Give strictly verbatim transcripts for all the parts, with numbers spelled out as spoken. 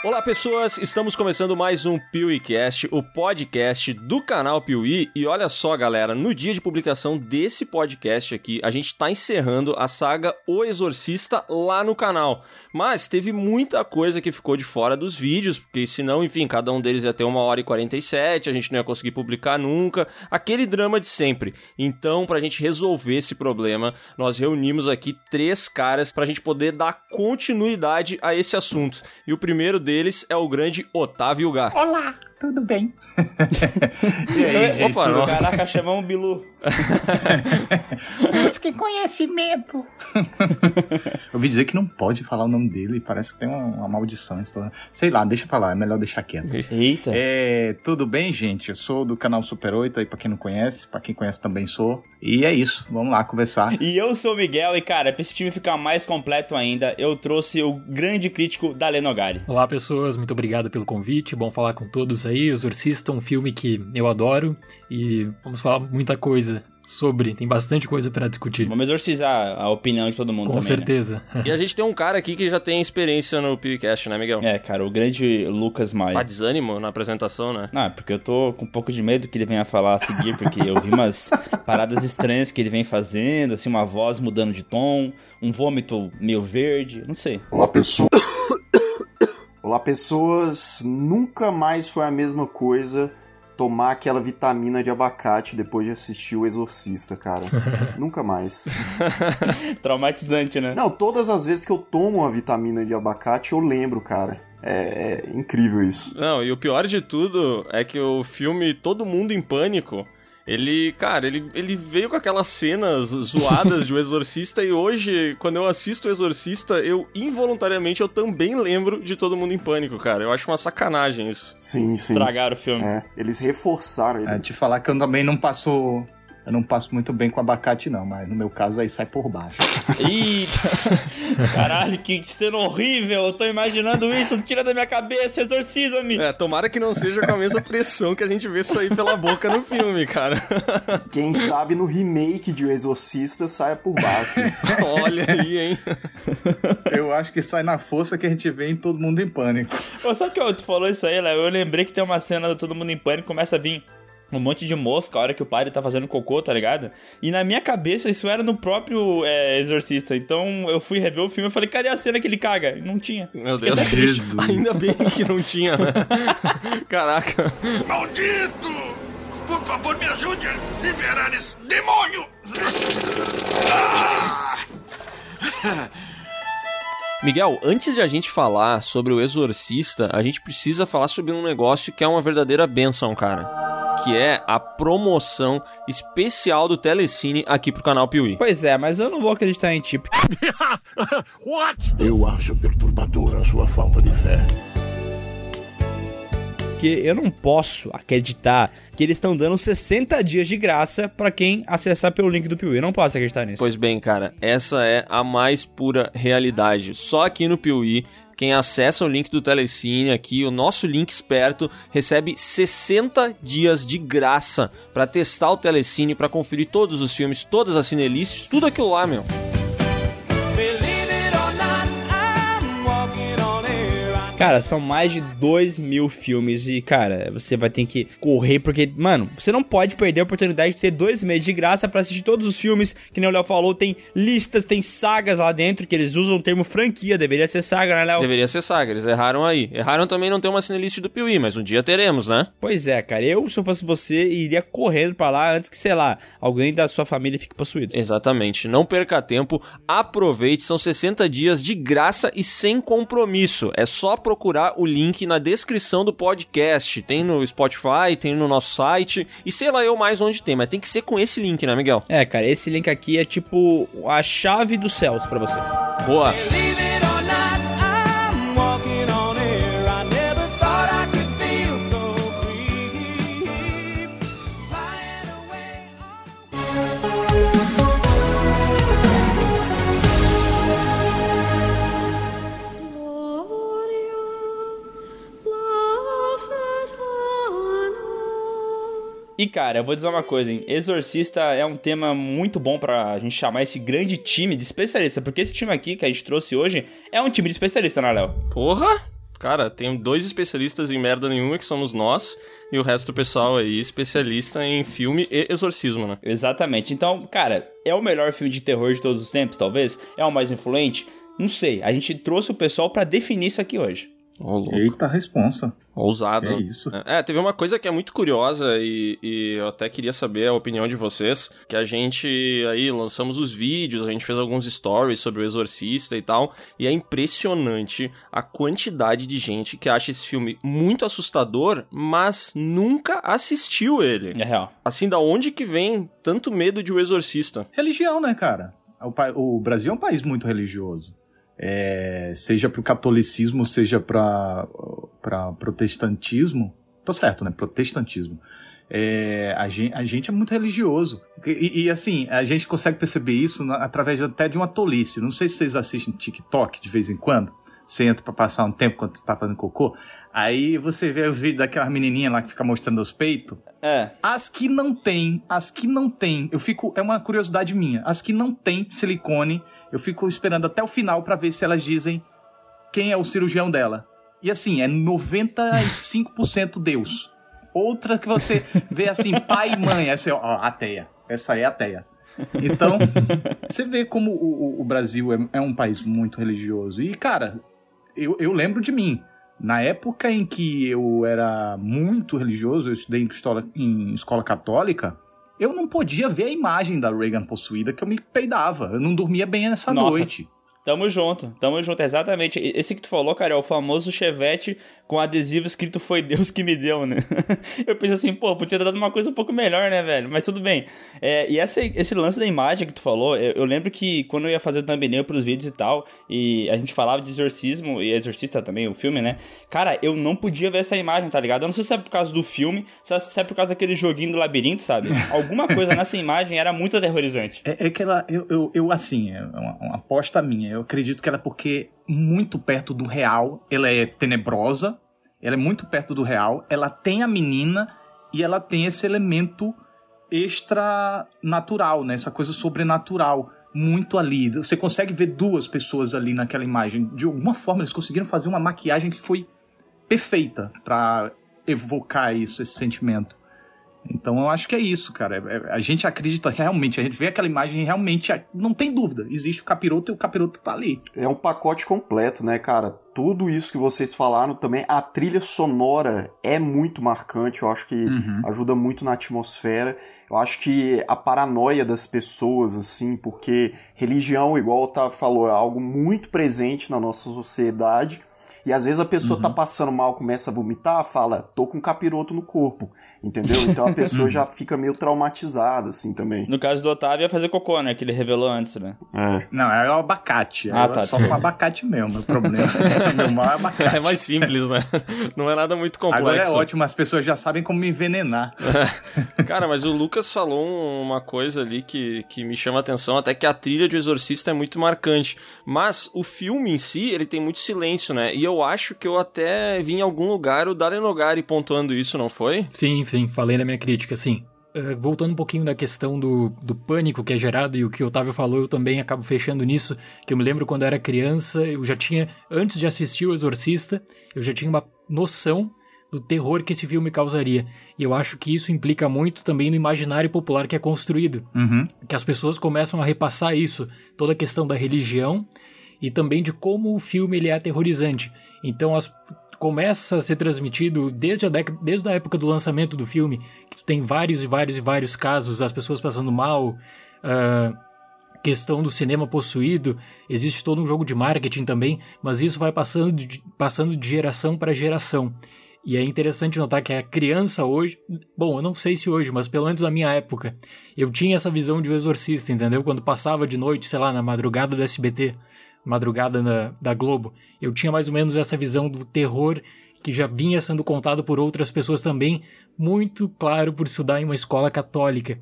Olá pessoas, estamos começando mais um PeeWeeCast, o podcast do canal Piuí. E olha só galera, no dia de publicação desse podcast aqui, a gente tá encerrando a saga O Exorcista lá no canal. Mas teve muita coisa que ficou de fora dos vídeos, porque senão, enfim, cada um deles ia ter uma hora e quarenta e sete, a gente não ia conseguir publicar nunca, aquele drama de sempre. Então, pra gente resolver esse problema, nós reunimos aqui três caras pra gente poder dar continuidade a esse assunto. E o primeiro deles é o grande Otávio Gá. Olá, tudo bem? E aí, gente? Opa, tudo... Caraca, chamamos o Bilu. Mas que conhecimento! Eu ouvi dizer que não pode falar o nome dele, parece que tem uma, uma maldição. Sei lá, deixa pra lá, é melhor deixar quieto. Eita! É, tudo bem, gente? Eu sou do canal Super oito, aí pra quem não conhece, pra quem conhece também sou. E é isso, vamos lá conversar. E eu sou o Miguel, e cara, pra esse time ficar mais completo ainda, eu trouxe o grande crítico Dale Nogari. Olá pessoas, muito obrigado pelo convite, bom falar com todos aí. Exorcista, um filme que eu adoro e vamos falar muita coisa sobre, tem bastante coisa pra discutir. Vamos exorcizar a opinião de todo mundo com também, certeza. Né? E a gente tem um cara aqui que já tem experiência no PeeWeeCast, né, Miguel? É, cara, o grande Lucas Maia. Tá desânimo na apresentação, né? Ah, porque eu tô com um pouco de medo que ele venha falar a seguir, porque eu vi umas paradas estranhas que ele vem fazendo, assim, uma voz mudando de tom, um vômito meio verde, não sei. Olá, pessoal. Olá, pessoas. Nunca mais foi a mesma coisa tomar aquela vitamina de abacate depois de assistir O Exorcista, cara. Nunca mais. Traumatizante, né? Não, todas as vezes que eu tomo uma vitamina de abacate, eu lembro, cara. É, é incrível isso. Não, e o pior de tudo é que o filme Todo Mundo em Pânico, ele, cara, ele, ele veio com aquelas cenas zoadas de O Exorcista e hoje, quando eu assisto O Exorcista, eu involuntariamente eu também lembro de Todo Mundo em Pânico, cara. Eu acho uma sacanagem isso. Sim, sim. Estragaram o filme. É, eles reforçaram ele. É, te falar que eu também não passo... Eu não passo muito bem com abacate, não, mas no meu caso aí sai por baixo. Eita! Caralho, que cena horrível! Eu tô imaginando isso, tira da minha cabeça, exorciza-me! É, tomara que não seja com a mesma pressão que a gente vê sair pela boca no filme, cara. Quem sabe no remake de O Exorcista saia por baixo. Olha aí, hein? Eu acho que sai na força que a gente vê em Todo Mundo em Pânico. Pô, sabe que tu falou isso aí, Léo? Eu lembrei que tem uma cena do Todo Mundo em Pânico, começa a vir um monte de mosca a hora que o padre tá fazendo cocô, tá ligado? E na minha cabeça isso era no próprio é, Exorcista. Então eu fui rever o filme e falei, cadê a cena que ele caga? E não tinha. Meu Deus, Jesus. Ainda bem que não tinha, né? Caraca. Maldito! Por favor, me ajude a liberar esse demônio! Ah! Miguel, antes de a gente falar sobre o Exorcista, a gente precisa falar sobre um negócio que é uma verdadeira bênção, cara. Que é a promoção especial do Telecine aqui pro canal Piuí. Pois é, mas eu não vou acreditar em ti. What? Eu acho perturbadora a sua falta de fé. Porque eu não posso acreditar que eles estão dando sessenta dias de graça pra quem acessar pelo link do Piuí. Eu não posso acreditar nisso. Pois bem, cara, essa é a mais pura realidade. Só aqui no Piuí, quem acessa o link do Telecine aqui, o nosso link esperto, recebe sessenta dias de graça pra testar o Telecine, pra conferir todos os filmes, todas as cinelices, tudo aquilo lá, meu. Cara, são mais de dois mil filmes e, cara, você vai ter que correr porque, mano, você não pode perder a oportunidade de ter dois meses de graça pra assistir todos os filmes, que nem o Léo falou, tem listas, tem sagas lá dentro, que eles usam o termo franquia, deveria ser saga, né, Léo? Deveria ser saga, eles erraram aí. Erraram também não ter uma cinelist do Piuí, mas um dia teremos, né? Pois é, cara, eu, se eu fosse você, iria correndo pra lá antes que, sei lá, alguém da sua família fique possuído. Exatamente, não perca tempo, aproveite, são sessenta dias de graça e sem compromisso, é só procurar o link na descrição do podcast. Tem no Spotify, tem no nosso site e sei lá eu mais onde tem, mas tem que ser com esse link, né, Miguel? É, cara, esse link aqui é tipo a chave dos céus pra você. Boa! E, cara, eu vou dizer uma coisa, hein? Exorcista é um tema muito bom pra gente chamar esse grande time de especialista, porque esse time aqui que a gente trouxe hoje é um time de especialista, né, Léo? Porra! Cara, tem dois especialistas em merda nenhuma, que somos nós, e o resto do pessoal aí, especialista em filme e exorcismo, né? Exatamente. Então, cara, é o melhor filme de terror de todos os tempos, talvez? É o mais influente? Não sei. A gente trouxe o pessoal pra definir isso aqui hoje. Oh, louco. Eita, responsa. Ousado. É isso. É, teve uma coisa que é muito curiosa e, e eu até queria saber a opinião de vocês, que a gente aí lançamos os vídeos, a gente fez alguns stories sobre o Exorcista e tal, e é impressionante a quantidade de gente que acha esse filme muito assustador, mas nunca assistiu ele. É real. Assim, da onde que vem tanto medo de O Exorcista? Religião, né, cara? O, pa- o Brasil é um país muito religioso. É, seja pro catolicismo, seja pra, pra protestantismo. Tô certo, né? Protestantismo. É, a, gente, a gente é muito religioso. E, e assim, a gente consegue perceber isso na, através até de uma tolice. Não sei se vocês assistem TikTok de vez em quando. Você entra pra passar um tempo quando você tá fazendo cocô. Aí você vê os vídeos daquela menininha lá que fica mostrando os peitos. É. As que não tem, as que não tem, eu fico, é uma curiosidade minha. As que não tem silicone, eu fico esperando até o final pra ver se elas dizem quem é o cirurgião dela. E assim, é noventa e cinco por cento Deus. Outra que você vê assim, pai e mãe, essa é ó, ateia. Essa é ateia. Então, você vê como o, o, o Brasil é, é um país muito religioso. E, cara, eu, eu lembro de mim. Na época em que eu era muito religioso, eu estudei em escola, em escola católica, eu não podia ver a imagem da Regan possuída, que eu me peidava. Eu não dormia bem nessa Nossa. noite. Tamo junto, tamo junto, exatamente. Esse que tu falou, cara, é o famoso chevette com adesivo escrito "Foi Deus que me deu", né? Eu pensei assim, pô, podia ter dado uma coisa um pouco melhor, né, velho? Mas tudo bem. É, e essa, esse lance da imagem que tu falou, eu, eu lembro que quando eu ia fazer thumbnail pros vídeos e tal, e a gente falava de exorcismo, e Exorcista também, o filme, né? Cara, eu não podia ver essa imagem, tá ligado? Eu não sei se é por causa do filme, se é por causa daquele joguinho do labirinto, sabe? Alguma coisa nessa imagem era muito aterrorizante. É, é que ela, eu, eu, eu assim, é uma, uma aposta minha. Eu acredito que ela é porque muito perto do real, ela é tenebrosa, ela é muito perto do real, ela tem a menina e ela tem esse elemento extra-natural, né? Essa coisa sobrenatural, muito ali. Você consegue ver duas pessoas ali naquela imagem. De alguma forma, eles conseguiram fazer uma maquiagem que foi perfeita pra evocar isso, esse sentimento. Então eu acho que é isso, cara. A gente acredita realmente, a gente vê aquela imagem e realmente não tem dúvida. Existe o capiroto e o capiroto tá ali. É um pacote completo, né, cara? Tudo isso que vocês falaram também, a trilha sonora é muito marcante, eu acho que uhum. ajuda muito na atmosfera. Eu acho que a paranoia das pessoas, assim, porque religião, igual o Otávio falou, é algo muito presente na nossa sociedade. E às vezes a pessoa uhum. tá passando mal, começa a vomitar, fala, tô com um capiroto no corpo, entendeu? Então a pessoa já fica meio traumatizada, assim, também. No caso do Otávio, ia fazer cocô, né? Que ele revelou antes, né? É. Não, é o abacate. Ah, é tá. só com abacate mesmo, o problema. Meu mal é abacate. É mais simples, né? Não é nada muito complexo. Agora é ótimo, as pessoas já sabem como me envenenar. Cara, mas o Lucas falou uma coisa ali que, que me chama a atenção, até que a trilha de O Exorcista é muito marcante. Mas o filme em si, ele tem muito silêncio, né? E eu acho que eu até vi em algum lugar o Darren Nogari pontuando isso, não foi? Sim, sim, falei na minha crítica, sim. Uh, voltando um pouquinho da questão do, do pânico que é gerado, e o que o Otávio falou, eu também acabo fechando nisso, que eu me lembro quando eu era criança, eu já tinha, antes de assistir O Exorcista, eu já tinha uma noção do terror que esse filme causaria. E eu acho que isso implica muito também no imaginário popular que é construído. Uhum. Que as pessoas começam a repassar isso, toda a questão da religião, e também de como o filme ele é aterrorizante. Então as, começa a ser transmitido desde a, década, desde a época do lançamento do filme, que tu tem vários e vários e vários casos, as pessoas passando mal, uh, questão do cinema possuído, existe todo um jogo de marketing também, mas isso vai passando de, passando de geração para geração. E é interessante notar que a criança hoje, bom, eu não sei se hoje, mas pelo menos na minha época, eu tinha essa visão de O Exorcista, entendeu? Quando passava de noite, sei lá, na madrugada do S B T, madrugada na, da Globo, eu tinha mais ou menos essa visão do terror que já vinha sendo contado por outras pessoas também, muito claro por estudar em uma escola católica.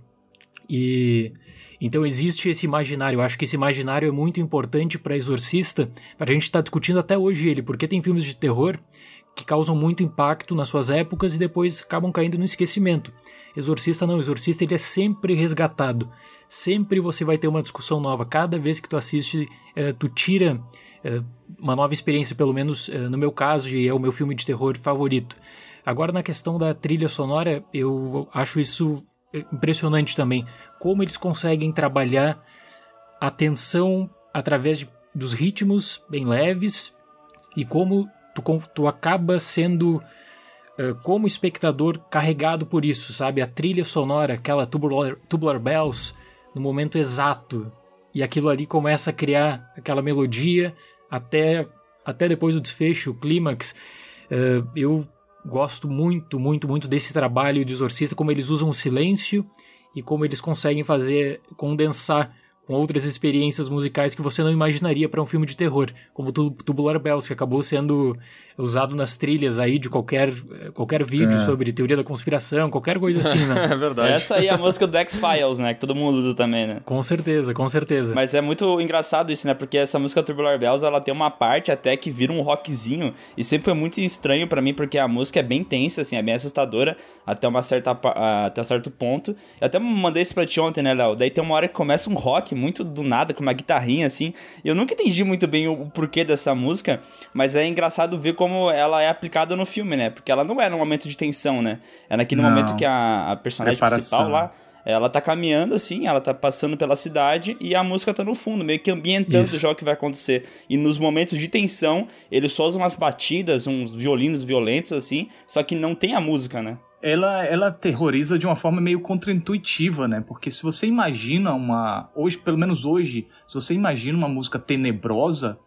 E então existe esse imaginário, eu acho que esse imaginário é muito importante para Exorcista, para a gente estar tá discutindo até hoje ele, porque tem filmes de terror que causam muito impacto nas suas épocas e depois acabam caindo no esquecimento. Exorcista não, Exorcista ele é sempre resgatado. Sempre você vai ter uma discussão nova. Cada vez que tu assiste, eh, tu tira eh, uma nova experiência, pelo menos eh, no meu caso, e é o meu filme de terror favorito. Agora, na questão da trilha sonora, eu acho isso impressionante também. Como eles conseguem trabalhar a tensão através de, dos ritmos bem leves e como tu, tu acaba sendo, uh, como espectador, carregado por isso, sabe? A trilha sonora, aquela tubular, tubular bells, no momento exato. E aquilo ali começa a criar aquela melodia até, até depois do desfecho, o clímax. Uh, eu gosto muito, muito, muito desse trabalho de Exorcista, como eles usam o silêncio e como eles conseguem fazer, condensar com outras experiências musicais que você não imaginaria para um filme de terror, como o Tubular Bells, que acabou sendo usado nas trilhas aí de qualquer, qualquer vídeo é. sobre teoria da conspiração, qualquer coisa assim, né? É verdade. Essa aí é a música do X-Files, né? Que todo mundo usa também, né? Com certeza, com certeza. Mas é muito engraçado isso, né? Porque essa música Tubular Bells, ela tem uma parte até que vira um rockzinho, e sempre foi muito estranho pra mim, porque a música é bem tensa, assim, é bem assustadora, até, uma certa, até um certo ponto. Eu até mandei isso pra ti ontem, né, Léo? Daí tem uma hora que começa um rock muito do nada, com uma guitarrinha, assim. Eu nunca entendi muito bem o, o porquê dessa música, mas é engraçado ver como ela é aplicada no filme, né? Porque ela não é num momento de tensão, né? É naquele não. momento que a, a personagem Preparação. principal lá, ela tá caminhando, assim, ela tá passando pela cidade e a música tá no fundo, meio que ambientando Isso. já o que vai acontecer. E nos momentos de tensão, ele só usa umas batidas, uns violinos violentos, assim, só que não tem a música, né? Ela, ela terroriza de uma forma meio contraintuitiva, né? Porque se você imagina uma... Hoje, pelo menos hoje, se você imagina uma música tenebrosa,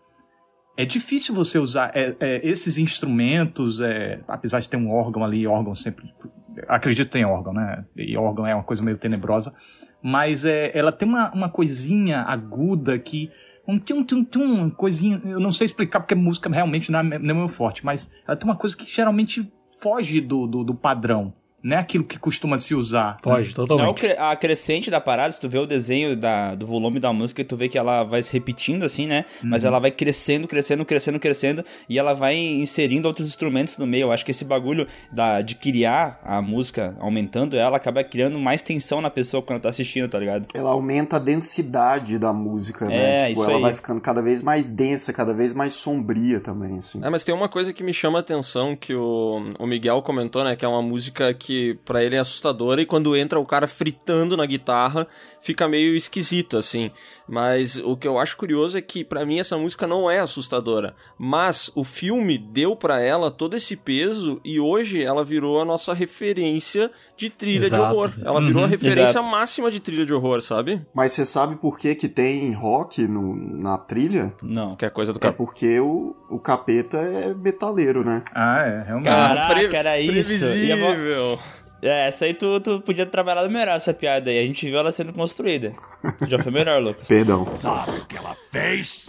é difícil você usar é, é, esses instrumentos, é, apesar de ter um órgão ali, órgão sempre... Acredito que tem órgão, né? E órgão é uma coisa meio tenebrosa. Mas é, ela tem uma, uma coisinha aguda que... Um tum, tum, tum, coisinha... Eu não sei explicar porque a música realmente não é, não é meu forte, mas ela tem uma coisa que geralmente... foge do, do, do padrão, não é aquilo que costuma se usar. Foge, né? totalmente. Não, a crescente da parada, se tu vê o desenho da, do volume da música, tu vê que ela vai se repetindo assim, né? Uhum. Mas ela vai crescendo, crescendo, crescendo, crescendo, e ela vai inserindo outros instrumentos no meio. Eu acho que esse bagulho da, de criar a música, aumentando ela, acaba criando mais tensão na pessoa quando tá assistindo, tá ligado? Ela aumenta a densidade da música, né? É, tipo, isso ela aí. vai ficando cada vez mais densa, cada vez mais sombria também, assim. É, mas tem uma coisa que me chama a atenção, que o, o Miguel comentou, né? Que é uma música que pra ele é assustadora, e quando entra o cara fritando na guitarra, fica meio esquisito, assim. Mas o que eu acho curioso é que, pra mim, essa música não é assustadora. Mas o filme deu pra ela todo esse peso, e hoje ela virou a nossa referência de trilha Exato. de horror. Ela virou Uhum, a referência exato. máxima de trilha de horror, sabe? Mas você sabe por que que tem rock no, na trilha? Não. Que é coisa do É cara. porque o, o capeta é metaleiro, né? Ah, é, realmente. Caraca, Pre- era isso. E a vo- Previsível. É, essa aí tu, tu podia trabalhar melhor, essa piada aí. A gente viu ela sendo construída. Já foi melhor, Lucas. Perdão. Sabe o que ela fez?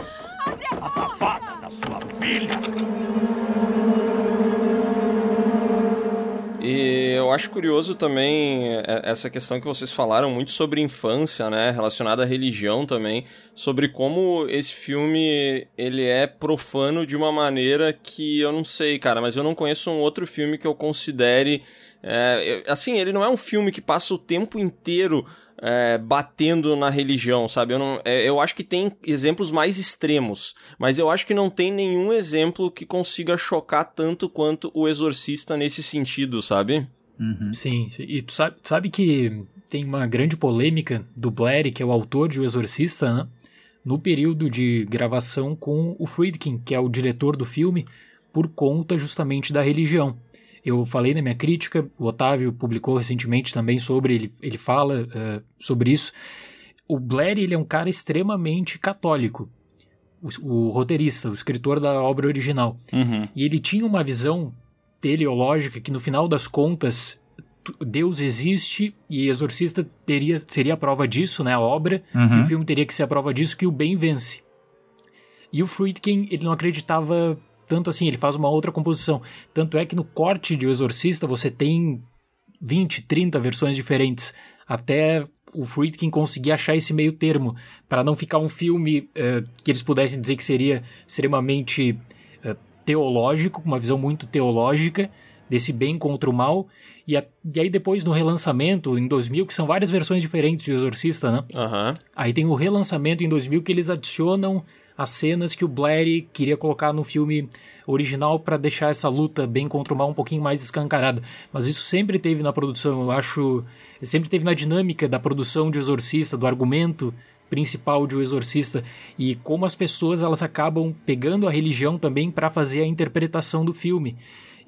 A safada da sua filha. E eu acho curioso também essa questão que vocês falaram muito sobre infância, né, relacionada à religião também, sobre como esse filme, ele é profano de uma maneira que eu não sei, cara, mas eu não conheço um outro filme que eu considere, é, assim, ele não é um filme que passa o tempo inteiro É, batendo na religião, sabe? Eu, não, é, eu acho que tem exemplos mais extremos, mas eu acho que não tem nenhum exemplo que consiga chocar tanto quanto o Exorcista nesse sentido, sabe? Uhum. Sim, e tu sabe, tu sabe que tem uma grande polêmica do Blair, que é o autor de O Exorcista, né? No período de gravação com o Friedkin, que é o diretor do filme, por conta justamente da religião. Eu falei na minha crítica, o Otávio publicou recentemente também sobre, ele, ele fala uh, sobre isso. O Blair, ele é um cara extremamente católico, o, o roteirista, o escritor da obra original. Uhum. E ele tinha uma visão teleológica que, no final das contas, Deus existe e Exorcista teria, seria a prova disso, né, a obra, Uhum. e o filme teria que ser a prova disso, que o bem vence. E o Friedkin, ele não acreditava tanto assim, ele faz uma outra composição. Tanto é que no corte de O Exorcista você tem vinte, trinta versões diferentes, até o Friedkin conseguir achar esse meio termo, para não ficar um filme uh, que eles pudessem dizer que seria extremamente uh, teológico, uma visão muito teológica desse bem contra o mal. E, a, e aí depois no relançamento, em dois mil, que são várias versões diferentes de Exorcista, né? Uhum. Aí tem o relançamento em dois mil que eles adicionam as cenas que o Blatty queria colocar no filme original para deixar essa luta bem contra o mal um pouquinho mais escancarada. Mas isso sempre teve na produção, eu acho... Sempre teve na dinâmica da produção de Exorcista, do argumento principal de O Exorcista, e como as pessoas elas acabam pegando a religião também para fazer a interpretação do filme.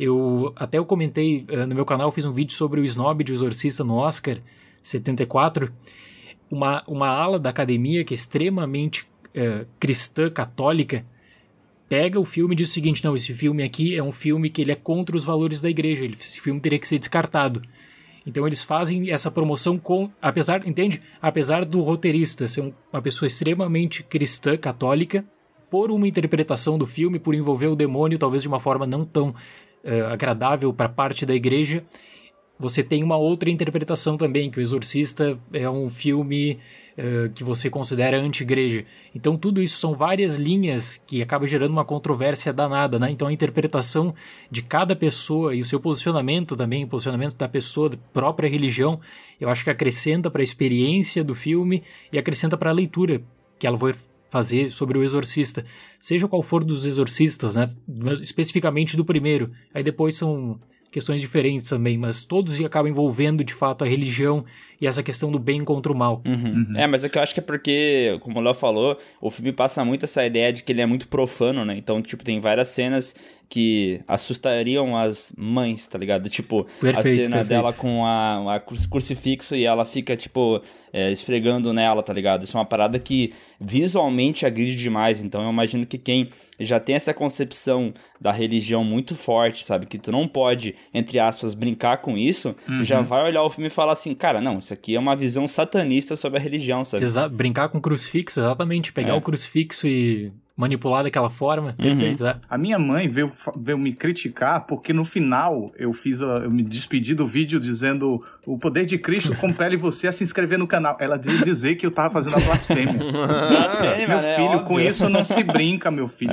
Eu até eu comentei uh, no meu canal, eu fiz um vídeo sobre o snob de O Exorcista no Oscar setenta e quatro. Uma, uma ala da academia que é extremamente uh, cristã, católica, pega o filme e diz o seguinte: não, esse filme aqui é um filme que ele é contra os valores da igreja, esse filme teria que ser descartado. Então eles fazem essa promoção com, apesar, entende? Apesar do roteirista ser um, uma pessoa extremamente cristã, católica, por uma interpretação do filme, por envolver o demônio, talvez de uma forma não tão uh, agradável para parte da igreja, você tem uma outra interpretação também, que O Exorcista é um filme uh, que você considera anti-igreja. Então tudo isso são várias linhas que acabam gerando uma controvérsia danada, né? Então a interpretação de cada pessoa e o seu posicionamento também, o posicionamento da pessoa, da própria religião, eu acho que acrescenta para a experiência do filme e acrescenta para a leitura que ela vai fazer sobre O Exorcista. Seja qual for dos exorcistas, né? Especificamente do primeiro. Aí depois são questões diferentes também, mas todos acabam envolvendo de fato a religião e essa questão do bem contra o mal. Uhum. Uhum. É, mas é que eu acho que é porque, como o Léo falou, o filme passa muito essa ideia de que ele é muito profano, né? Então, tipo, tem várias cenas que assustariam as mães, tá ligado? Tipo, perfeito, a cena perfeito. dela com a, a crucifixo e ela fica, tipo, é, esfregando nela, tá ligado? Isso é uma parada que visualmente agride demais, então eu imagino que quem já tem essa concepção da religião muito forte, sabe? Que tu não pode, entre aspas, brincar com isso, uhum. já vai olhar o filme e falar assim, cara, não, isso aqui é uma visão satanista sobre a religião, sabe? Exato, brincar com crucifixo, exatamente, pegar é. o crucifixo e manipular daquela forma, perfeito, uhum. né? A minha mãe veio, veio me criticar porque no final eu fiz, a, eu me despedi do vídeo dizendo o poder de Cristo compele você a se inscrever no canal. Ela ia dizer que eu tava fazendo a blasfêmia. blasfêmia meu né? filho, Óbvio. Com isso não se brinca, meu filho.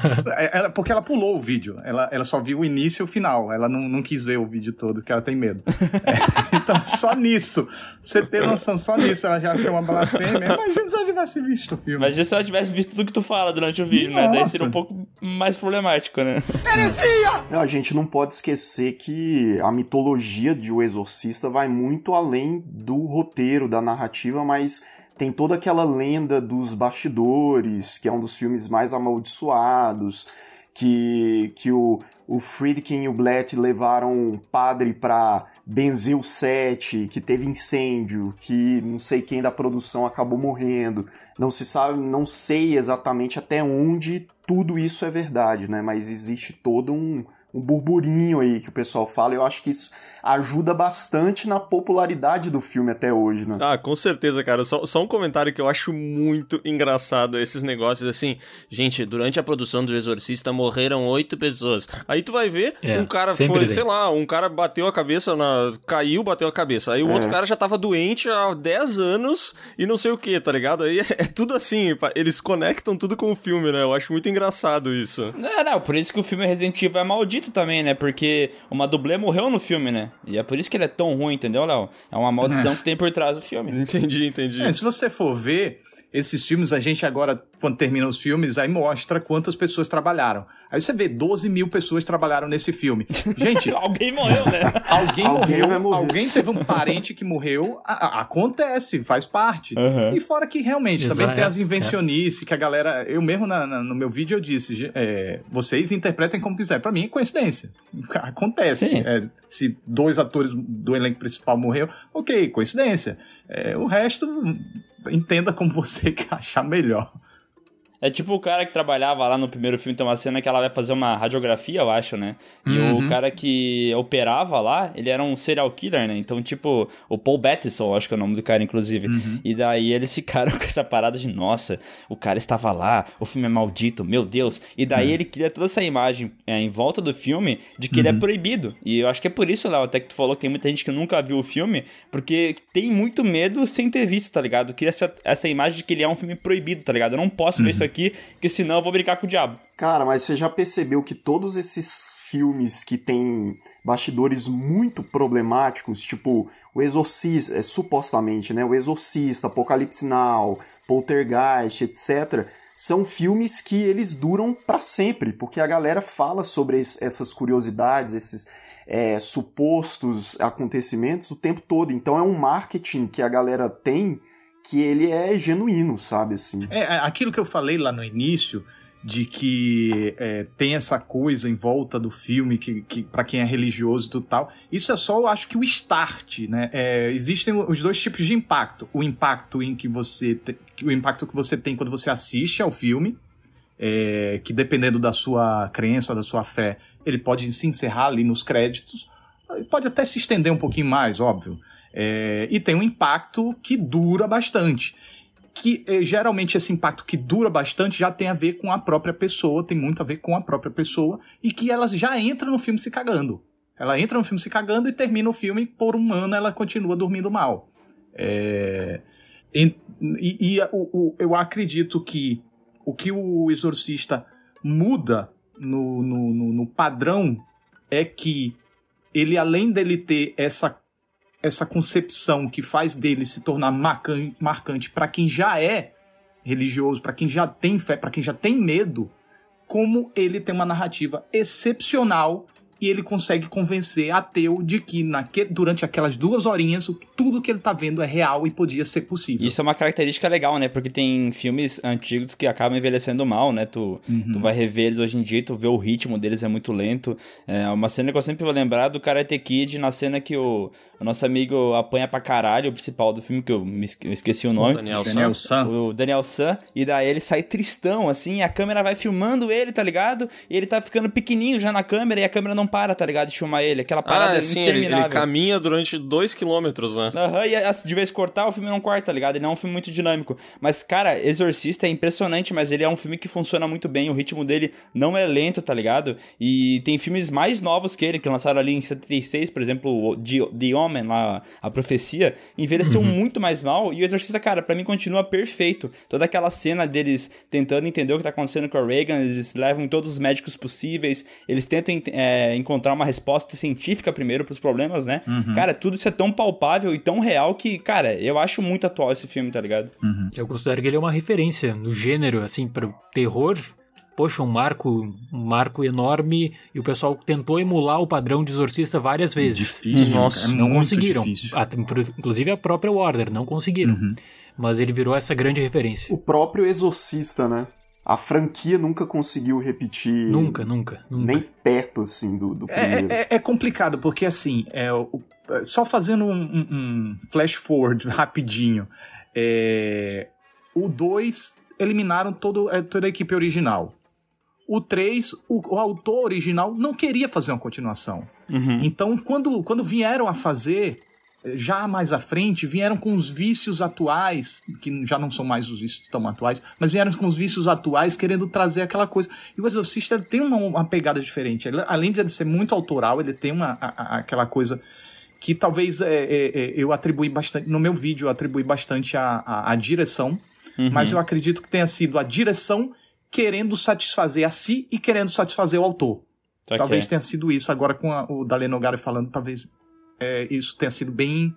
É. Ela, porque ela pulou o vídeo, ela, ela só viu o início e o final, ela não, não quis ver o vídeo todo, porque ela tem medo. É, então só nisso, pra você ter noção, só nisso ela já achou uma blasfêmia. Imagina se ela tivesse visto o filme. Imagina se ela tivesse visto tudo que tu fala durante o vídeo, Nossa. né? Daí seria um pouco mais problemático, né? Não, a gente não pode esquecer que a mitologia de O Exorcista vai muito além do roteiro, da narrativa, mas tem toda aquela lenda dos bastidores, que é um dos filmes mais amaldiçoados, que, que o, o Friedkin e o Blatty levaram um padre pra benzer o set, que teve incêndio, que não sei quem da produção acabou morrendo. Não se sabe, não sei exatamente até onde tudo isso é verdade, né? Mas existe todo um, um burburinho aí que o pessoal fala, e eu acho que isso ajuda bastante na popularidade do filme até hoje, né? Ah, com certeza, cara. Só, só um comentário que eu acho muito engraçado, esses negócios assim, gente, durante a produção do Exorcista morreram oito pessoas. Aí tu vai ver, é, um cara foi, tem. sei lá, um cara bateu a cabeça, na caiu, bateu a cabeça. Aí o é. outro cara já tava doente há dez anos e não sei o que, tá ligado? Aí é, é tudo assim, eles conectam tudo com o filme, né? Eu acho muito engraçado isso. Não, não, por isso que o filme Resident Evil é maldito também, né? Porque uma dublê morreu no filme, né? E é por isso que ele é tão ruim, entendeu, Léo? É uma maldição é. que tem por trás do filme. Entendi, entendi. É, se você for ver, esses filmes, a gente agora, quando termina os filmes, aí mostra quantas pessoas trabalharam. Aí você vê, doze mil pessoas trabalharam nesse filme. Gente... alguém morreu, né? Alguém, alguém morreu, alguém teve um parente que morreu. A, a, acontece, faz parte. Uhum. E fora que realmente, Exato. também tem as invencionices, que a galera... Eu mesmo, na, na, no meu vídeo, eu disse, é, vocês interpretem como quiser. Pra mim, é coincidência. Acontece. É, se dois atores do elenco principal morreram, ok, coincidência. É, o resto... entenda como você achar melhor. É tipo o cara que trabalhava lá no primeiro filme, tem uma cena que ela vai fazer uma radiografia, eu acho, né? E uhum. o cara que operava lá, ele era um serial killer, né? Então, tipo, o Paul Bateson, acho que é o nome do cara, inclusive. Uhum. E daí eles ficaram com essa parada de, nossa, o cara estava lá, o filme é maldito, meu Deus. E daí uhum. ele cria toda essa imagem é, em volta do filme de que uhum. ele é proibido. E eu acho que é por isso, Léo, até que tu falou que tem muita gente que nunca viu o filme, porque tem muito medo sem ter visto, tá ligado? Cria essa, essa imagem de que ele é um filme proibido, tá ligado? Eu não posso uhum. ver isso aqui, porque senão eu vou brincar com o diabo. Cara, mas você já percebeu que todos esses filmes que tem bastidores muito problemáticos, tipo o Exorcista, é, supostamente, né? O Exorcista, Apocalipse Now, Poltergeist, etcétera, são filmes que eles duram pra sempre, porque a galera fala sobre es- essas curiosidades, esses é, supostos acontecimentos o tempo todo. Então é um marketing que a galera tem que ele é genuíno, sabe, assim. É, aquilo que eu falei lá no início, de que é, tem essa coisa em volta do filme, que, que para quem é religioso e tudo tal, isso é só, eu acho que o start, né? É, existem os dois tipos de impacto. O impacto em que você te, o impacto que você tem quando você assiste ao filme, é, que dependendo da sua crença, da sua fé, ele pode se encerrar ali nos créditos, pode até se estender um pouquinho mais, óbvio. É, e tem um impacto que dura bastante. Que eh, geralmente esse impacto que dura bastante já tem a ver com a própria pessoa, tem muito a ver com a própria pessoa, e que ela já entra no filme se cagando. Ela entra no filme se cagando e termina o filme, por um ano ela continua dormindo mal. É, e e, e o, o, eu acredito que o que o Exorcista muda no, no, no, no padrão é que ele, além dele ter essa essa concepção que faz dele se tornar marcante, marcante para quem já é religioso, para quem já tem fé, para quem já tem medo, como ele tem uma narrativa excepcional e ele consegue convencer ateu de que naque, durante aquelas duas horinhas tudo que ele tá vendo é real e podia ser possível. Isso é uma característica legal, né? Porque tem filmes antigos que acabam envelhecendo mal, né? Tu, uhum. tu vai rever eles hoje em dia e tu vê o ritmo deles é muito lento. É uma cena que eu sempre vou lembrar do Karate Kid, na cena que o, o nosso amigo apanha pra caralho, o principal do filme, que eu me esque, eu esqueci o nome. O Daniel, Daniel San. San. O Daniel San. E daí ele sai tristão, assim, a câmera vai filmando ele, tá ligado? E ele tá ficando pequenininho já na câmera e a câmera não para, tá ligado? De filmar ele. Aquela parada ah, sim, interminável. Ele, ele caminha durante dois quilômetros, né? Aham, uhum, e de vez cortar, o filme não corta, tá ligado? Ele não é um filme muito dinâmico. Mas, cara, Exorcista é impressionante, mas ele é um filme que funciona muito bem, o ritmo dele não é lento, tá ligado? E tem filmes mais novos que ele, que lançaram ali em setenta e seis, por exemplo, The Omen, lá, A Profecia, envelheceu uhum. muito mais mal, e o Exorcista, cara, pra mim continua perfeito. Toda aquela cena deles tentando entender o que tá acontecendo com a Reagan, eles levam todos os médicos possíveis, eles tentam é, encontrar uma resposta científica primeiro pros problemas, né? Uhum. Cara, tudo isso é tão palpável e tão real que, cara, eu acho muito atual esse filme, tá ligado? Uhum. Eu considero que ele é uma referência no gênero, assim, pro terror. Poxa, um marco, um marco enorme, e o pessoal tentou emular o padrão de Exorcista várias vezes. Difícil, Nossa, é não muito conseguiram. Difícil. A, inclusive a própria Warner, não conseguiram. Uhum. Mas ele virou essa grande referência. O próprio Exorcista, né? A franquia nunca conseguiu repetir... Nunca, nunca. nunca. Nem perto, assim, do, do primeiro. É, é, é complicado, porque, assim, é, o, só fazendo um, um, um flash forward rapidinho, é, o dois eliminaram todo, toda a equipe original. O três, o, o autor original não queria fazer uma continuação. Uhum. Então, quando, quando vieram a fazer... já mais à frente, vieram com os vícios atuais, que já não são mais os vícios tão atuais, mas vieram com os vícios atuais querendo trazer aquela coisa. E o Exorcista ele tem uma, uma pegada diferente. Ele, além de ele ser muito autoral, ele tem uma, a, a, aquela coisa que talvez é, é, eu atribui bastante, no meu vídeo eu atribui bastante a, a, a direção, uhum. mas eu acredito que tenha sido a direção querendo satisfazer a si e querendo satisfazer o autor. Okay. Talvez tenha sido isso. Agora com a, o Dalle Nogaro falando, talvez... É, isso tenha sido bem,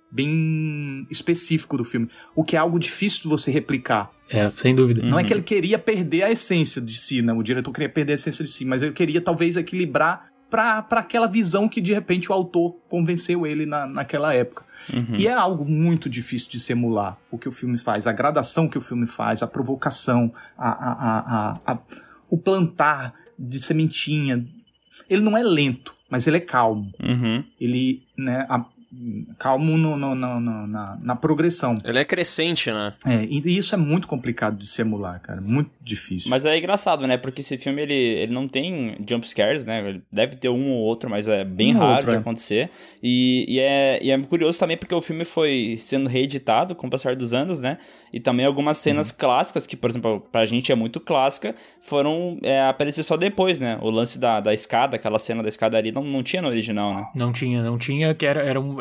bem específico do filme. O que é algo difícil de você replicar. É, sem dúvida. Não uhum. é que ele queria perder a essência de si, né? O diretor queria perder a essência de si, mas ele queria talvez equilibrar para aquela visão que de repente o autor convenceu ele na, naquela época. Uhum. E é algo muito difícil de se emular o que o filme faz, a gradação que o filme faz, a provocação, a, a, a, a, a, o plantar de sementinha. Ele não é lento, mas ele é calmo. Uhum. Ele, né, a, calmo no, no, no, no, na, na progressão. Ele é crescente, né? É, e isso é muito complicado de se emular, cara. Muito difícil. Mas é engraçado, né? Porque esse filme, ele, ele não tem jump scares, né? Ele deve ter um ou outro, mas é bem um raro outro, de é. acontecer. E, e, é, e é curioso também porque o filme foi sendo reeditado com o passar dos anos, né? E também algumas cenas uhum. clássicas, que, por exemplo, pra gente é muito clássica, foram é, aparecer só depois, né? O lance da, da escada, aquela cena da escadaria, não, não tinha no original, né? Não tinha, não tinha, que era, era um...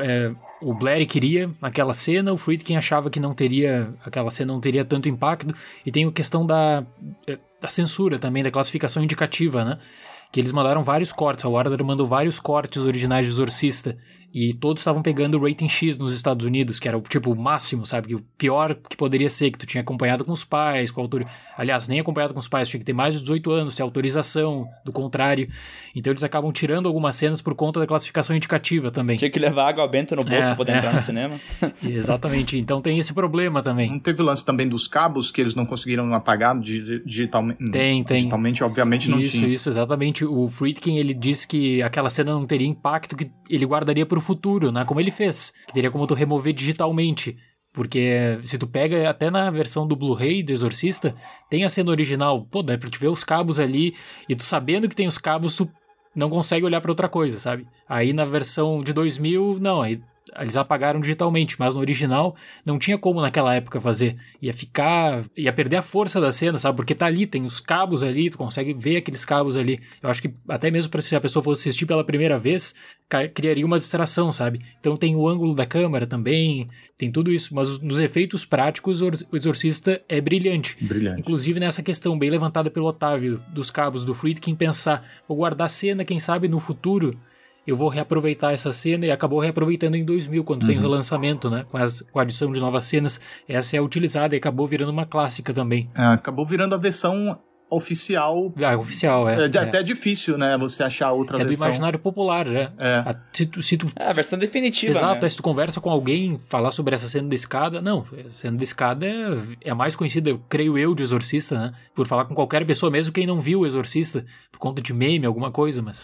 é, o Blair queria aquela cena, o Friedkin achava que não teria, aquela cena não teria tanto impacto, e tem a questão da, da censura também, da classificação indicativa, né? Que eles mandaram vários cortes, a Warner mandou vários cortes originais de Exorcista, e todos estavam pegando o rating X nos Estados Unidos, que era o tipo o máximo, sabe? Que o pior que poderia ser, que tu tinha acompanhado com os pais, com autor... aliás, nem acompanhado com os pais, tinha que ter mais de dezoito anos, ter autorização, do contrário. Então eles acabam tirando algumas cenas por conta da classificação indicativa também. Tinha que levar água benta no bolso É, pra poder é. entrar no cinema. Exatamente, então tem esse problema também. Não teve o lance também dos cabos que eles não conseguiram apagar digi- digitalmente? Tem, tem. Digitalmente, obviamente, não isso, tinha. Isso, exatamente. O Friedkin, ele disse que aquela cena não teria impacto, que ele guardaria pro futuro, né? Como ele fez. Que teria como tu remover digitalmente. Porque se tu pega até na versão do Blu-ray do Exorcista, tem a cena original. Pô, dá pra te ver os cabos ali, e tu sabendo que tem os cabos, tu não consegue olhar pra outra coisa, sabe? Aí na versão de dois mil, não, aí eles apagaram digitalmente, mas no original não tinha como naquela época fazer. Ia ficar... ia perder a força da cena, sabe? Porque tá ali, tem os cabos ali, tu consegue ver aqueles cabos ali. Eu acho que até mesmo pra se a pessoa fosse assistir pela primeira vez, ca- criaria uma distração, sabe? Então tem o ângulo da câmera também, tem tudo isso. Mas nos efeitos práticos, o Exorcista é brilhante. Brilhante. Inclusive nessa questão bem levantada pelo Otávio, dos cabos do Friedkin, pensar, vou guardar a cena, quem sabe no futuro eu vou reaproveitar essa cena, e acabou reaproveitando em dois mil, quando uhum. tem o relançamento, né? Com, as, com a adição de novas cenas. Essa é utilizada e acabou virando uma clássica também. É, acabou virando a versão oficial. Ah, oficial, é. É, é até difícil, né? Você achar outra é versão. É do imaginário popular, né? É. A, se tu, se tu... É a versão definitiva, Exato, né? é, se tu conversa com alguém, falar sobre essa cena da escada, não, a cena da escada é, é a mais conhecida, eu creio eu, de Exorcista, né? Por falar com qualquer pessoa, mesmo quem não viu o Exorcista, por conta de meme, alguma coisa, mas...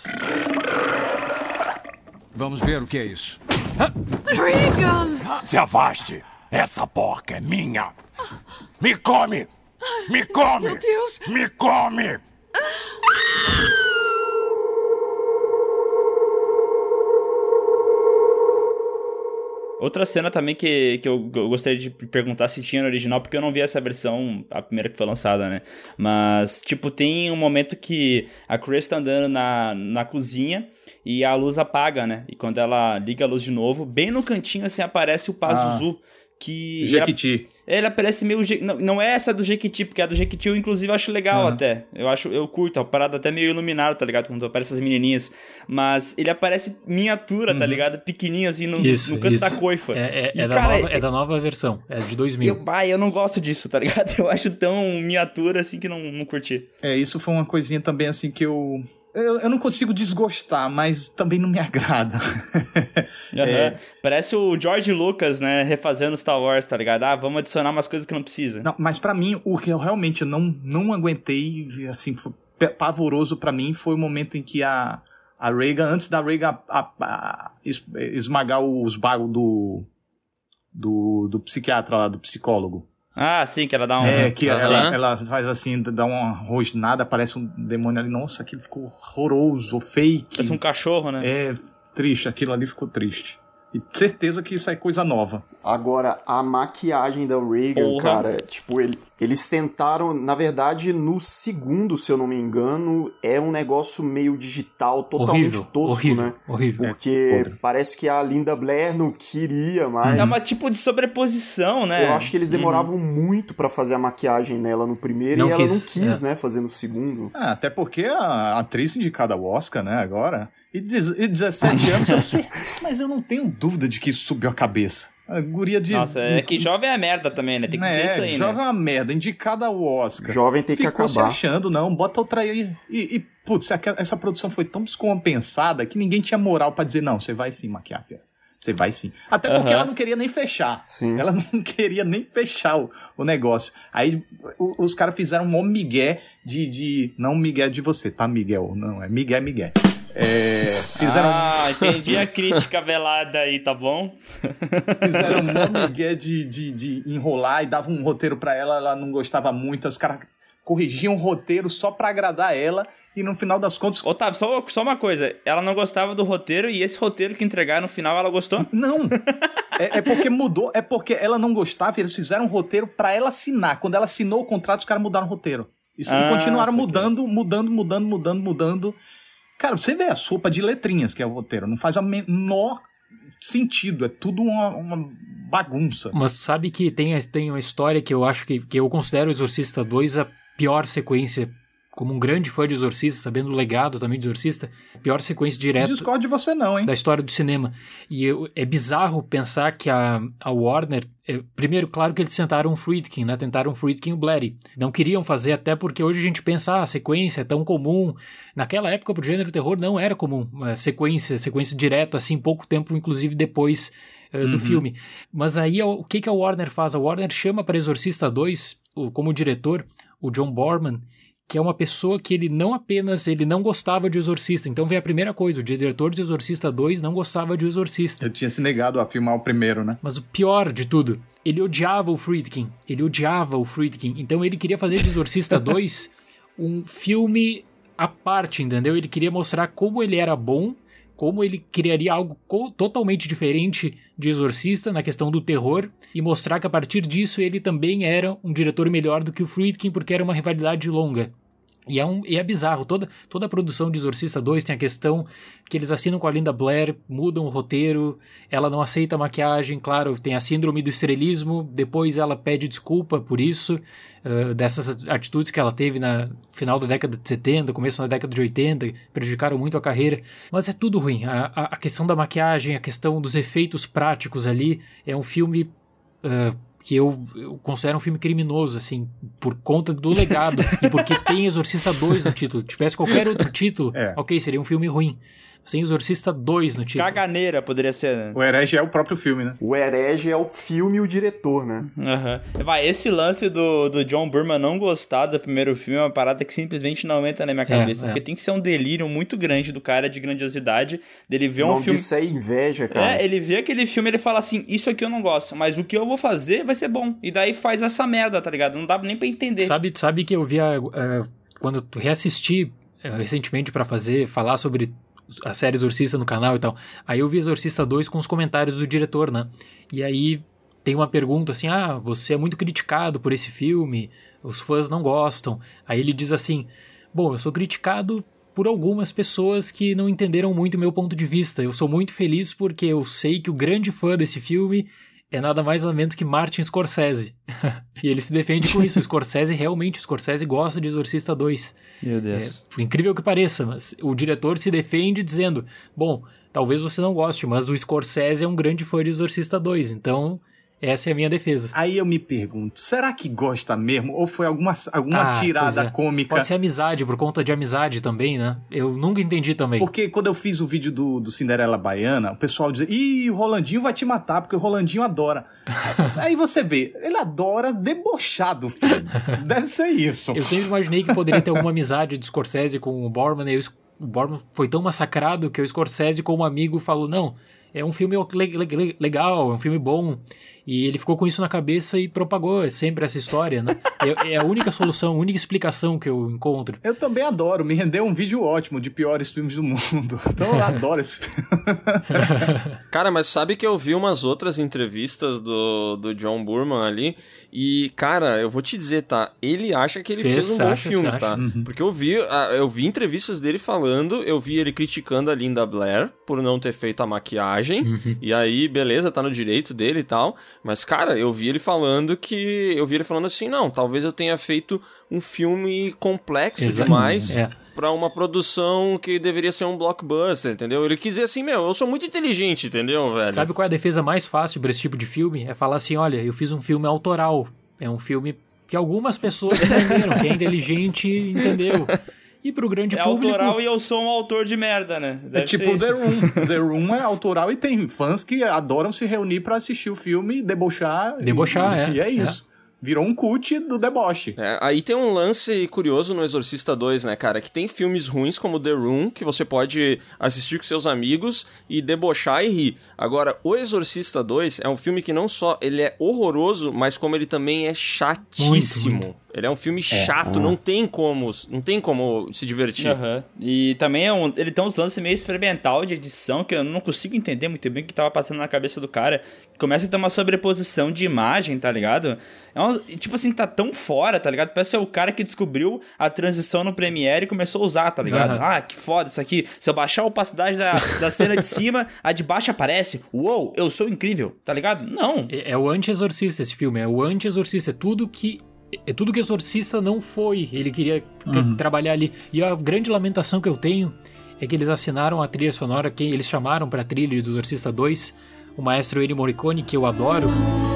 Vamos ver o que é isso. Regan! Se afaste! Essa porca é minha! Me come! Me come! Meu Deus! Me come! Outra cena também que, que eu, eu gostaria de perguntar se tinha no original, porque eu não vi essa versão, a primeira que foi lançada, né? Mas, tipo, tem um momento que a Chris tá andando na, na cozinha e a luz apaga, né? E quando ela liga a luz de novo, bem no cantinho, assim, aparece o Pazuzu. Ah. Que Jequiti. Ele, ele aparece meio... Não, não é essa do Jequiti, porque a do Jequiti eu, inclusive, eu acho legal uhum. até. Eu acho, eu curto, a parada até meio iluminada, tá ligado? Quando aparecem as menininhas. Mas ele aparece miniatura, uhum. tá ligado? Pequenininho, assim, no, isso, no canto isso. da coifa. É, é, e, é, da cara, nova, é... é da nova versão, é de dois mil. Eu, pai, eu não gosto disso, tá ligado? Eu acho tão miniatura, assim, que não, não curti. É, isso foi uma coisinha também, assim, que eu... Eu, eu não consigo desgostar, mas também não me agrada. Uhum. É. Parece o George Lucas, né, refazendo Star Wars, tá ligado? Ah, vamos adicionar umas coisas que não precisa. Não, mas pra mim, o que eu realmente não, não aguentei, assim, foi pavoroso pra mim, foi o momento em que a, a Regan, antes da Regan a, a, a esmagar os bagos do, do, do psiquiatra lá, do psicólogo. Ah, sim, que ela dá um... É, que ela, ela, ela faz assim, dá uma rosnada, parece um demônio ali. Nossa, aquilo ficou horroroso, fake. Parece um cachorro, né? É, triste, aquilo ali ficou triste. E certeza que isso é coisa nova. Agora, a maquiagem da Regan, Porra. cara, tipo, ele, eles tentaram, na verdade, no segundo, se eu não me engano, é um negócio meio digital, totalmente horrível, tosco, horrível, né? Horrível. Porque é, parece que a Linda Blair não queria mais. É uma tipo de sobreposição, né? Eu acho que eles demoravam uhum. muito pra fazer a maquiagem nela no primeiro não e ela quis, não quis, é. né, fazer no segundo. Ah, até porque a atriz indicada ao Oscar, né, agora... E dezessete anos, eu sei, mas eu não tenho dúvida de que isso subiu a cabeça. A guria de... Nossa, é que jovem é merda também, né? Tem que é, dizer isso aí, jovem né? Jovem é uma merda, indicada ao Oscar. Jovem tem Ficou que acabar. Se achando, não, bota outra aí. E, e putz, essa produção foi tão descompensada que ninguém tinha moral pra dizer, não, você vai sim maquiar, filha. Você vai sim. Até porque uhum. ela não queria nem fechar. Sim. Ela não queria nem fechar o, o negócio. Aí o, os caras fizeram um mó migué de, de... Não migué de você, tá, Miguel? Não, é migué, migué. É, fizeram... Ah, entendi a crítica velada aí, tá bom? Fizeram um mó migué de, de, de enrolar e davam um roteiro pra ela, ela não gostava muito. Os caras corrigiam o roteiro só pra agradar ela. E no final das contas... Otávio, só, só uma coisa. Ela não gostava do roteiro e esse roteiro que entregaram no final, ela gostou? Não. é, é porque mudou. É porque ela não gostava e eles fizeram um roteiro pra ela assinar. Quando ela assinou o contrato, os caras mudaram o roteiro. E ah, continuaram mudando, aqui. mudando, mudando, mudando, mudando. Cara, você vê a sopa de letrinhas que é o roteiro. Não faz a menor sentido, é tudo uma, uma bagunça. Mas sabe que tem, tem uma história que eu acho que, que eu considero o Exorcista dois a pior sequência, como um grande fã de Exorcista, sabendo o legado também de Exorcista, a pior sequência direta Discordo de você não, hein? da história do cinema. E eu, é bizarro pensar que a, a Warner... É, primeiro, claro que eles tentaram o Friedkin, né? Tentaram o Friedkin e o Blatty. Não queriam fazer, até porque hoje a gente pensa, ah, a sequência é tão comum. Naquela época, pro gênero terror, não era comum. A sequência, sequência direta, assim, pouco tempo, inclusive, depois uh, do uhum. filme. Mas aí, o que, que a Warner faz? A Warner chama para Exorcista dois, o, como diretor, o John Borman, que é uma pessoa que ele não apenas, ele não gostava de Exorcista. Então vem a primeira coisa, o diretor de Exorcista dois não gostava de Exorcista. Eu tinha se negado a filmar o primeiro, né? Mas o pior de tudo, ele odiava o Friedkin. Ele odiava o Friedkin. Então ele queria fazer de Exorcista dois um filme à parte, entendeu? Ele queria mostrar como ele era bom, como ele criaria algo co- totalmente diferente de Exorcista na questão do terror e mostrar que a partir disso ele também era um diretor melhor do que o Friedkin, porque era uma rivalidade longa. E é, um, e é bizarro, toda, toda a produção de Exorcista dois tem a questão que eles assinam com a Linda Blair, mudam o roteiro, ela não aceita a maquiagem, claro, tem a síndrome do estrelismo, depois ela pede desculpa por isso, uh, dessas atitudes que ela teve no final da década de setenta, começo da década de oitenta, prejudicaram muito a carreira, mas é tudo ruim, a, a, a questão da maquiagem, a questão dos efeitos práticos ali, é um filme... Uh, que eu, eu considero um filme criminoso, assim, por conta do legado e porque tem Exorcista dois no título. Se tivesse qualquer outro título, é. ok, seria um filme ruim. Sem Exorcista dois no título. Caganeira poderia ser, né? O Herege é o próprio filme, né? O Herege é o filme e o diretor, né? Uhum. Vai, esse lance do, do John Burman não gostar do primeiro filme é uma parada que simplesmente não entra na minha cabeça. É, porque é. tem que ser um delírio muito grande do cara, de grandiosidade, dele ver um não filme... Não, disso é inveja, cara. É, ele vê aquele filme e ele fala assim, isso aqui eu não gosto, mas o que eu vou fazer vai ser bom. E daí faz essa merda, tá ligado? Não dá nem pra entender. Sabe, sabe que eu via... Uh, quando eu reassisti uh, recentemente pra fazer, falar sobre... a série Exorcista no canal e tal. Aí eu vi Exorcista dois com os comentários do diretor, né? E aí tem uma pergunta assim, ah, você é muito criticado por esse filme, os fãs não gostam. Aí ele diz assim, bom, eu sou criticado por algumas pessoas que não entenderam muito o meu ponto de vista. Eu sou muito feliz porque eu sei que o grande fã desse filme é nada mais nada menos que Martin Scorsese. E ele se defende com isso. O Scorsese, realmente, o Scorsese gosta de Exorcista dois. Meu Deus. É, por incrível que pareça, mas o diretor se defende dizendo, bom, talvez você não goste, mas o Scorsese é um grande fã de Exorcista dois, então essa é a minha defesa. Aí eu me pergunto, será que gosta mesmo? Ou foi alguma, alguma ah, tirada é. cômica? Pode ser amizade, por conta de amizade também, né? Eu nunca entendi também. Porque quando eu fiz o vídeo do, do Cinderela Baiana, o pessoal dizia, ih, o Rolandinho vai te matar, porque o Rolandinho adora. Aí você vê, ele adora debochar do filme. Deve ser isso. Eu sempre imaginei que poderia ter alguma amizade de Scorsese com o Borman, e o Borman foi tão massacrado que o Scorsese, como amigo, falou, não... é um filme legal, é um filme bom. E ele ficou com isso na cabeça e propagou sempre essa história, né? É, é a única solução, a única explicação que eu encontro. Eu também adoro, me rendeu um vídeo ótimo de piores filmes do mundo. Então eu adoro esse filme. Cara, mas sabe que eu vi umas outras entrevistas do, do John Boorman ali e, cara, eu vou te dizer, tá? Ele acha que ele fez, fez um bom acha, filme, tá? Uhum. Porque eu vi, eu vi entrevistas dele falando, eu vi ele criticando a Linda Blair por não ter feito a maquiagem, uhum. E aí, beleza, tá no direito dele e tal, mas, cara, eu vi ele falando que, eu vi ele falando assim, não, talvez eu tenha feito um filme complexo Exatamente. demais... É. pra uma produção que deveria ser um blockbuster, entendeu? Ele quis dizer assim, meu, eu sou muito inteligente, entendeu, velho? Sabe qual é a defesa mais fácil pra esse tipo de filme? É falar assim, olha, eu fiz um filme autoral. É um filme que algumas pessoas entenderam, quem é inteligente entendeu. E pro grande é público... É autoral e eu sou um autor de merda, né? Deve é tipo The Room. The Room é autoral e tem fãs que adoram se reunir pra assistir o filme e debochar. Debochar, e, é. E é isso. É. Virou um cult do deboche. É, aí tem um lance curioso no Exorcista dois, né, cara? Que tem filmes ruins como The Room, que você pode assistir com seus amigos e debochar e rir. Agora, o Exorcista dois é um filme que não só ele é horroroso, mas como ele também é chatíssimo. Muito, muito. Ele é um filme chato, é. não tem como, não tem como se divertir. Uhum. E também é um, ele tem uns lances meio experimental de edição que eu não consigo entender muito bem o que tava passando na cabeça do cara. Começa a ter uma sobreposição de imagem, tá ligado? É uma, tipo assim, tá tão fora, tá ligado? Parece ser o cara que descobriu a transição no Premiere e começou a usar, tá ligado? Uhum. Ah, que foda isso aqui. Se eu baixar a opacidade da, da cena de cima, a de baixo aparece. Uou, eu sou incrível, tá ligado? Não. É, é o anti-exorcista esse filme, é o anti-exorcista. É tudo que... É tudo que Exorcista não foi. Ele queria uhum. trabalhar ali. E a grande lamentação que eu tenho é que eles assinaram a trilha sonora, que eles chamaram pra trilha do Exorcista dois, o maestro Ennio Morricone, que eu adoro,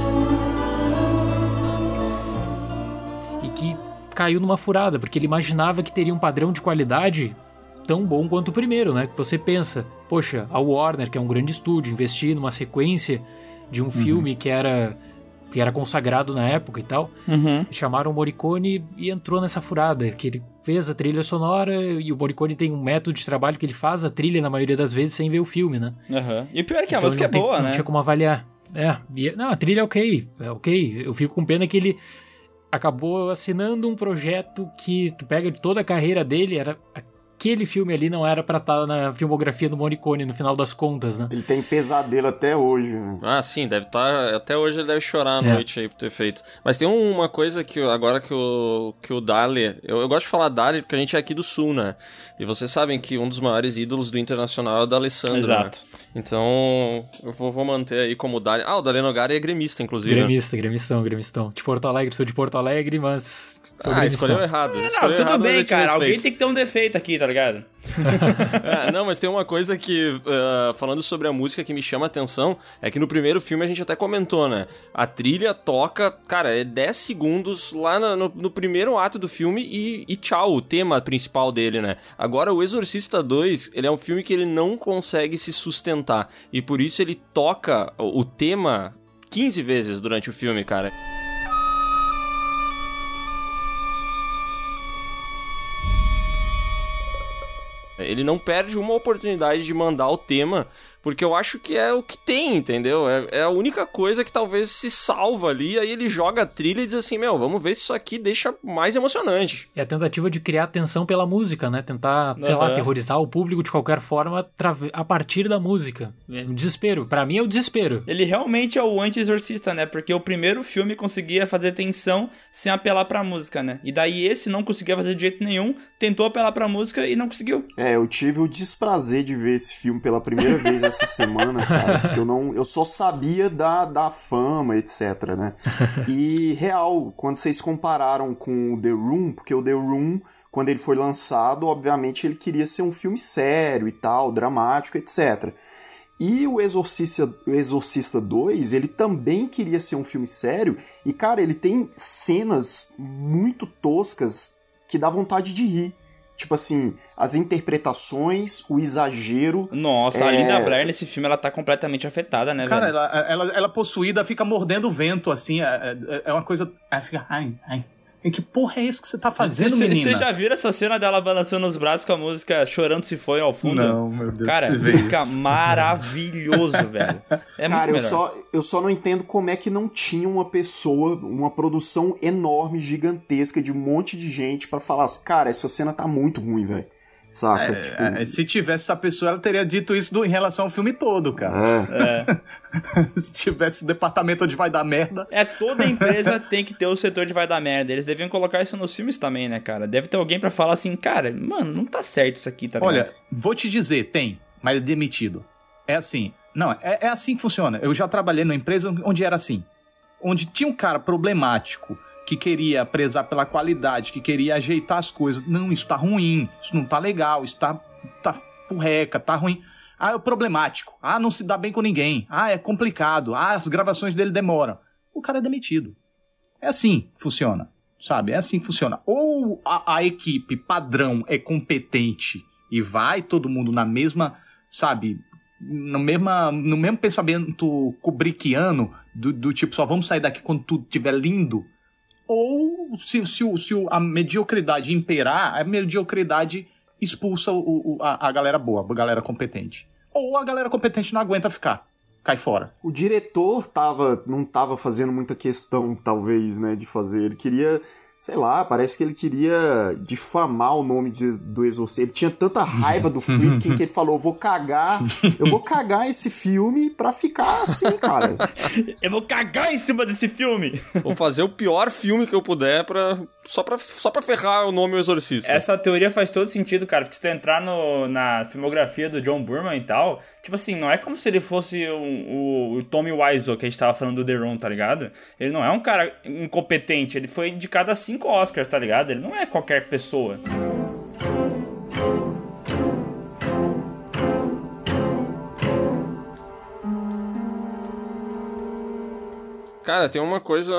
e que caiu numa furada, porque ele imaginava que teria um padrão de qualidade tão bom quanto o primeiro, né? Que você pensa, poxa, a Warner, que é um grande estúdio, investir numa sequência de um uhum. filme que era... que era consagrado na época e tal, uhum. chamaram o Morricone e entrou nessa furada, que ele fez a trilha sonora, e o Morricone tem um método de trabalho que ele faz a trilha na maioria das vezes sem ver o filme, né? Uhum. E o pior é que a então, música é tem, boa, não né? Não tinha como avaliar. É, e, não, a trilha é ok, é ok. Eu fico com pena que ele acabou assinando um projeto que tu pega de toda a carreira dele, era... Aquele filme ali não era pra estar na filmografia do Morricone, no final das contas, né? Ele tem pesadelo até hoje, né? Ah, sim, deve estar... Até hoje ele deve chorar à é. noite aí por ter feito. Mas tem uma coisa que agora que o, que o Dali... Eu, eu gosto de falar Dali porque a gente é aqui do Sul, né? E vocês sabem que um dos maiores ídolos do Internacional é o D'Alessandro, Exato. Né? Então, eu vou, vou manter aí como Dali... Ah, o Dali Nogari é gremista, inclusive. Gremista, né? gremistão, gremistão. De Porto Alegre, sou de Porto Alegre, mas... Ah, escolheu errado. É, escolheu não, tudo errado, bem, cara. Respeito. Alguém tem que ter um defeito aqui, tá ligado? é, não, mas tem uma coisa que, uh, falando sobre a música que me chama a atenção, é que no primeiro filme a gente até comentou, né? A trilha toca, cara, é dez segundos lá no, no, no primeiro ato do filme e, e tchau, o tema principal dele, né? Agora, o Exorcista dois, ele é um filme que ele não consegue se sustentar. E por isso ele toca o, o tema quinze vezes durante o filme, cara. Ele não perde uma oportunidade de mandar o tema, porque eu acho que é o que tem, entendeu? É, é a única coisa que talvez se salva ali, aí ele joga a trilha e diz assim, meu, vamos ver se isso aqui deixa mais emocionante. É a tentativa de criar tensão pela música, né? Tentar, uhum. sei lá, aterrorizar o público de qualquer forma a partir da música. É um desespero. Pra mim é o desespero. Ele realmente é o anti-exorcista, né? Porque o primeiro filme conseguia fazer tensão sem apelar pra música, né? E daí esse não conseguia fazer de jeito nenhum, tentou apelar pra música e não conseguiu. É, eu tive o desprazer de ver esse filme pela primeira vez essa semana, cara, porque eu não, eu só sabia da, da fama, etc, né? E real, quando vocês compararam com o The Room, porque o The Room, quando ele foi lançado, obviamente ele queria ser um filme sério e tal, dramático, etcétera. E o Exorcista, o Exorcista dois, ele também queria ser um filme sério, e cara, ele tem cenas muito toscas que dá vontade de rir. Tipo assim, as interpretações, o exagero... Nossa, é... a Linda Blair nesse filme, ela tá completamente afetada, né, cara, velho? Cara, ela, ela, ela possuída fica mordendo o vento, assim, é, é, é uma coisa... Ela fica... Ai, ai. Que porra é isso que você tá fazendo, cê, menina? Você já viram essa cena dela balançando os braços com a música Chorando Se Foi ao fundo? Não, meu Deus. Cara, fica maravilhoso, velho. É Cara, muito eu só, eu só não entendo como é que não tinha uma pessoa, uma produção enorme, gigantesca, de um monte de gente pra falar assim, cara, essa cena tá muito ruim, velho. Saca? É, tipo... é, se tivesse essa pessoa, ela teria dito isso do, em relação ao filme todo, cara. É. É. Se tivesse departamento onde vai dar merda. É, toda empresa tem que ter o setor de vai dar merda. Eles deviam colocar isso nos filmes também, né, cara? Deve ter alguém pra falar assim, cara, mano, não tá certo isso aqui, tá ligado? Olha, vou te dizer, tem, mas é demitido. É assim. Não, é, é assim que funciona. Eu já trabalhei numa empresa onde era assim. Onde tinha um cara problemático que queria prezar pela qualidade, que queria ajeitar as coisas. Não, isso tá ruim, isso não tá legal, isso tá, tá furreca, tá ruim. Ah, é problemático. Ah, não se dá bem com ninguém. Ah, é complicado. Ah, as gravações dele demoram. O cara é demitido. É assim que funciona, sabe? É assim que funciona. Ou a, a equipe padrão é competente e vai todo mundo na mesma, sabe... No, mesma, no mesmo pensamento kubrickiano, do, do tipo, só vamos sair daqui quando tudo estiver lindo. Ou se, se, se a mediocridade imperar, a mediocridade expulsa o, o, a, a galera boa, a galera competente. Ou a galera competente não aguenta ficar, cai fora. O diretor tava, não tava fazendo muita questão, talvez, né, de fazer. Ele queria Sei lá, parece que ele queria difamar o nome de, do Exorcista. Ele tinha tanta raiva do Friedkin que ele falou, vou cagar, eu vou cagar esse filme pra ficar assim, cara. Eu vou cagar em cima desse filme. Vou fazer o pior filme que eu puder pra, só, pra, só pra ferrar o nome O Exorcista. Essa teoria faz todo sentido, cara, porque se tu entrar no, na filmografia do John Boorman e tal, tipo assim, não é como se ele fosse o, o, o Tommy Wiseau, que a gente tava falando do The Room, tá ligado? Ele não é um cara incompetente, ele foi indicado a cinco Oscars, tá ligado? Ele não é qualquer pessoa. Cara, tem uma coisa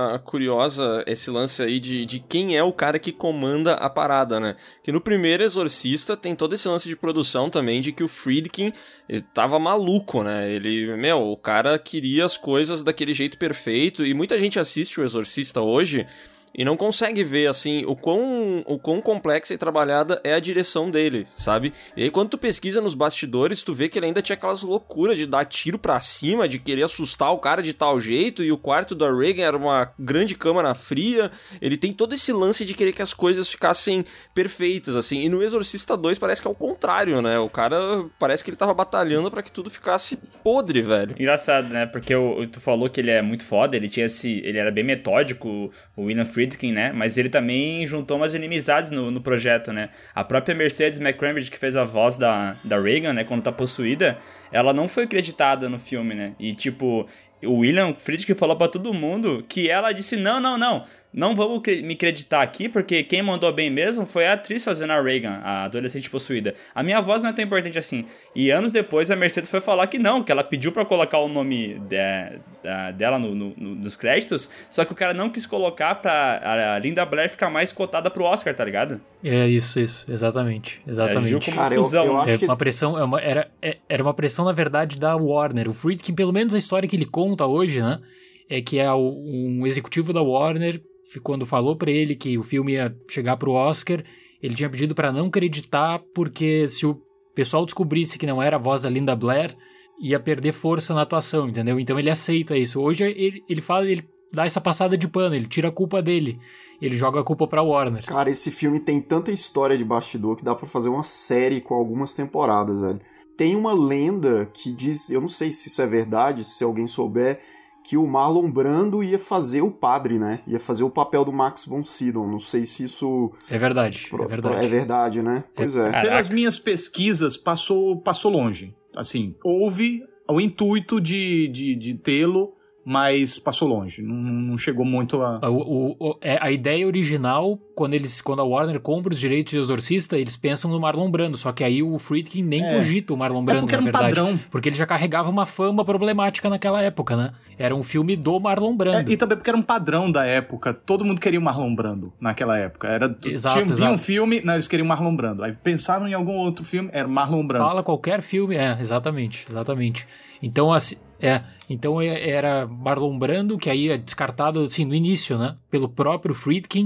curiosa, esse lance aí de, de quem é o cara que comanda a parada, né? Que no primeiro Exorcista tem todo esse lance de produção também, de que o Friedkin ele tava maluco, né? Ele, meu, o cara queria as coisas daquele jeito perfeito, e muita gente assiste o Exorcista hoje e não consegue ver, assim, o quão, o quão complexa e trabalhada é a direção dele, sabe? E aí, quando tu pesquisa nos bastidores, tu vê que ele ainda tinha aquelas loucuras de dar tiro pra cima, de querer assustar o cara de tal jeito, e o quarto da Regan era uma grande câmara fria. Ele tem todo esse lance de querer que as coisas ficassem perfeitas, assim. E no Exorcista dois parece que é o contrário, né? O cara parece que ele tava batalhando pra que tudo ficasse podre, velho. Engraçado, né? Porque o, tu falou que ele é muito foda, ele tinha esse... Ele era bem metódico, o William Friedkin, né? Mas ele também juntou umas inimizades no, no projeto, né? A própria Mercedes McCambridge, que fez a voz da, da Regan, né? Quando tá possuída, ela não foi creditada no filme, né? E, tipo, o William Friedkin falou pra todo mundo que ela disse, não, não, não, não vamos me creditar aqui, porque quem mandou bem mesmo foi a atriz fazendo a Regan, a adolescente possuída. A minha voz não é tão importante assim. E anos depois a Mercedes foi falar que não, que ela pediu pra colocar o nome de, de, dela no, no, no, nos créditos, só que o cara não quis colocar pra a Linda Blair ficar mais cotada pro Oscar, tá ligado? É isso, isso, exatamente, exatamente. É, como cara, eu, eu acho é que... uma pressão, é uma, era, é, era uma pressão, na verdade, da Warner. O Friedkin, pelo menos a história que ele conta hoje, né, é que é o, um executivo da Warner, quando falou pra ele que o filme ia chegar pro Oscar, ele tinha pedido pra não acreditar, porque se o pessoal descobrisse que não era a voz da Linda Blair, ia perder força na atuação, entendeu? Então ele aceita isso. Hoje ele, ele fala, ele dá essa passada de pano, ele tira a culpa dele, ele joga a culpa pra Warner. Cara, esse filme tem tanta história de bastidor que dá pra fazer uma série com algumas temporadas, velho. Tem uma lenda que diz, eu não sei se isso é verdade, se alguém souber, que o Marlon Brando ia fazer o padre, né? Ia fazer o papel do Max von Sydow. Não sei se isso... É verdade, pro... é verdade. É verdade, né? Pois é. Caraca. Pelas minhas pesquisas, passou, passou longe. Assim, houve o intuito de, de, de tê-lo, mas passou longe. Não, não chegou muito a... O, o, a ideia original, quando, eles, quando a Warner compra os direitos de Exorcista, eles pensam no Marlon Brando, só que aí o Friedkin nem é. cogita o Marlon Brando, é porque na verdade. Era um padrão. Porque ele já carregava uma fama problemática naquela época, né? Era um filme do Marlon Brando. É, e também porque era um padrão da época. Todo mundo queria o Marlon Brando naquela época. Era, exato, tinha, exato. tinha um filme, não, eles queriam Marlon Brando. Aí pensaram em algum outro filme, era Marlon Brando. Fala qualquer filme, é, exatamente, exatamente. Então, assim, é, então era Marlon Brando, que aí é descartado, assim, no início, né? Pelo próprio Friedkin.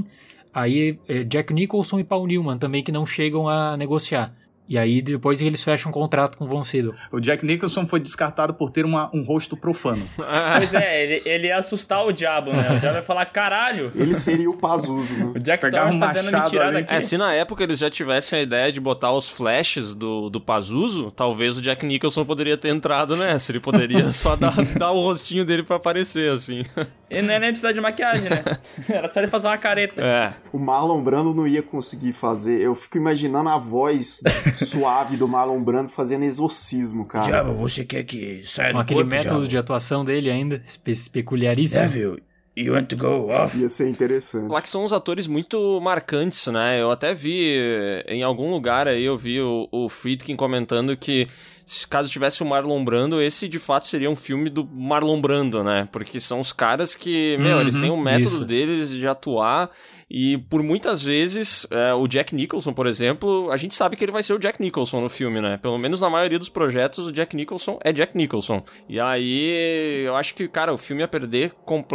Aí é Jack Nicholson e Paul Newman também, que não chegam a negociar. E aí depois eles fecham um contrato com o Von Sydow. O Jack Nicholson foi descartado por ter uma, um rosto profano. Pois é, ele, ele ia assustar o diabo, né? O diabo ia falar, caralho! Ele seria o Pazuzu, né? O Jack Torrance tá dando me tirar daqui. É, se na época eles já tivessem a ideia de botar os flashes do, do Pazuzu, talvez o Jack Nicholson poderia ter entrado nessa. Ele poderia só dar, dar o rostinho dele pra aparecer, assim. Ele não ia nem precisar de maquiagem, né? Era só ele fazer uma careta. É. O Marlon Brando não ia conseguir fazer. Eu fico imaginando a voz suave do Marlon Brando fazendo exorcismo, cara. Diabo, você quer que saia com do aquele corpo, método diabo? de atuação dele ainda, espe- peculiaríssimo. Devil, you want to go off? Ia ser interessante. Lá que são uns atores muito marcantes, né? Eu até vi, em algum lugar aí, eu vi o, o Friedkin comentando que caso tivesse o Marlon Brando, esse de fato seria um filme do Marlon Brando, né? Porque são os caras que, meu, uhum, eles têm um método isso. deles de atuar e por muitas vezes é, o Jack Nicholson, por exemplo, a gente sabe que ele vai ser o Jack Nicholson no filme, né? Pelo menos na maioria dos projetos o Jack Nicholson é Jack Nicholson. E aí eu acho que, cara, o filme ia perder completamente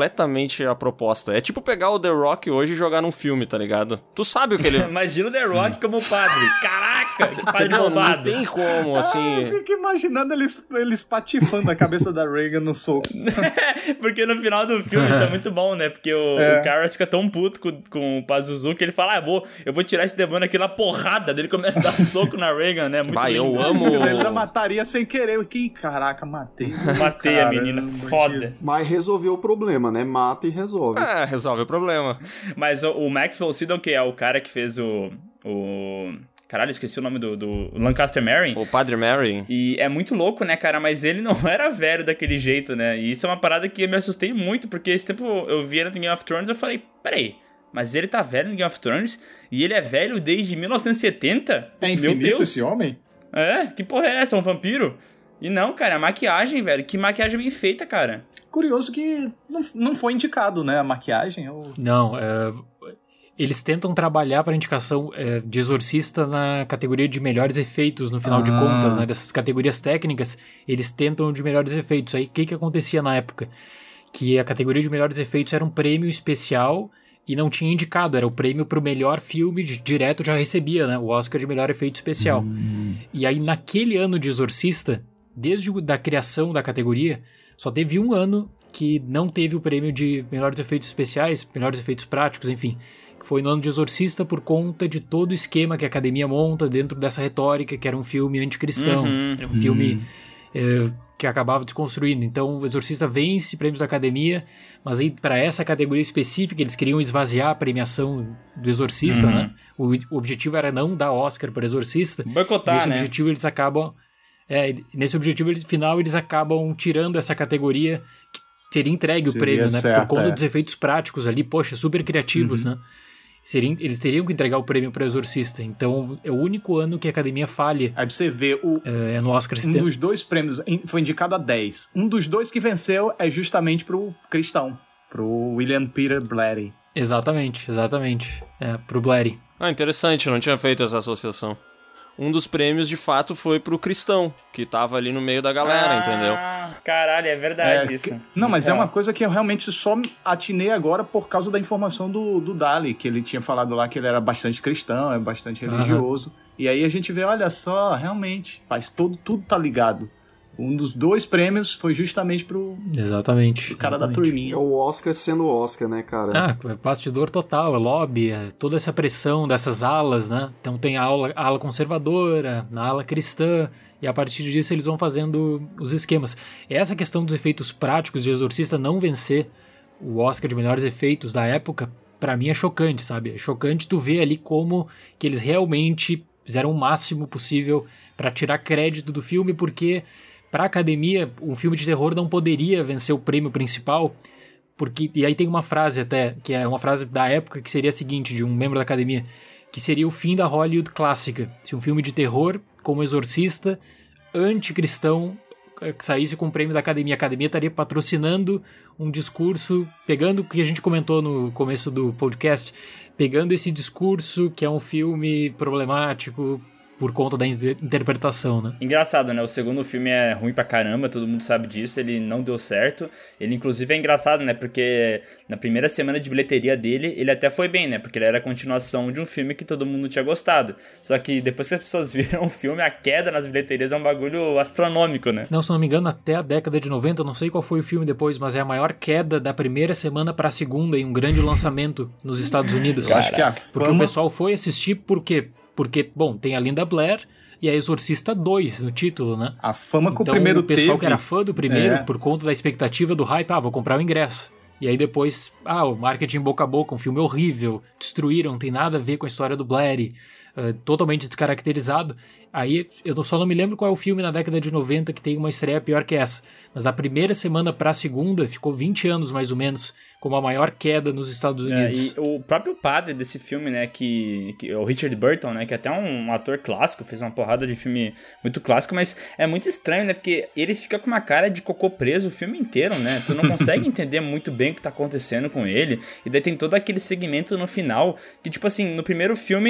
exatamente a proposta. É tipo pegar o The Rock hoje e jogar num filme, tá ligado? Tu sabe o que ele... Imagina o The Rock como padre. Caraca, que padre Entendeu? Não malvado. tem como, assim... Ah, eu fico imaginando eles, eles patifando a cabeça da Reagan no soco. Porque no final do filme isso é muito bom, né? Porque o, É. o Karras fica tão puto com, com o Pazuzu que ele fala, ah, eu vou, eu vou tirar esse demônio aqui na porrada. Daí ele começa a dar soco na Reagan, né? Muito Vai, eu lindo. amo... Ele ainda mataria sem querer. Que caraca, matei. Matei a Caramba, menina, tio. foda. Mas resolveu o problema, né? Mata e resolve. É, resolve o problema. Mas o, o Max von Sydow, que é o cara que fez o... o... Caralho, esqueci o nome do, do Lancaster Marine. O Padre Mary. E é muito louco, né, cara? Mas ele não era velho daquele jeito, né? E isso é uma parada que eu me assustei muito, porque esse tempo eu vi ele no Game of Thrones e eu falei, peraí, mas ele tá velho no Game of Thrones? E ele é velho desde mil novecentos e setenta? É Meu infinito Deus! esse homem? É? Que porra é essa? Um vampiro? E não, cara, a maquiagem, velho. Que maquiagem bem feita, cara. Curioso que não, não foi indicado, né? A maquiagem. Ou... Não, é, eles tentam trabalhar para indicação é, de Exorcista na categoria de melhores efeitos, no final de Ah. contas, né? Dessas categorias técnicas, eles tentam de melhores efeitos. Aí, o que que acontecia na época? Que a categoria de melhores efeitos era um prêmio especial e não tinha indicado, era o prêmio pro melhor filme, de- direto já recebia, né? O Oscar de melhor efeito especial. E aí, naquele ano de Exorcista, desde o- da criação da categoria, só teve um ano que não teve o prêmio de melhores efeitos especiais, melhores efeitos práticos, enfim. Que foi no ano de Exorcista por conta de todo o esquema que a academia monta dentro dessa retórica, que era um filme anticristão, Uhum. era um filme eh, que acabava desconstruindo. Então o Exorcista vence prêmios da academia, mas aí para essa categoria específica eles queriam esvaziar a premiação do Exorcista, Uhum. né? O, o objetivo era não dar Oscar para Exorcista. Boicotar, Nesse né? objetivo eles acabam é, nesse objetivo eles, final eles acabam tirando essa categoria que teria entregue o Seria prêmio, né? certo, Por conta é. dos efeitos práticos ali, poxa, super criativos, né? Seriam, eles teriam que entregar o prêmio para Exorcista. Então é o único ano que a academia falha Aí pra você ver, o, é, no Oscar esse um tempo. dos dois prêmios in- foi indicado a dez. Um dos dois que venceu é justamente pro cristão, pro William Peter Blatty. Exatamente, exatamente. É, pro Blatty. Ah, interessante, eu não tinha feito essa associação. Um dos prêmios, de fato, foi pro cristão, que tava ali no meio da galera, entendeu? Ah, caralho, é verdade É, isso. que- não, mas é Então, uma coisa que eu realmente só atinei agora por causa da informação do, do Dali, que ele tinha falado lá que ele era bastante cristão, é bastante religioso. E aí a gente vê, olha só, realmente, faz todo, tudo tá ligado. Um dos dois prêmios foi justamente pro, Exatamente. pro cara da exatamente. turminha. É o Oscar sendo Oscar, né, cara? Ah, é bastidor total, é lobby, é toda essa pressão dessas alas, né? Então tem a ala, a ala conservadora, a ala cristã, e a partir disso eles vão fazendo os esquemas. Essa questão dos efeitos práticos de Exorcista não vencer o Oscar de melhores efeitos da época, pra mim é chocante, sabe? É chocante tu ver ali como que eles realmente fizeram o máximo possível pra tirar crédito do filme, porque pra academia, um filme de terror não poderia vencer o prêmio principal, porque, e aí tem uma frase até, que é uma frase da época, que seria a seguinte, de um membro da academia, que seria o fim da Hollywood clássica. Se um filme de terror, como Exorcista, anticristão, que saísse com o prêmio da academia, a academia estaria patrocinando um discurso, pegando o que a gente comentou no começo do podcast, pegando esse discurso que é um filme problemático por conta da inter- interpretação, né? Engraçado, né? O segundo filme é ruim pra caramba, todo mundo sabe disso, ele não deu certo. Ele, inclusive, é engraçado, né? Porque na primeira semana de bilheteria dele, ele até foi bem, né? Porque ele era a continuação de um filme que todo mundo tinha gostado. Só que depois que as pessoas viram o filme, a queda nas bilheterias é um bagulho astronômico, né? Não, se não me engano, até a década de noventa, eu não sei qual foi o filme depois, mas é a maior queda da primeira semana pra segunda em um grande lançamento nos Estados Unidos. Eu acho que a Porque fama... o pessoal foi assistir por quê? Porque, bom, tem a Linda Blair e a Exorcista dois no título, né? A fama que o Então primeiro o pessoal teve... que era fã do primeiro, É. por conta da expectativa do hype, ah, vou comprar o ingresso. E aí depois, ah, o marketing boca a boca, um filme horrível, destruíram, não tem nada a ver com a história do Blair, uh, totalmente descaracterizado. Aí eu só não me lembro qual é o filme na década de noventa que tem uma estreia pior que essa. Mas da primeira semana pra segunda ficou vinte anos mais ou menos como a maior queda nos Estados É, Unidos. e o próprio padre desse filme, né, que, que é o Richard Burton, né, que é até um ator clássico, fez uma porrada de filme muito clássico, mas é muito estranho, né, porque ele fica com uma cara de cocô preso o filme inteiro, né, tu não consegue entender muito bem o que tá acontecendo com ele, e daí tem todo aquele segmento no final, que tipo assim, no primeiro filme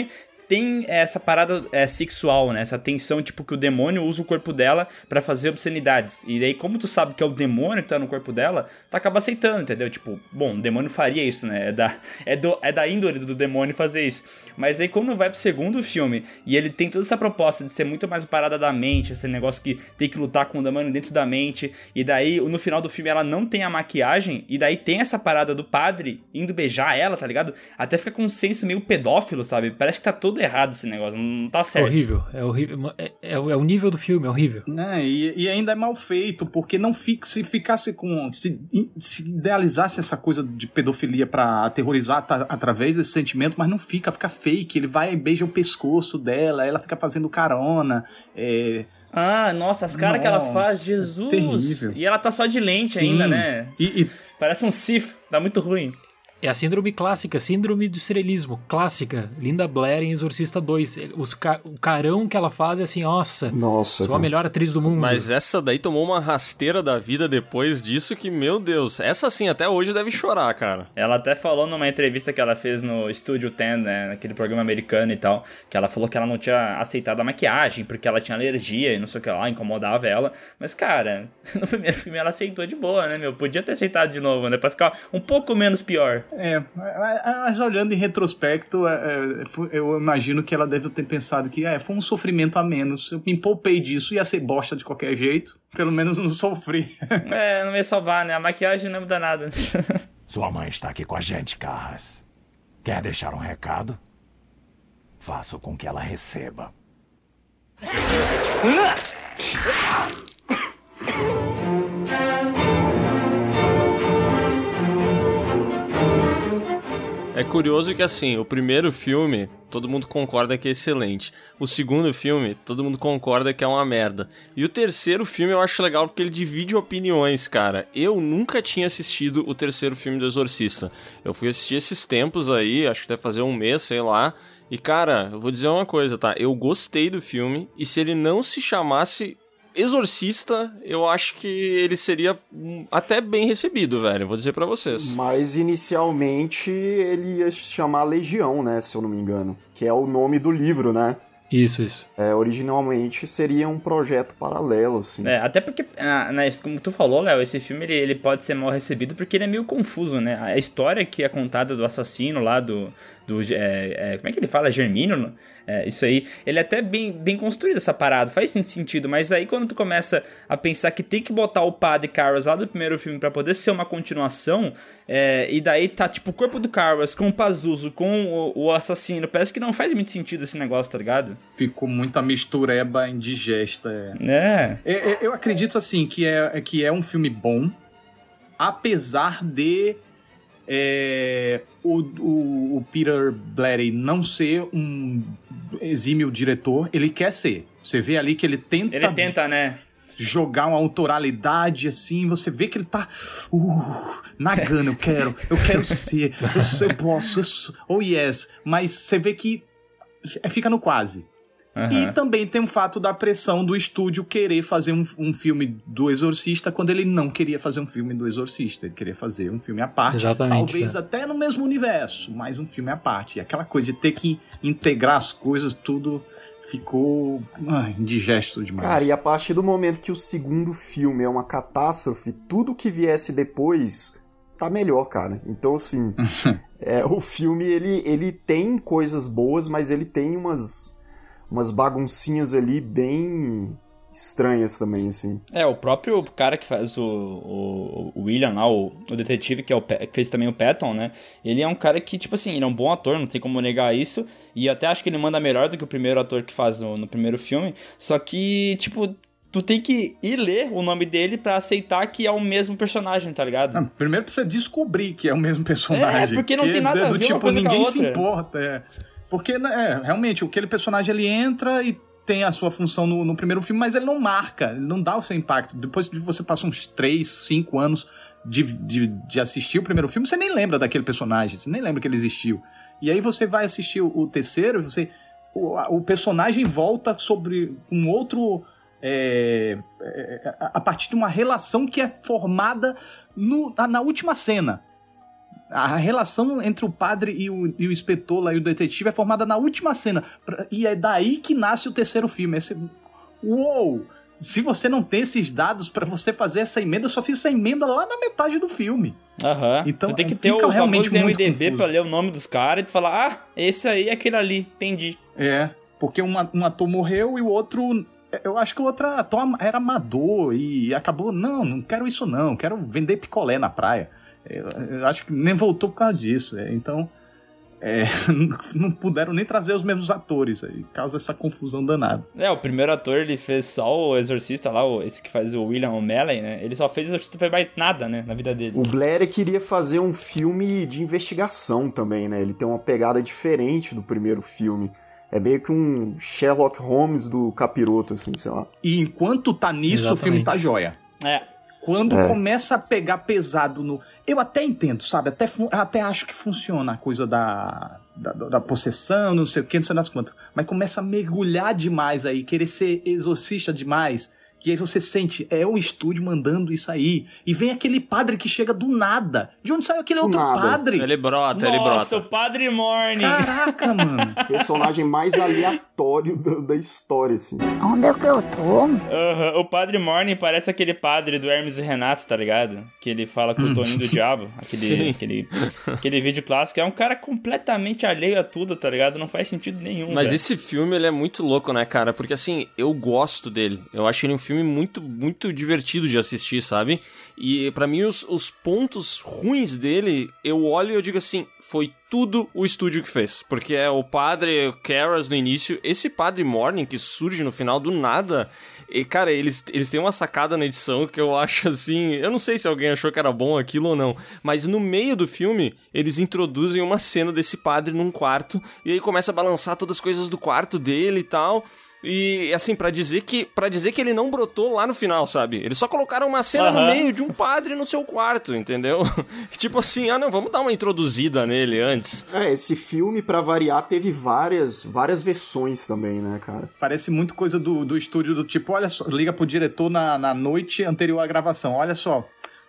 tem essa parada é, sexual, né? Essa tensão, tipo, que o demônio usa o corpo dela pra fazer obscenidades. E daí, como tu sabe que é o demônio que tá no corpo dela, tu acaba aceitando, entendeu? Tipo, bom, o demônio faria isso, né? É da, é do, é da índole do demônio fazer isso. Mas aí, quando vai pro segundo filme, e ele tem toda essa proposta de ser muito mais parada da mente, esse negócio que tem que lutar com o demônio dentro da mente, e daí, no final do filme, ela não tem a maquiagem, e daí tem essa parada do padre indo beijar ela, tá ligado? Até fica com um senso meio pedófilo, sabe? Parece que tá todo errado esse negócio, não tá certo. É horrível, é horrível. É, é, é o nível do filme, é horrível. É, e, e ainda é mal feito, porque não fica, se ficasse com... Se, se idealizasse essa coisa de pedofilia pra aterrorizar tá, através desse sentimento, mas não fica, fica fake. Ele vai e beija o pescoço dela, ela fica fazendo carona, é... Ah, nossa, as caras que ela faz, Jesus! Terrível. E ela tá só de lente Sim. ainda, né? E, e... Parece um Sith, tá muito ruim. É a síndrome clássica, síndrome do estrelismo, clássica. Linda Blair em Exorcista dois. Os ca- o carão que ela faz é assim, nossa, Nossa, sou a melhor atriz do mundo. Mas essa daí tomou uma rasteira da vida depois disso que, meu Deus, essa sim até hoje deve chorar, cara. Ela até falou numa entrevista que ela fez no Studio dez, né, naquele programa americano e tal, que ela falou que ela não tinha aceitado a maquiagem, porque ela tinha alergia e não sei o que lá, incomodava ela. Mas, cara, no primeiro filme ela aceitou de boa, né, meu? Podia ter aceitado de novo, né, pra ficar um pouco menos pior. É, mas olhando em retrospecto, é, eu imagino que ela deve ter pensado que é, foi um sofrimento a menos. Eu me poupei disso, ia ser bosta de qualquer jeito. Pelo menos não sofri. É, não ia salvar, né? A maquiagem não muda nada. Sua mãe está aqui com a gente, Carras. Quer deixar um recado? Faço com que ela receba. É curioso que, assim, o primeiro filme, todo mundo concorda que é excelente. O segundo filme, todo mundo concorda que é uma merda. E o terceiro filme eu acho legal porque ele divide opiniões, cara. Eu nunca tinha assistido o terceiro filme do Exorcista. Eu fui assistir esses tempos aí, acho que deve fazer um mês, sei lá. E, cara, eu vou dizer uma coisa, tá? Eu gostei do filme, e se ele não se chamasse Exorcista, eu acho que ele seria até bem recebido, velho, vou dizer pra vocês. Mas inicialmente ele ia se chamar Legião, né, se eu não me engano, que é o nome do livro, né? Isso, isso. É, originalmente seria um projeto paralelo, assim. É, até porque, ah, né, como tu falou, Léo, esse filme ele, ele pode ser mal recebido porque ele é meio confuso, né? A história que é contada do assassino lá, do... do é, é, como é que ele fala? Germínio? É, isso aí. Ele é até bem, bem construído, essa parada. Faz sentido, mas aí quando tu começa a pensar que tem que botar o padre Carras lá do primeiro filme pra poder ser uma continuação, é, e daí tá tipo o corpo do Carras com o Pazuzu, com o, o assassino, parece que não faz muito sentido esse negócio, tá ligado? Ficou muita mistureba indigesta. É. É, é, eu acredito, assim, que é, que é um filme bom, apesar de é, o, o, o Peter Blatty não ser um exímio diretor. Ele quer ser. Você vê ali que ele tenta... Ele tenta, né? Jogar uma autoralidade, assim, você vê que ele tá uh, na gana, eu quero, eu quero ser, eu, sou, eu posso, eu sou, oh yes, mas você vê que fica no quase. Uhum. E também tem o fato da pressão do estúdio querer fazer um, um filme do Exorcista quando ele não queria fazer um filme do Exorcista. Ele queria fazer um filme à parte. Exatamente, talvez é. até no mesmo universo, mas um filme à parte. E aquela coisa de ter que integrar as coisas, tudo ficou ah, indigesto demais. Cara, e a partir do momento que o segundo filme é uma catástrofe, tudo que viesse depois tá melhor, cara. Então, assim, é, o filme, ele, ele tem coisas boas, mas ele tem umas... umas baguncinhas ali bem estranhas também, assim. É, o próprio cara que faz o, o, o William lá, o, o detetive, que, é o, que fez também o Patton, né? Ele é um cara que, tipo assim, ele é um bom ator, não tem como negar isso. E até acho que ele manda melhor do que o primeiro ator que faz no, no primeiro filme. Só que, tipo... tu tem que ir ler o nome dele pra aceitar que é o mesmo personagem, tá ligado? Não, primeiro precisa descobrir que é o mesmo personagem. É, porque não tem nada a ver do tipo, uma coisa com a ninguém outra. se importa, é. Porque, é, realmente, aquele personagem, ele entra e tem a sua função no, no primeiro filme, mas ele não marca, ele não dá o seu impacto. Depois que você passa uns três, cinco anos de, de, de assistir o primeiro filme, você nem lembra daquele personagem, você nem lembra que ele existiu. E aí você vai assistir o, o terceiro, você, o, o personagem volta sobre um outro... É, é, a partir de uma relação que é formada no, na última cena. A relação entre o padre e o, e o inspetor lá, e o detetive é formada na última cena. E é daí que nasce o terceiro filme. Esse... Uou! Se você não tem esses dados pra você fazer essa emenda, eu só fiz essa emenda lá na metade do filme. Aham. Uhum. Então, tu tem que ter o famoso I M D B pra ler o nome dos caras e tu falar, ah, esse aí é aquele ali, entendi. É, porque um, um ator morreu e o outro... Eu acho que o outro ator era amador e acabou, não, não quero isso não, quero vender picolé na praia. Eu, eu acho que nem voltou por causa disso. É, então, é, não puderam nem trazer os mesmos atores. Aí causa essa confusão danada. É, o primeiro ator, ele fez só o Exorcista lá, esse que faz o William O'Malley, né? Ele só fez Exorcista, não fez mais nada, né, na vida dele. O Blair queria fazer um filme de investigação também, né? Ele tem uma pegada diferente do primeiro filme. É meio que um Sherlock Holmes do capiroto, assim, sei lá. E enquanto tá nisso, Exatamente. O filme tá joia. É. Quando é. começa a pegar pesado no... Eu até entendo, sabe? Até, até acho que funciona a coisa da, da, da possessão, não sei o que, não sei das quantas. Mas começa a mergulhar demais aí, querer ser exorcista demais. Que aí você sente, é o estúdio mandando isso aí. E vem aquele padre que chega do nada. De onde saiu aquele outro nada. padre? Ele brota, Nossa, ele brota. Nossa, o Padre Morning. Caraca, mano. Personagem mais aleatório da, da história, assim. Onde é que eu tô? Uhum. O Padre Morning parece aquele padre do Hermes e Renato, tá ligado? Que ele fala com hum. o Toninho do Diabo. Aquele, aquele, aquele vídeo clássico. É um cara completamente alheio a tudo, tá ligado? Não faz sentido nenhum. Mas véio. Esse filme, ele é muito louco, né, cara? Porque, assim, eu gosto dele. Eu acho ele um filme muito, muito divertido de assistir, sabe? E pra mim os, os pontos ruins dele, eu olho e eu digo assim, foi tudo o estúdio que fez. Porque é o padre Karras no início, esse Padre Morning que surge no final do nada, e cara, eles, eles têm uma sacada na edição que eu acho assim, eu não sei se alguém achou que era bom aquilo ou não, mas no meio do filme, eles introduzem uma cena desse padre num quarto, e aí começa a balançar todas as coisas do quarto dele e tal... E, assim, pra dizer que para dizer que ele não brotou lá no final, sabe? Eles só colocaram uma cena uhum. no meio de um padre no seu quarto, entendeu? Tipo assim, ah, não, vamos dar uma introduzida nele antes. É, esse filme, pra variar, teve várias, várias versões também, né, cara? Parece muito coisa do, do estúdio, do tipo, olha só, liga pro diretor na, na noite anterior à gravação. Olha só,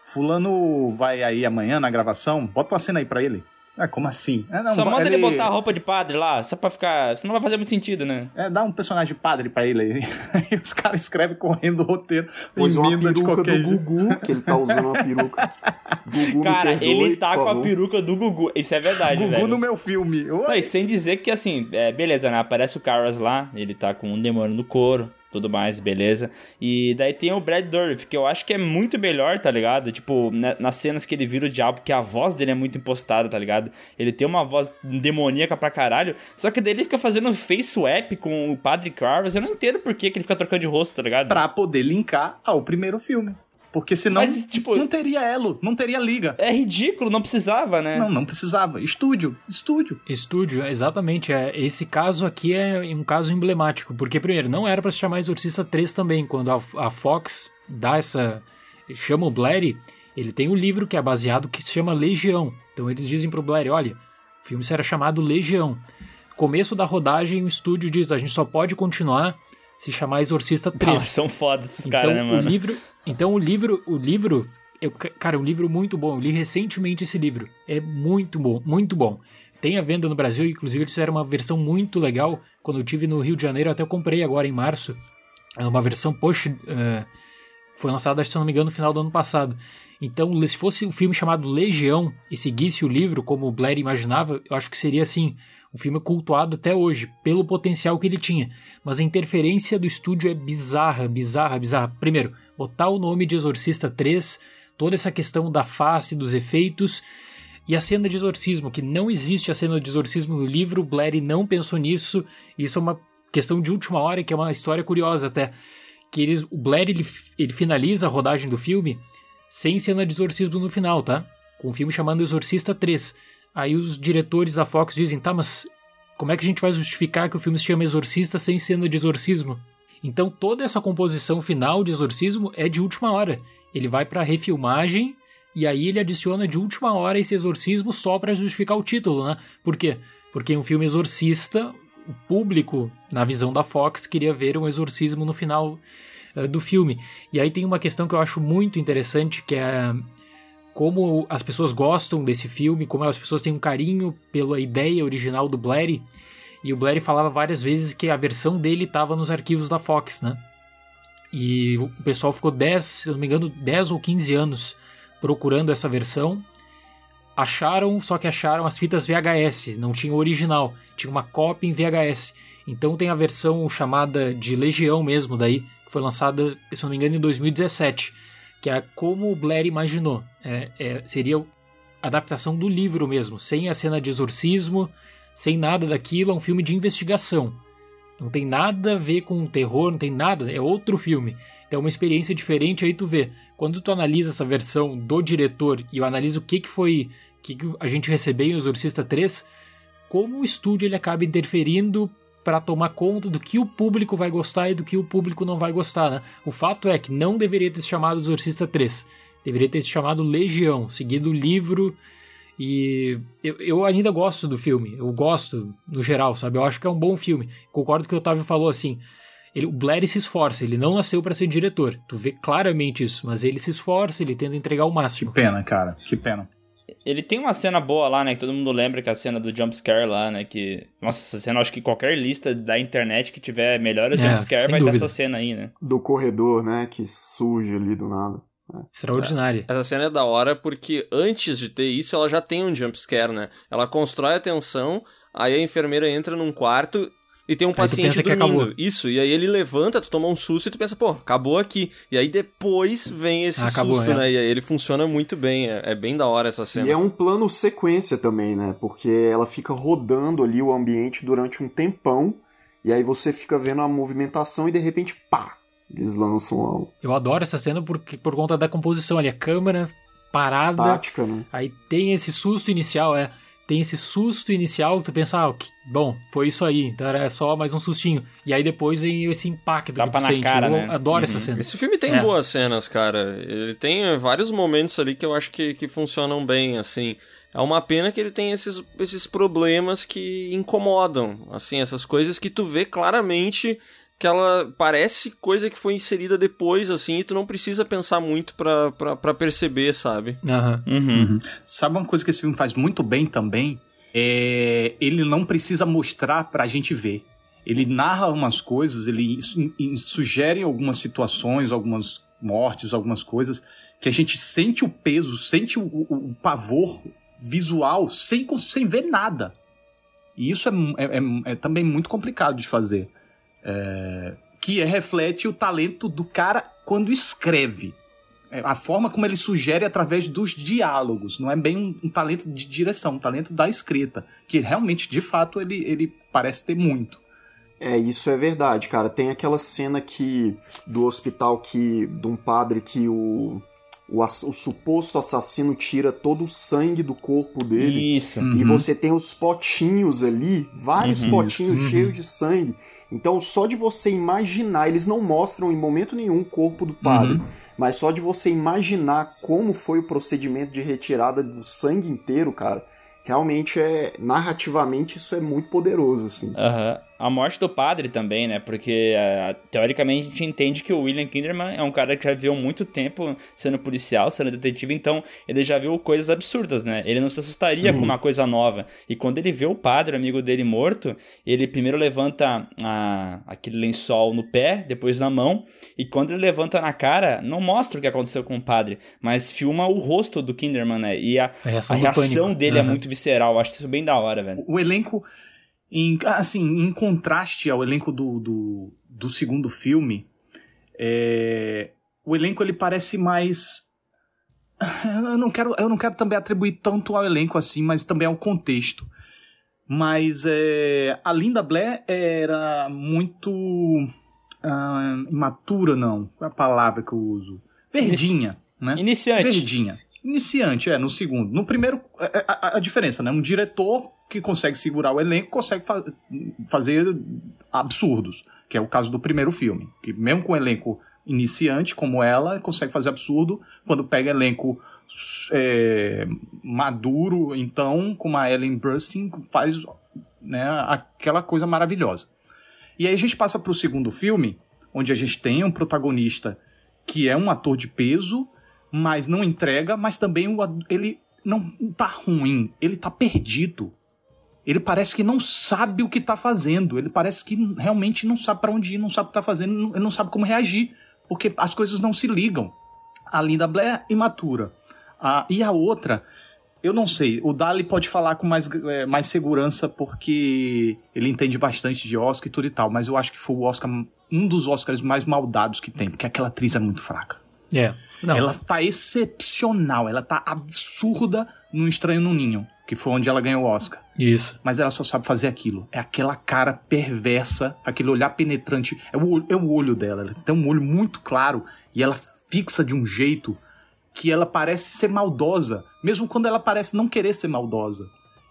fulano vai aí amanhã na gravação, bota uma cena aí pra ele. Ah, como assim? É, não, só manda ele... ele botar a roupa de padre lá, só pra ficar... Senão não vai fazer muito sentido, né? É, dá um personagem de padre pra ele aí. Aí os caras escrevem correndo o roteiro. Pôs uma peruca do Gugu, que ele tá usando uma peruca. Gugu cara, me perdoe, ele tá com a peruca do Gugu. Isso é verdade, Gugu velho. no meu filme. Não, e sem dizer que, assim, é, beleza, né? Aparece o Karras lá, ele tá com um demônio no couro. Tudo mais, beleza. E daí tem o Brad Dourif, que eu acho que é muito melhor, tá ligado? Tipo, na, nas cenas que ele vira o diabo, que a voz dele é muito impostada, tá ligado? Ele tem uma voz demoníaca pra caralho, só que daí ele fica fazendo face swap com o Padre Karras. Eu não entendo por que, que ele fica trocando de rosto, tá ligado? Pra poder linkar ao primeiro filme. Porque senão Mas, tipo, não teria elo, não teria liga. É ridículo, não precisava, né? Não, não precisava. Estúdio, estúdio. Estúdio, exatamente. É, esse caso aqui é um caso emblemático. Porque, primeiro, não era pra se chamar Exorcista três também. Quando a, a Fox dá essa... chama o Blair, ele tem um livro que é baseado que se chama Legião. Então eles dizem pro Blair, olha, o filme será chamado Legião. Começo da rodagem, o estúdio diz, a gente só pode continuar se chamar Exorcista três. Nossa, são foda esses então, caras, né, mano? O livro, então o livro, o livro, eu, cara, um livro muito bom. Eu li recentemente esse livro. É muito bom, muito bom. Tem a venda no Brasil, inclusive eles fizeram uma versão muito legal. Quando eu tive no Rio de Janeiro, até eu comprei agora em março. É uma versão, poxa, uh, foi lançada, se não me engano, no final do ano passado. Então, se fosse um filme chamado Legião e seguisse o livro como o Blair imaginava, eu acho que seria assim... um filme cultuado até hoje, pelo potencial que ele tinha. Mas a interferência do estúdio é bizarra, bizarra, bizarra. Primeiro, botar o nome de Exorcista três, toda essa questão da face, dos efeitos, e a cena de exorcismo, que não existe a cena de exorcismo no livro, o Blair não pensou nisso, isso é uma questão de última hora, que é uma história curiosa até, que eles, o Blair ele, ele finaliza a rodagem do filme sem cena de exorcismo no final, tá? Com um filme chamado Exorcista três. Aí os diretores da Fox dizem, tá, mas como é que a gente vai justificar que o filme se chama Exorcista sem cena de exorcismo? Então toda essa composição final de exorcismo é de última hora. Ele vai pra refilmagem e aí ele adiciona de última hora esse exorcismo só pra justificar o título, né? Por quê? Porque em um filme exorcista, o público, na visão da Fox, queria ver um exorcismo no final uh, do filme. E aí tem uma questão que eu acho muito interessante, que é... como as pessoas gostam desse filme, como as pessoas têm um carinho pela ideia original do Blatty. E o Blatty falava várias vezes que a versão dele estava nos arquivos da Fox, né? E o pessoal ficou dez, se não me engano, dez ou quinze anos procurando essa versão. Acharam, só que acharam as fitas V H S, não tinha o original, tinha uma cópia em V H S. Então tem a versão chamada de Legião mesmo daí, que foi lançada, se não me engano, em dois mil e dezessete, que é como o Blatty imaginou. É, é, seria a adaptação do livro mesmo, sem a cena de exorcismo, sem nada daquilo, é um filme de investigação. Não tem nada a ver com terror, não tem nada, é outro filme. Então é uma experiência diferente, aí tu vê. Quando tu analisa essa versão do diretor e eu analiso o que, que foi que, que a gente recebeu em Exorcista três, como o estúdio ele acaba interferindo para tomar conta do que o público vai gostar e do que o público não vai gostar, né? O fato é que não deveria ter se chamado Exorcista três, deveria ter se chamado Legião, seguido o livro. E eu, eu ainda gosto do filme, eu gosto no geral, sabe? Eu acho que é um bom filme. Concordo com o que o Otávio falou, assim, ele, o Blatty se esforça, ele não nasceu pra ser diretor, tu vê claramente isso, mas ele se esforça, ele tenta entregar o máximo. Que pena, cara, que pena. Ele tem uma cena boa lá, né, que todo mundo lembra, que é a cena do jumpscare lá, né, que... Nossa, essa cena, eu acho que qualquer lista da internet que tiver melhores é, jumpscare vai dúvida. ter essa cena aí, né. Do corredor, né, que surge ali do nada. É. Extraordinária. Essa cena é da hora porque antes de ter isso, ela já tem um jumpscare, né? Ela constrói a tensão, aí a enfermeira entra num quarto e tem um paciente dormindo. Isso, e aí ele levanta, tu toma um susto e tu pensa, pô, acabou aqui. E aí depois vem esse ah, acabou, susto, é. né? E aí ele funciona muito bem, é, é bem da hora essa cena. E é um plano sequência também, né? Porque ela fica rodando ali o ambiente durante um tempão, e aí você fica vendo a movimentação e de repente, pá! Eles lançam algo. Eu adoro essa cena porque, por conta da composição ali, a câmera parada. Estática, né? Aí tem esse susto inicial, é. Tem esse susto inicial que tu pensa, ah, que, bom, foi isso aí, então era só mais um sustinho. E aí depois vem esse impacto Tapa que tu na sente. Cara, eu né? adoro uhum. essa cena. Esse filme tem é. boas cenas, cara. Ele tem vários momentos ali que eu acho que, que funcionam bem, assim. É uma pena que ele tem esses, esses problemas que incomodam, assim, essas coisas que tu vê claramente que ela parece coisa que foi inserida depois, assim, e tu não precisa pensar muito pra, pra, pra perceber, sabe? Uhum. Uhum. Uhum. Sabe uma coisa que esse filme faz muito bem também? É... Ele não precisa mostrar pra gente ver. Ele narra umas coisas, ele sugere algumas situações, algumas mortes, algumas coisas, que a gente sente o peso, sente o, o, o pavor visual sem, sem ver nada. E isso é, é, é, é também muito complicado de fazer. É, que é, reflete o talento do cara quando escreve. É, a forma como ele sugere através dos diálogos. Não é bem um, um talento de direção, um talento da escrita. Que realmente, de fato, ele, ele parece ter muito. É, isso é verdade, cara. Tem aquela cena que, do hospital que, de um padre que o... O, ass- o suposto assassino tira todo o sangue do corpo dele. Isso. E Uhum. você tem os potinhos ali, vários Uhum. potinhos Uhum. cheios de sangue. Então, só de você imaginar, eles não mostram em momento nenhum o corpo do padre, Uhum. mas só de você imaginar como foi o procedimento de retirada do sangue inteiro, cara, realmente é, narrativamente, isso é muito poderoso, assim. Aham. Uhum. A morte do padre também, né? Porque, uh, teoricamente, a gente entende que o William Kinderman é um cara que já viveu muito tempo sendo policial, sendo detetive, então ele já viu coisas absurdas, né? Ele não se assustaria Sim. com uma coisa nova. E quando ele vê o padre, o amigo dele, morto, ele primeiro levanta a, aquele lençol no pé, depois na mão, e quando ele levanta na cara, não mostra o que aconteceu com o padre, mas filma o rosto do Kinderman, né? E a, a reação, a reação dele uhum. é muito visceral. Eu acho isso bem da hora, velho. O elenco... Em, assim, em contraste ao elenco do, do, do segundo filme, é, o elenco ele parece mais... Eu não, quero, eu não quero também atribuir tanto ao elenco assim, mas também ao contexto. Mas é, a Linda Blair era muito uh, imatura, não. Qual é a palavra que eu uso? Verdinha, Inici- né? Iniciante. Verdinha. Iniciante, é, no segundo. No primeiro, a, a, a diferença, né? Um diretor que consegue segurar o elenco, consegue fa- fazer absurdos, que é o caso do primeiro filme. Que mesmo com o elenco iniciante, como ela, consegue fazer absurdo. Quando pega elenco é, maduro, então, como a Ellen Burstyn, faz, né, aquela coisa maravilhosa. E aí a gente passa para o segundo filme, onde a gente tem um protagonista que é um ator de peso, mas não entrega, mas também o, ele não tá ruim, ele tá perdido. Ele parece que não sabe o que tá fazendo, ele parece que realmente não sabe pra onde ir, não sabe o que tá fazendo, ele não sabe como reagir, porque as coisas não se ligam. A Linda Blair, imatura. Ah, e a outra, eu não sei, o Dali pode falar com mais, é, mais segurança, porque ele entende bastante de Oscar e tudo e tal, mas eu acho que foi o Oscar, um dos Oscars mais maldados que tem, porque aquela atriz é muito fraca. É. Yeah. Não. Ela tá excepcional, ela tá absurda no Estranho no Ninho, que foi onde ela ganhou o Oscar. Isso. Mas ela só sabe fazer aquilo. É aquela cara perversa, aquele olhar penetrante. É o olho, é o olho dela. Ela tem um olho muito claro e ela fixa de um jeito que ela parece ser maldosa, mesmo quando ela parece não querer ser maldosa.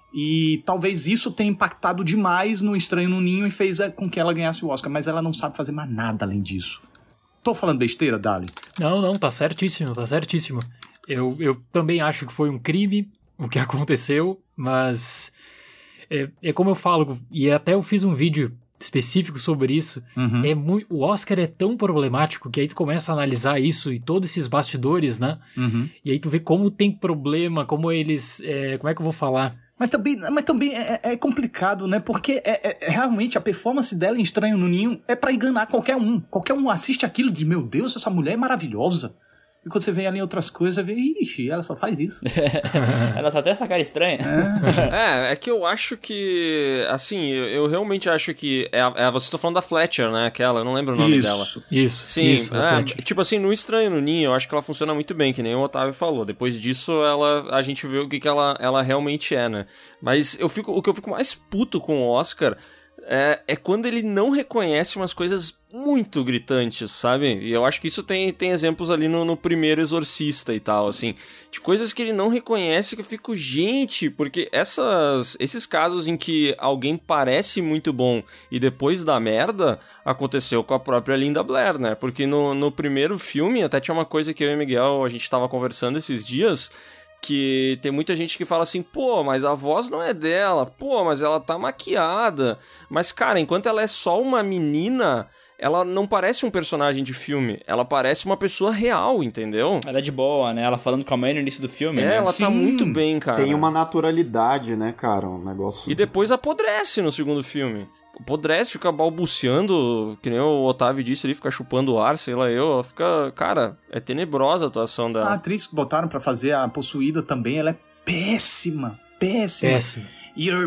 E talvez isso tenha impactado demais no Estranho no Ninho e fez com que ela ganhasse o Oscar, mas ela não sabe fazer mais nada além disso. Tô falando besteira, Dali? Não, não, tá certíssimo, tá certíssimo. Eu, eu também acho que foi um crime o que aconteceu, mas é, é como eu falo, e até eu fiz um vídeo específico sobre isso, Uhum. é muito, o Oscar é tão problemático que aí tu começa a analisar isso e todos esses bastidores, né? Uhum. E aí tu vê como tem problema, como eles... É, como é que eu vou falar? Mas também, mas também é, é complicado, né? Porque é, é, realmente a performance dela em Estranho no Ninho é pra enganar qualquer um. Qualquer um assiste aquilo e diz, meu Deus, essa mulher é maravilhosa. E quando você vê ela em outras coisas, vê, ixi, ela só faz isso. Ela só tem essa cara estranha. É, é que eu acho que, assim, eu, eu realmente acho que, é, a, é, você tá falando da Fletcher, né, aquela, eu não lembro o nome Isso. dela. Isso, Sim, isso. é, Fletcher. tipo assim, no Estranho no Ninho, eu acho que ela funciona muito bem, que nem o Otávio falou. Depois disso, ela, a gente vê o que, que ela, ela realmente é, né. Mas eu fico, o que eu fico mais puto com o Oscar é, é quando ele não reconhece umas coisas muito gritantes, sabe? E eu acho que isso tem, tem exemplos ali no, no primeiro Exorcista e tal, assim, de coisas que ele não reconhece, que eu fico, gente, porque essas, esses casos em que alguém parece muito bom e depois dá merda, aconteceu com a própria Linda Blair, né? Porque no, no primeiro filme, até tinha uma coisa que eu e o Miguel, a gente tava conversando esses dias, que tem muita gente que fala assim, pô, mas a voz não é dela, pô, mas ela tá maquiada. Mas, cara, enquanto ela é só uma menina, ela não parece um personagem de filme, ela parece uma pessoa real, entendeu? Ela é de boa, né? Ela falando com a mãe no início do filme, É, né? ela Sim. tá muito bem, cara. Tem uma naturalidade, né, cara? Um negócio... E depois apodrece no segundo filme. Apodrece, fica balbuciando, que nem o Otávio disse ali, fica chupando o ar, sei lá eu. Ela fica... Cara, é tenebrosa a atuação A dela. atriz que botaram pra fazer a Possuída também, ela é péssima. Péssima. Péssimo. You're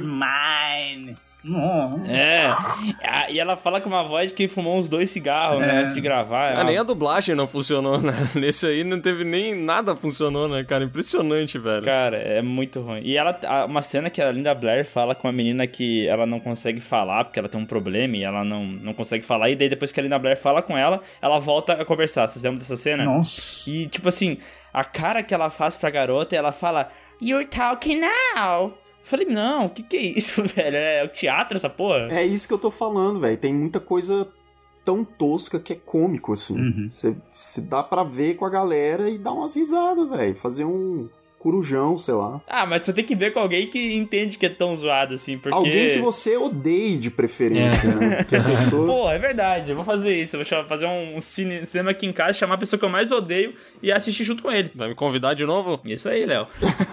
mine. Não. É. Ah, e ela fala com uma voz que fumou uns dois cigarros, É. né? Antes de gravar. É Ah, uma- nem a dublagem não funcionou, né? Nesse aí não teve nem nada funcionou, né, cara? Impressionante, velho. Cara, é muito ruim. E ela, a- uma cena que a Linda Blair fala com uma menina que ela não consegue falar, porque ela tem um problema e ela não, não consegue falar. E daí depois que a Linda Blair fala com ela, ela volta a conversar. Vocês lembram dessa cena? Nossa. E, tipo assim, a cara que ela faz pra garota, ela fala, You're talking now. Eu falei, não, o que que é isso, velho? É o teatro essa porra? É isso que eu tô falando, velho. Tem muita coisa tão tosca que é cômico, assim. Você Uhum. dá pra ver com a galera e dar umas risadas, velho. Fazer um corujão, sei lá. Ah, mas você tem que ver com alguém que entende que é tão zoado, assim, porque... Alguém que você odeie de preferência, É. né? Que a pessoa... Pô, é verdade, eu vou fazer isso. Eu vou chamar- fazer um cine- cinema aqui em casa, chamar a pessoa que eu mais odeio e assistir junto com ele. Vai me convidar de novo? Isso aí, Léo.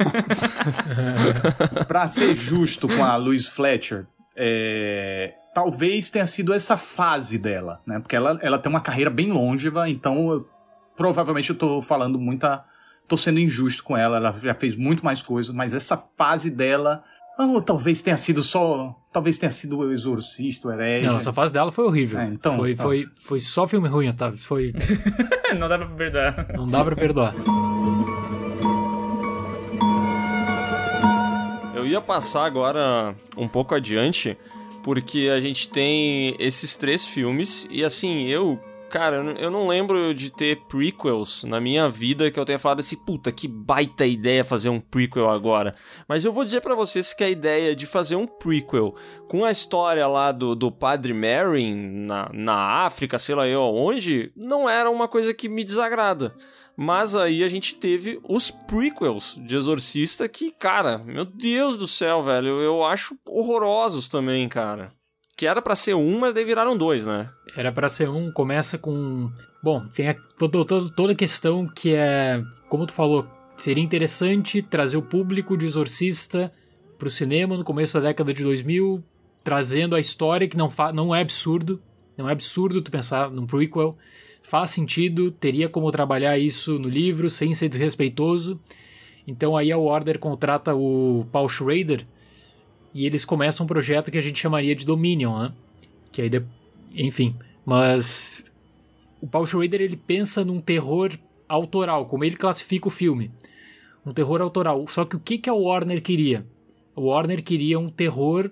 Pra ser justo com a Louise Fletcher, é, talvez tenha sido essa fase dela, né? Porque ela, ela tem uma carreira bem longeva, então eu- provavelmente eu tô falando muita... Tô sendo injusto com ela, ela já fez muito mais coisas, mas essa fase dela... Oh, talvez tenha sido só... Talvez tenha sido o Exorcista, o Herege. Não, essa fase dela foi horrível. É, então, foi, ó. foi, foi só filme ruim, Otávio. Foi... Não dá pra perdoar. Não dá pra perdoar. Eu ia passar agora um pouco adiante, porque a gente tem esses três filmes, e assim, eu, cara, eu não- eu não lembro de ter prequels na minha vida que eu tenha falado assim, puta, que baita ideia fazer um prequel agora. Mas eu vou dizer pra vocês que a ideia de fazer um prequel com a história lá do, do Padre Merrin na, na África, sei lá eu onde, não era uma coisa que me desagrada. Mas aí a gente teve os prequels de Exorcista que, cara, meu Deus do céu, velho, eu acho horrorosos também, cara. Que era pra ser um, mas daí viraram dois, né? Era pra ser um, começa com... Bom, tem a, toda, toda, toda a questão que é, como tu falou, seria interessante trazer o público de Exorcista pro cinema no começo da década de dois mil, trazendo a história que não, fa, não é absurdo, não é absurdo tu pensar num prequel, faz sentido, teria como trabalhar isso no livro sem ser desrespeitoso. Então aí a Warner contrata o Paul Schrader e eles começam um projeto que a gente chamaria de Dominion, né? Que aí, de... enfim, mas o Paul Schrader ele pensa num terror autoral, como ele classifica o filme, um terror autoral. Só que o que, que a Warner queria? A Warner queria um terror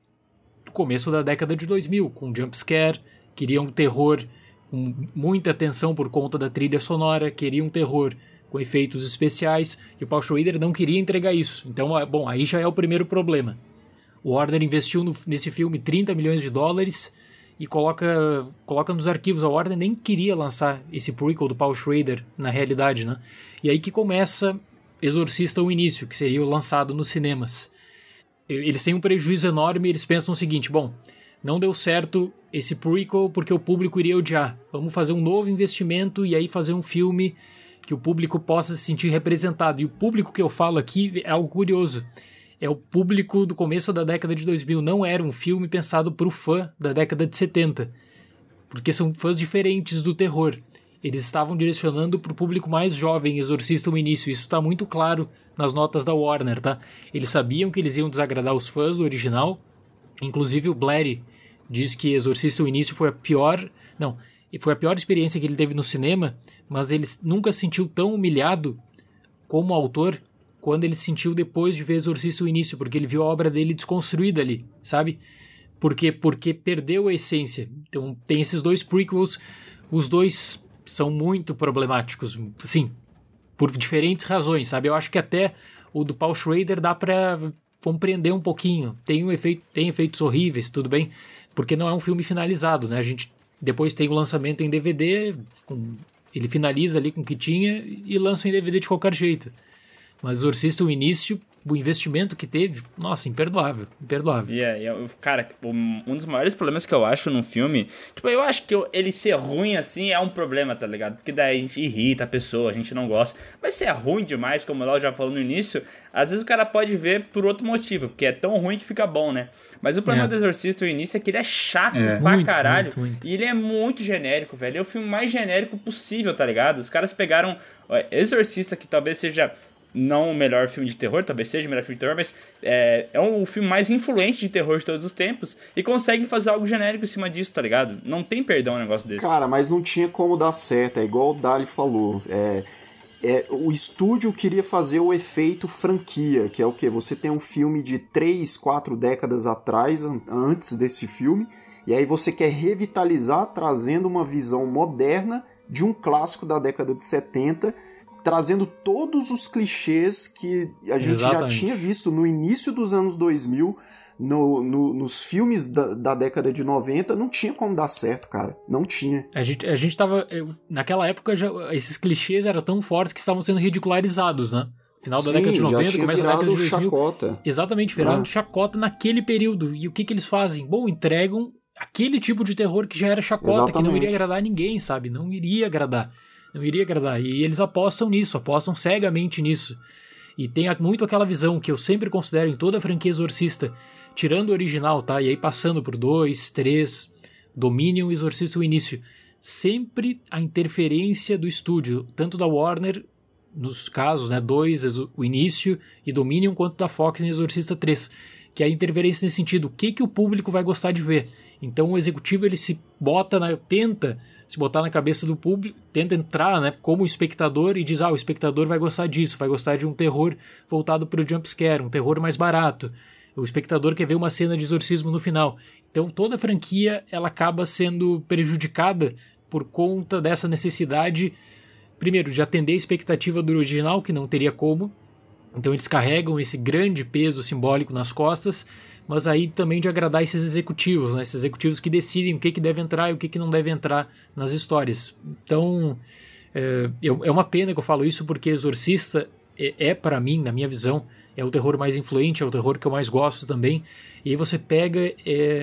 do começo da década de dois mil, com jumpscare, queria um terror com muita tensão por conta da trilha sonora, queria um terror com efeitos especiais, e o Paul Schrader não queria entregar isso. Então, bom, aí já é o primeiro problema. O Warner investiu no, nesse filme trinta milhões de dólares e coloca, coloca nos arquivos. A Warner nem queria lançar esse prequel do Paul Schrader na realidade, né? E aí que começa Exorcista o Início, que seria o lançado nos cinemas. Eles têm um prejuízo enorme e eles pensam o seguinte, bom, não deu certo esse prequel porque o público iria odiar. Vamos fazer um novo investimento e aí fazer um filme que o público possa se sentir representado. E o público que eu falo aqui é algo curioso. É o público do começo da década de dois mil, não era um filme pensado para o fã da década de setenta, porque são fãs diferentes do terror. Eles estavam direcionando para o público mais jovem, Exorcista o Início. Isso está muito claro nas notas da Warner, tá? Eles sabiam que eles iam desagradar os fãs do original, inclusive o Blatty diz que Exorcista o Início foi a pior... Não, foi a pior experiência que ele teve no cinema, mas ele nunca se sentiu tão humilhado como autor quando ele se sentiu depois de ver Exorcista o Início, porque ele viu a obra dele desconstruída ali, sabe? Porque, porque perdeu a essência. Então tem esses dois prequels, os dois são muito problemáticos, assim, por diferentes razões, sabe? Eu acho que até o do Paul Schrader dá pra compreender um pouquinho. Tem, um efeito, tem efeitos horríveis, tudo bem, porque não é um filme finalizado, né? A gente depois tem o lançamento em D V D, com, ele finaliza ali com o que tinha e lança em D V D de qualquer jeito. Mas Exorcista o Início, o investimento que teve, nossa, imperdoável, imperdoável. E yeah, yeah, cara, um dos maiores problemas que eu acho num filme, tipo, eu acho que eu, ele ser ruim assim é um problema, tá ligado? Porque daí a gente irrita a pessoa, a gente não gosta. Mas se é ruim demais, como o Léo já falou no início, às vezes o cara pode ver por outro motivo, porque é tão ruim que fica bom, né? Mas o problema é. do Exorcista o Início é que ele é chato é. pra muito, caralho. Muito, muito. E ele é muito genérico, velho. É o filme mais genérico possível, tá ligado? Os caras pegaram ó, Exorcista, que talvez seja... não o melhor filme de terror, talvez seja o melhor filme de terror, mas é, é um filme mais influente de terror de todos os tempos e conseguem fazer algo genérico em cima disso, tá ligado? Não tem perdão um negócio desse. Cara, mas não tinha como dar certo, é igual o Dali falou. É, é, o estúdio queria fazer o efeito franquia, que é o quê? Você tem um filme de três, quatro décadas atrás, antes desse filme, e aí você quer revitalizar trazendo uma visão moderna de um clássico da década de setenta, trazendo todos os clichês que a gente Exatamente. já tinha visto no início dos anos dois mil, no, no, nos filmes da, da década de noventa, não tinha como dar certo, cara. Não tinha. A gente, a gente tava... Naquela época, já, esses clichês eram tão fortes que estavam sendo ridicularizados, né? Final da Sim, década de noventa, começo da década de dois mil. Chacota. Exatamente, viraram ah. chacota naquele período. E o que que eles fazem? Bom, entregam aquele tipo de terror que já era chacota, Exatamente. que não iria agradar ninguém, sabe? Não iria agradar. Não iria agradar. E eles apostam nisso, apostam cegamente nisso. E tem muito aquela visão que eu sempre considero em toda a franquia Exorcista, tirando o original, tá? E aí passando por dois, três, Dominion e Exorcista o Início. Sempre a interferência do estúdio, tanto da Warner, nos casos, né? dois, o Início e Dominion, quanto da Fox em Exorcista três. Que é a interferência nesse sentido. O que, que o público vai gostar de ver? Então o executivo ele se bota, na, tenta se botar na cabeça do público, tenta entrar, né, como espectador e diz, ah, o espectador vai gostar disso, vai gostar de um terror voltado para o jumpscare, um terror mais barato. O espectador quer ver uma cena de exorcismo no final. Então toda a franquia ela acaba sendo prejudicada por conta dessa necessidade, primeiro, de atender a expectativa do original, que não teria como. Então eles carregam esse grande peso simbólico nas costas, mas aí também de agradar esses executivos, né? Esses executivos que decidem o que, que deve entrar e o que, que não deve entrar nas histórias. Então, é, é uma pena que eu falo isso, porque Exorcista é, é para mim, na minha visão, é o terror mais influente, é o terror que eu mais gosto também. E aí você pega é,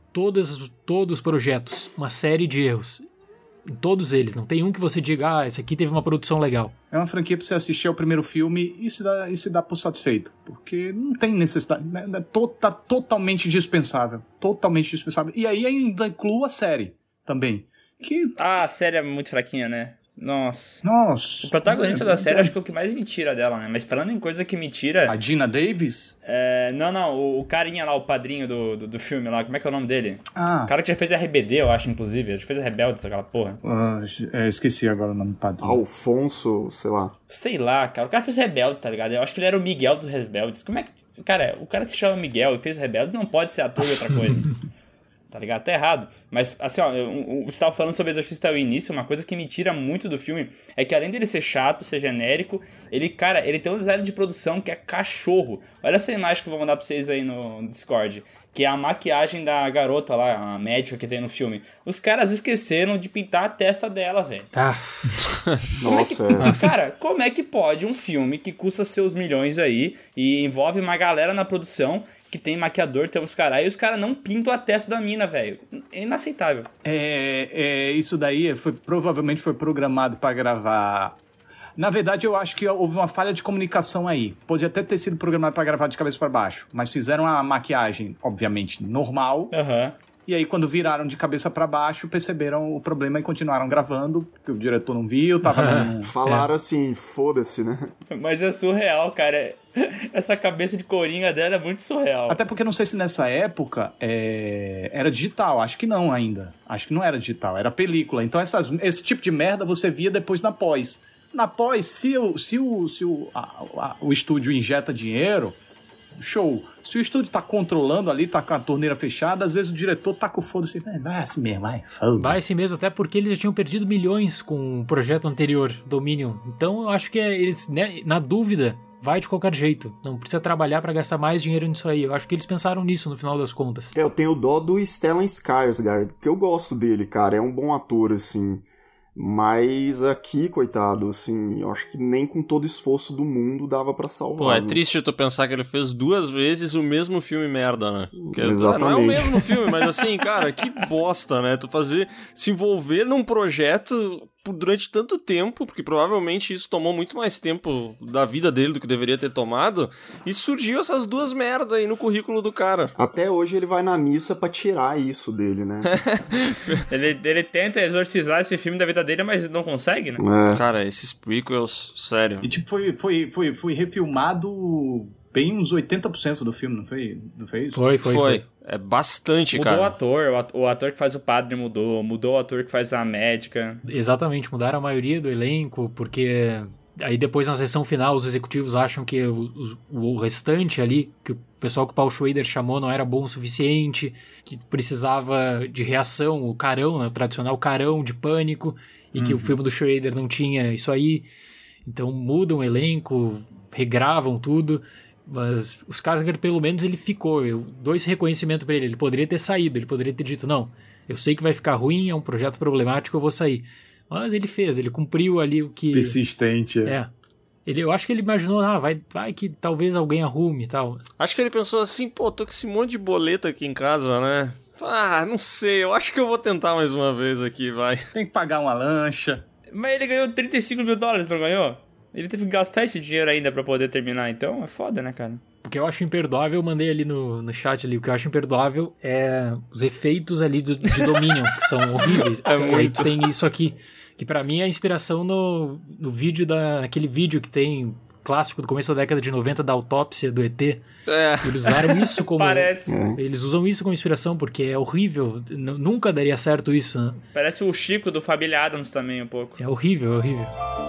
todos, todos os projetos, uma série de erros. Em todos eles, não tem um que você diga, ah, esse aqui teve uma produção legal. É uma franquia pra você assistir ao primeiro filme e se dá, e se dá por satisfeito. Porque não tem necessidade, né? Tá totalmente dispensável. Totalmente dispensável. E aí ainda inclui a série também. Que... Ah, a série é muito fraquinha, né? Nossa. Nossa. O protagonista é, da série é... acho que é o que mais me tira dela, né? Mas falando em coisa que me tira... A Gina Davis? É, não, não. O, o carinha lá, o padrinho do, do, do filme lá. Como é que é o nome dele? Ah. O cara que já fez R B D, eu acho, inclusive. Já fez a Rebeldes, aquela porra. Uh, é, esqueci agora o nome do padrinho. Alfonso, sei lá. Sei lá, cara. O cara fez Rebeldes, tá ligado? Eu acho que ele era o Miguel dos Rebeldes. Como é que... Cara, o cara que se chama Miguel e fez Rebeldes não pode ser ator de outra coisa. Tá ligado? Tá errado. Mas, assim, ó, você estava falando sobre o Exorcista ao início, uma coisa que me tira muito do filme é que além dele ser chato, ser genérico, ele, cara, ele tem um design de produção que é cachorro. Olha essa imagem que eu vou mandar pra vocês aí no Discord, que é a maquiagem da garota lá, a médica que tem no filme. Os caras esqueceram de pintar a testa dela, velho. Ah. Nossa, é que, cara, como é que pode um filme que custa seus milhões aí e envolve uma galera na produção que tem maquiador, tem uns caras, e os caras não pintam a testa da mina, velho. É inaceitável. É, é, isso daí foi, provavelmente foi programado pra gravar... Na verdade, eu acho que houve uma falha de comunicação aí. Pode até ter sido programado pra gravar de cabeça pra baixo, mas fizeram a maquiagem, obviamente, normal. Aham. Uhum. E aí, quando viraram de cabeça pra baixo, perceberam o problema e continuaram gravando, porque o diretor não viu, tava... no... Falaram é. assim, foda-se, né? Mas é surreal, cara. Essa cabeça de coringa dela é muito surreal. Até porque não sei se nessa época é... era digital, acho que não ainda. Acho que não era digital, era película. Então essas... esse tipo de merda você via depois na pós. Na pós, se o, se o, se o, a, a, o estúdio injeta dinheiro... Show. Se o estúdio tá controlando ali, tá com a torneira fechada, às vezes o diretor tá com o foda-se. Vai assim mesmo, vai. Foda-se. Vai assim mesmo, até porque eles já tinham perdido milhões com o projeto anterior, Dominion. Então eu acho que é, eles, né, na dúvida, vai de qualquer jeito. Não precisa trabalhar pra gastar mais dinheiro nisso aí. Eu acho que eles pensaram nisso no final das contas. É, eu tenho dó do Stellan Skarsgård, porque eu gosto dele, cara. É um bom ator, assim. Mas aqui, coitado, assim, eu acho que nem com todo o esforço do mundo dava pra salvar. Pô, é né? triste tu pensar que ele fez duas vezes o mesmo filme merda, né? Que Exatamente. Não é o mesmo filme, mas assim, cara, que bosta, né? Tu fazer, se envolver num projeto durante tanto tempo, porque provavelmente isso tomou muito mais tempo da vida dele do que deveria ter tomado, e surgiu essas duas merdas aí no currículo do cara. Até hoje ele vai na missa pra tirar isso dele, né? ele, ele tenta exorcizar esse filme da vida dele, mas não consegue, né? É. Cara, esses prequels, sério. E tipo, foi, foi, foi, foi refilmado bem uns oitenta por cento do filme, não foi, não foi isso? Foi, foi, foi. foi. É bastante, mudou cara. Mudou o ator, o ator que faz o padre mudou, mudou o ator que faz a médica. Exatamente, mudaram a maioria do elenco, porque aí depois na sessão final os executivos acham que o, o restante ali, que o pessoal que o Paul Schrader chamou não era bom o suficiente, que precisava de reação, o carão, né, o tradicional carão de pânico, e uhum. que o filme do Schrader não tinha isso aí. Então mudam o elenco, regravam tudo. Mas o Skarsgård, pelo menos, ele ficou. Eu dou esse reconhecimento pra ele. Ele poderia ter saído, ele poderia ter dito, não, eu sei que vai ficar ruim, é um projeto problemático, eu vou sair. Mas ele fez, ele cumpriu ali o que... Persistente. É. Ele, eu acho que ele imaginou, ah, vai, vai que talvez alguém arrume e tal. Acho que ele pensou assim, pô, tô com esse monte de boleto aqui em casa, né? Ah, não sei, eu acho que eu vou tentar mais uma vez aqui, vai. Tem que pagar uma lancha. Mas ele ganhou trinta e cinco mil dólares, não ganhou? Ele teve que gastar esse dinheiro ainda pra poder terminar, então é foda, né, cara? O que eu acho imperdoável, eu mandei ali no, no chat ali, o que eu acho imperdoável é os efeitos ali do, de Dominion, que são horríveis. É muito. Aí tu tem isso aqui, que pra mim é a inspiração no, no vídeo da, naquele vídeo que tem, clássico do começo da década de noventa, da autópsia do E T. É. Eles usaram isso como... Parece. Eles usam isso como inspiração, porque é horrível, N- nunca daria certo isso, né? Parece o Chico do Family Adams também, um pouco. É horrível, é horrível.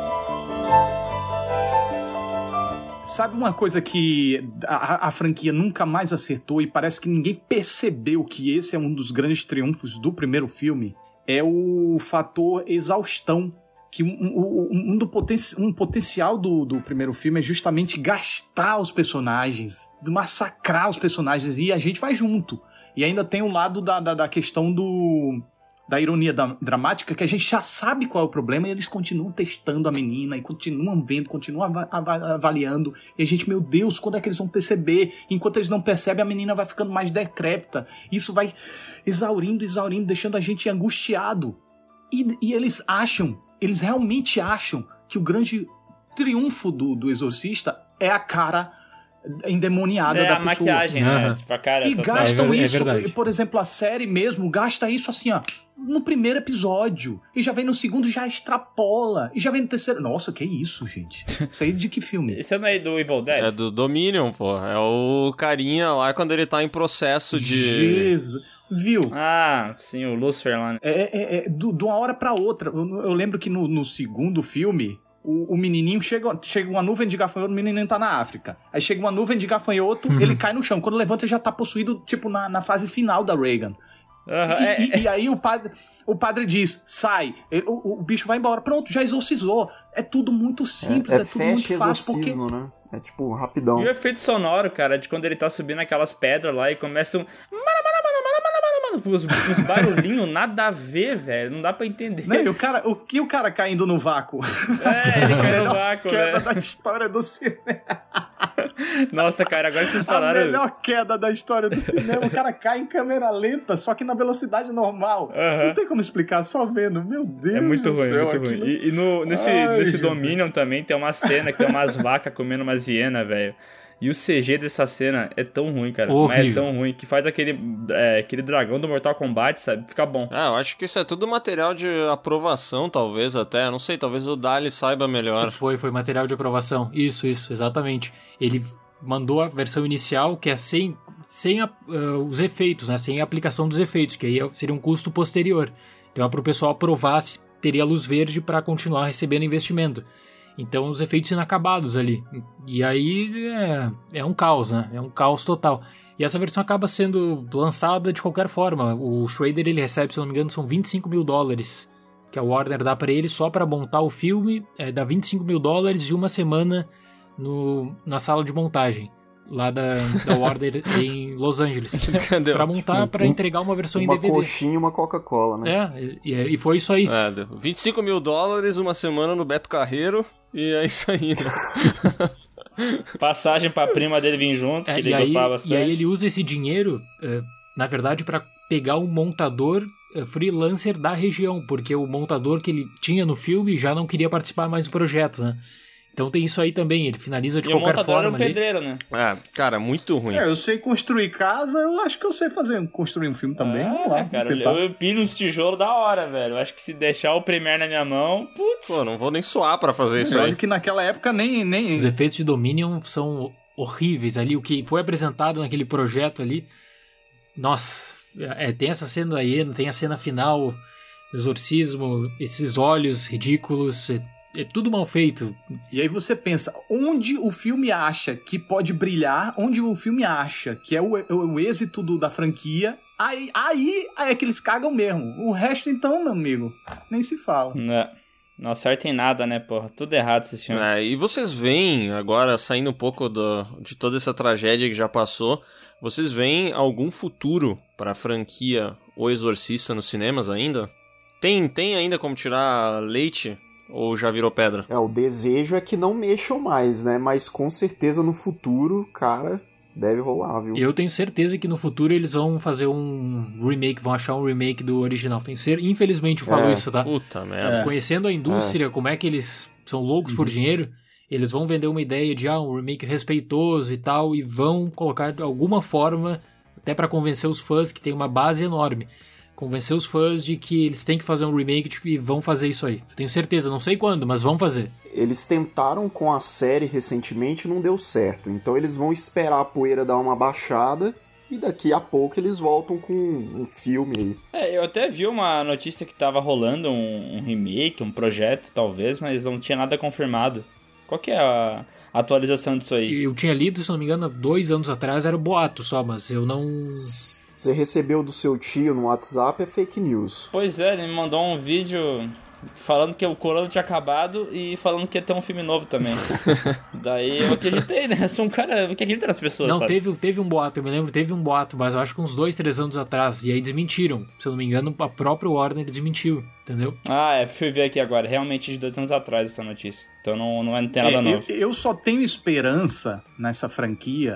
Sabe uma coisa que a, a franquia nunca mais acertou e parece que ninguém percebeu que esse é um dos grandes triunfos do primeiro filme? É o fator exaustão. Que um, um, um, do poten- um potencial do, do primeiro filme é justamente gastar os personagens, massacrar os personagens, e a gente vai junto. E ainda tem o lado da, da, da questão do... da ironia da, dramática, que a gente já sabe qual é o problema e eles continuam testando a menina e continuam vendo, continuam av- av- avaliando. E a gente, meu Deus, quando é que eles vão perceber? Enquanto eles não percebem, a menina vai ficando mais decrépita. Isso vai exaurindo, exaurindo, deixando a gente angustiado. E, e eles acham, eles realmente acham que o grande triunfo do, do Exorcista é a cara endemoniada é da a pessoa. maquiagem, né? Uhum. Tipo, a cara E total. gastam É ver- é isso, verdade. por exemplo, a série mesmo gasta isso assim, ó, no primeiro episódio, e já vem no segundo, já extrapola, e já vem no terceiro. Nossa, que isso, gente? Isso aí de que filme? Isso não é do Evil Dead? É do Dominion, pô. É o carinha lá quando ele tá em processo de... Jesus. Viu? Ah, sim, o Lucifer lá, né? É, é, é do- de uma hora pra outra. Eu, eu lembro que no, no segundo filme, o, o menininho chega, chega uma nuvem de gafanhoto, o menininho tá na África. Aí chega uma nuvem de gafanhoto, ele cai no chão. Quando levanta, ele já tá possuído, tipo, na, na fase final da Reagan. Uhum, E, é, e- e aí o padre, o padre diz, sai, Ele- o, o bicho vai embora, pronto, já exorcizou. É tudo muito simples, É, é, é tudo muito fast fácil, porque... exorcismo, né? É tipo, rapidão. E o efeito sonoro, cara, de quando ele tá subindo aquelas pedras lá e começam... Uns, uns barulhinhos nada a ver, velho. Não dá pra entender. Né? E o cara, o que o cara caindo no vácuo? É, ele cai no Melhor vácuo, queda velho. da história do cinema. Nossa, cara, agora que vocês A falaram... melhor queda da história do cinema. O cara cai em câmera lenta, só que na velocidade normal. Aham. Não tem como explicar, só vendo. Meu Deus É muito do ruim, céu, muito aquilo- ruim. E, e no, nesse, Ai, nesse Jesus. Dominion também tem uma cena que tem umas vacas comendo umas hienas, velho. E o C G dessa cena é tão ruim, cara. Mas é Horrível. tão ruim que faz aquele, é, aquele dragão do Mortal Kombat, sabe? Fica bom. Ah, eu acho que isso é tudo material de aprovação, talvez, até. Não sei, talvez o Dali saiba melhor. Foi, foi material de aprovação. Isso, isso, exatamente. Ele mandou a versão inicial, que é sem, sem a- uh, os efeitos, né? Sem a aplicação dos efeitos, que aí seria um custo posterior. Então é para o pessoal aprovar se teria luz verde para continuar recebendo investimento. Então os efeitos inacabados ali. E aí é, é um caos, né? É um caos total. E essa versão acaba sendo lançada de qualquer forma. O Schrader, ele recebe, se não me engano, são vinte e cinco mil dólares que a Warner dá pra ele só pra montar o filme. É, dá vinte e cinco mil dólares de uma semana no, na sala de montagem lá da, da Warner em Los Angeles. Cadê? Pra montar, pra entregar uma versão Uma em D V D. coxinha e uma Coca-Cola, né? É, e, e foi isso aí. É, deu vinte e cinco mil dólares, uma semana no Beto Carreiro, e é isso aí, né? Passagem pra prima dele vir junto, É, que e, ele aí, gostava bastante. e aí ele usa esse dinheiro, é, na verdade, pra pegar um montador é, freelancer da região, porque o montador que ele tinha no filme já não queria participar mais do projeto, né? Então tem isso aí também, ele finaliza de E o qualquer montador era forma um ali. pedreiro, né? É, cara, muito ruim. É, eu sei construir casa, eu acho que eu sei fazer, construir um filme também. Vamos lá, Ah, cara, vamos tentar. eu, eu pino uns tijolos da hora, velho. Eu acho que se deixar o Premiere na minha mão, putz. Pô, não vou nem suar pra fazer isso Olha aí. que naquela época nem... nem... Os efeitos de Dominion são horríveis ali, o que foi apresentado naquele projeto ali, nossa, é, tem essa cena da hiena, tem a cena final, exorcismo, esses olhos ridículos, é, é tudo mal feito. E aí você pensa, onde o filme acha que pode brilhar, onde o filme acha que é o, o, o êxito do, da franquia, aí, aí é que eles cagam mesmo. O resto, então, meu amigo, nem se fala. Não, não acerta em nada, né, porra? Tudo errado esse filme. É, e vocês veem, agora saindo um pouco do, de toda essa tragédia que já passou, vocês veem algum futuro pra franquia O Exorcista nos cinemas ainda? Tem, tem ainda como tirar leite? Ou já virou pedra? É, o desejo é que não mexam mais, né? Mas com certeza no futuro, cara, deve rolar, viu? Eu tenho certeza que no futuro eles vão fazer um remake, vão achar um remake do original. Tenho cer- Infelizmente eu falo É. isso, tá? Puta merda. Conhecendo a indústria, como é que eles são loucos por dinheiro, eles vão vender uma ideia de ah, um remake respeitoso e tal, e vão colocar de alguma forma, até pra convencer os fãs, que tem uma base enorme, convencer os fãs de que eles têm que fazer um remake tipo, e vão fazer isso aí. Eu tenho certeza, não sei quando, mas vão fazer. Eles tentaram com a série recentemente e não deu certo. Então eles vão esperar a poeira dar uma baixada e daqui a pouco eles voltam com um filme aí. É, eu até vi uma notícia que tava rolando um, um remake, um projeto, talvez, mas não tinha nada confirmado. Qual que é a atualização disso aí? Eu tinha lido, se não me engano, há dois anos atrás, era boato só, mas eu não... Você recebeu do seu tio no WhatsApp é fake news. Pois é, ele me mandou um vídeo falando que o Corona tinha acabado e falando que ia ter um filme novo também. Daí eu acreditei, né? Eu sou um cara que acredita nas pessoas, Não, sabe? teve, teve um boato, eu me lembro, teve um boato, mas eu acho que uns dois, três anos atrás, e aí desmentiram. Se eu não me engano, a própria Warner desmentiu, entendeu? Ah, é, fui ver aqui agora, realmente de dois anos atrás essa notícia. Então não, não, é, não tem nada é, novo. Eu, eu só tenho esperança nessa franquia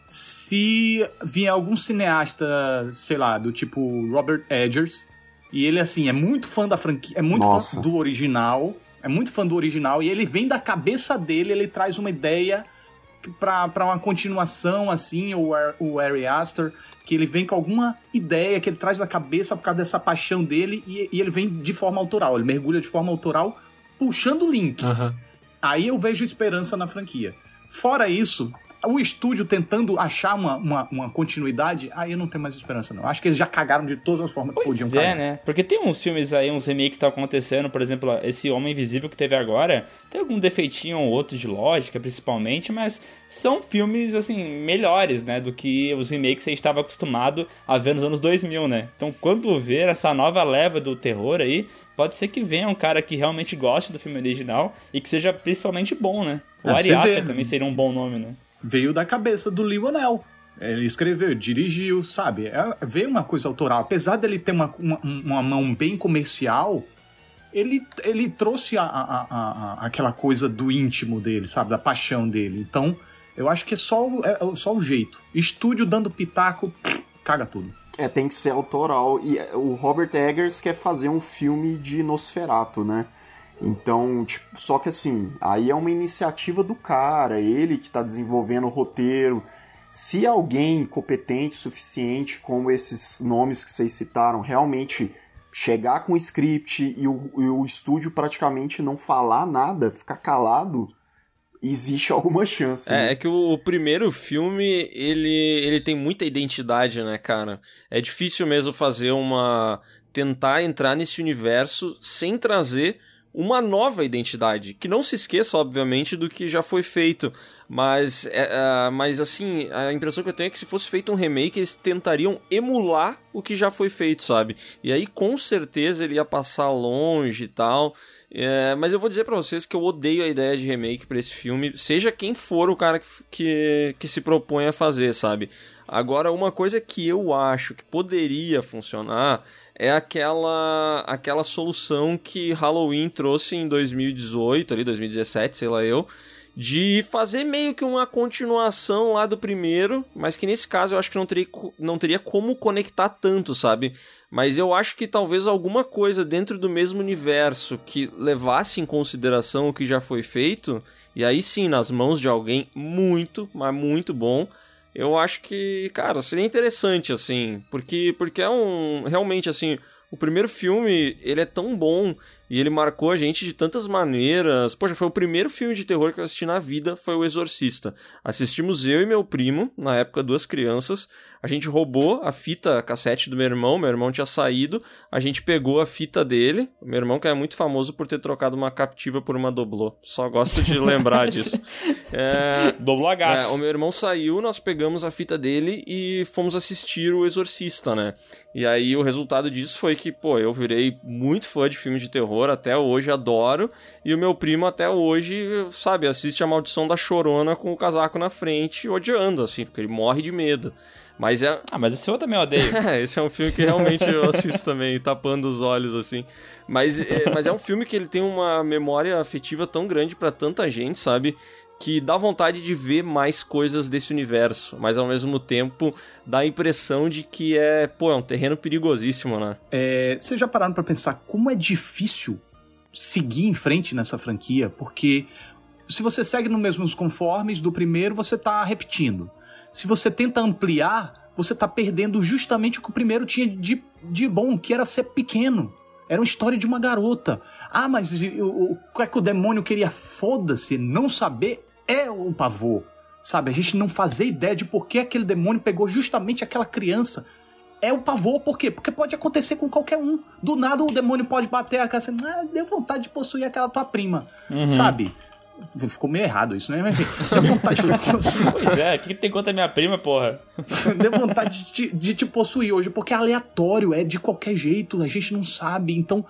se vier algum cineasta, sei lá, do tipo Robert Eggers, e ele, assim, é muito fã da franquia, é muito Nossa. fã do original, é muito fã do original, e ele vem da cabeça dele, ele traz uma ideia pra, pra uma continuação, assim, o, o Ari Aster, que ele vem com alguma ideia que ele traz da cabeça por causa dessa paixão dele, e, e ele vem de forma autoral, ele mergulha de forma autoral, puxando o link. Uhum. Aí eu vejo esperança na franquia. Fora isso, o estúdio tentando achar uma, uma, uma continuidade, aí eu não tenho mais esperança, não. Acho que eles já cagaram de todas as formas que Pois podiam é, cagar. né? Porque tem uns filmes aí, uns remakes que estão acontecendo, por exemplo, esse Homem Invisível que teve agora, tem algum defeitinho ou outro de lógica, principalmente, mas são filmes, assim, melhores, né, do que os remakes que a gente estava acostumado a ver nos anos dois mil, né? Então, quando ver essa nova leva do terror aí, pode ser que venha um cara que realmente goste do filme original e que seja principalmente bom, né? O É, pra Ari você Aster ver. também seria um bom nome, né? Veio da cabeça do Lee Whannell. Ele escreveu, dirigiu, sabe? É, veio uma coisa autoral. Apesar dele ter uma, uma, uma mão bem comercial, ele, ele trouxe a, a, a, a, aquela coisa do íntimo dele, sabe? Da paixão dele. Então, eu acho que é só, o- é só o jeito. Estúdio dando pitaco, caga tudo. É, tem que ser autoral. E o Robert Eggers quer fazer um filme de Nosferatu, né? Então, tipo, só que assim, aí é uma iniciativa do cara, ele que tá desenvolvendo o roteiro. Se alguém competente o suficiente, como esses nomes que vocês citaram, realmente chegar com o script e o, e o estúdio praticamente não falar nada, ficar calado, existe alguma chance. É, né? é que o, o primeiro filme, ele, ele tem muita identidade, né, cara? É difícil mesmo fazer uma... tentar entrar nesse universo sem trazer uma nova identidade. Que não se esqueça, obviamente, do que já foi feito. Mas, é, é, mas assim, a impressão que eu tenho é que se fosse feito um remake, eles tentariam emular o que já foi feito, sabe? E aí, com certeza, ele ia passar longe e tal... É, mas eu vou dizer pra vocês que eu odeio a ideia de remake pra esse filme, seja quem for o cara que, que, que se propõe a fazer, sabe? Agora, uma coisa que eu acho que poderia funcionar é aquela, aquela solução que Halloween trouxe em dois mil e dezoito, ali, dois mil e dezessete, sei lá eu, de fazer meio que uma continuação lá do primeiro, mas que nesse caso eu acho que não teria, não teria como conectar tanto, sabe? Mas eu acho que talvez alguma coisa dentro do mesmo universo que levasse em consideração o que já foi feito, e aí sim, nas mãos de alguém muito, mas muito bom, eu acho que, cara, seria interessante, assim, porque, porque é um, realmente, assim, o primeiro filme, ele é tão bom e ele marcou a gente de tantas maneiras. Poxa, foi o primeiro filme de terror que eu assisti na vida, foi O Exorcista. Assistimos eu e meu primo, na época duas crianças, a gente roubou a fita cassete do meu irmão, meu irmão tinha saído, a gente pegou a fita dele, o meu irmão que é muito famoso por ter trocado uma captiva por uma doblô, só gosto de lembrar disso. É... Doblou a gás. É, o meu irmão saiu, nós pegamos a fita dele e fomos assistir O Exorcista, né? E aí o resultado disso foi que, pô, eu virei muito fã de filmes de terror, até hoje adoro, e o meu primo até hoje, sabe, assiste A Maldição da Chorona com o casaco na frente, odiando, assim, porque ele morre de medo. Mas é... Ah, mas esse eu também odeio. É, esse é um filme que realmente eu assisto também, tapando os olhos, assim. Mas é, mas é um filme que ele tem uma memória afetiva tão grande pra tanta gente, sabe? Que dá vontade de ver mais coisas desse universo, mas ao mesmo tempo dá a impressão de que é, pô, é um terreno perigosíssimo, né? É, vocês já pararam pra pensar como é difícil seguir em frente nessa franquia? Porque se você segue nos mesmos conformes do primeiro, você tá repetindo. Se você tenta ampliar, você tá perdendo justamente o que o primeiro tinha de, de bom, que era ser pequeno. Era uma história de uma garota. Ah, mas o, o que é que o demônio queria? Foda-se, não saber é um pavor. Sabe, a gente não fazer ideia de por que aquele demônio pegou justamente aquela criança. É o pavor, por quê? Porque pode acontecer com qualquer um. Do nada o demônio pode bater a casa, ah, deu vontade de possuir aquela tua prima. Uhum. Sabe? Ficou meio errado isso, né? Mas enfim, deu vontade de possuir. Pois é, o que, que tem contra a minha prima, porra? Deu vontade de te, de te possuir hoje, porque é aleatório, é de qualquer jeito, a gente não sabe. Então,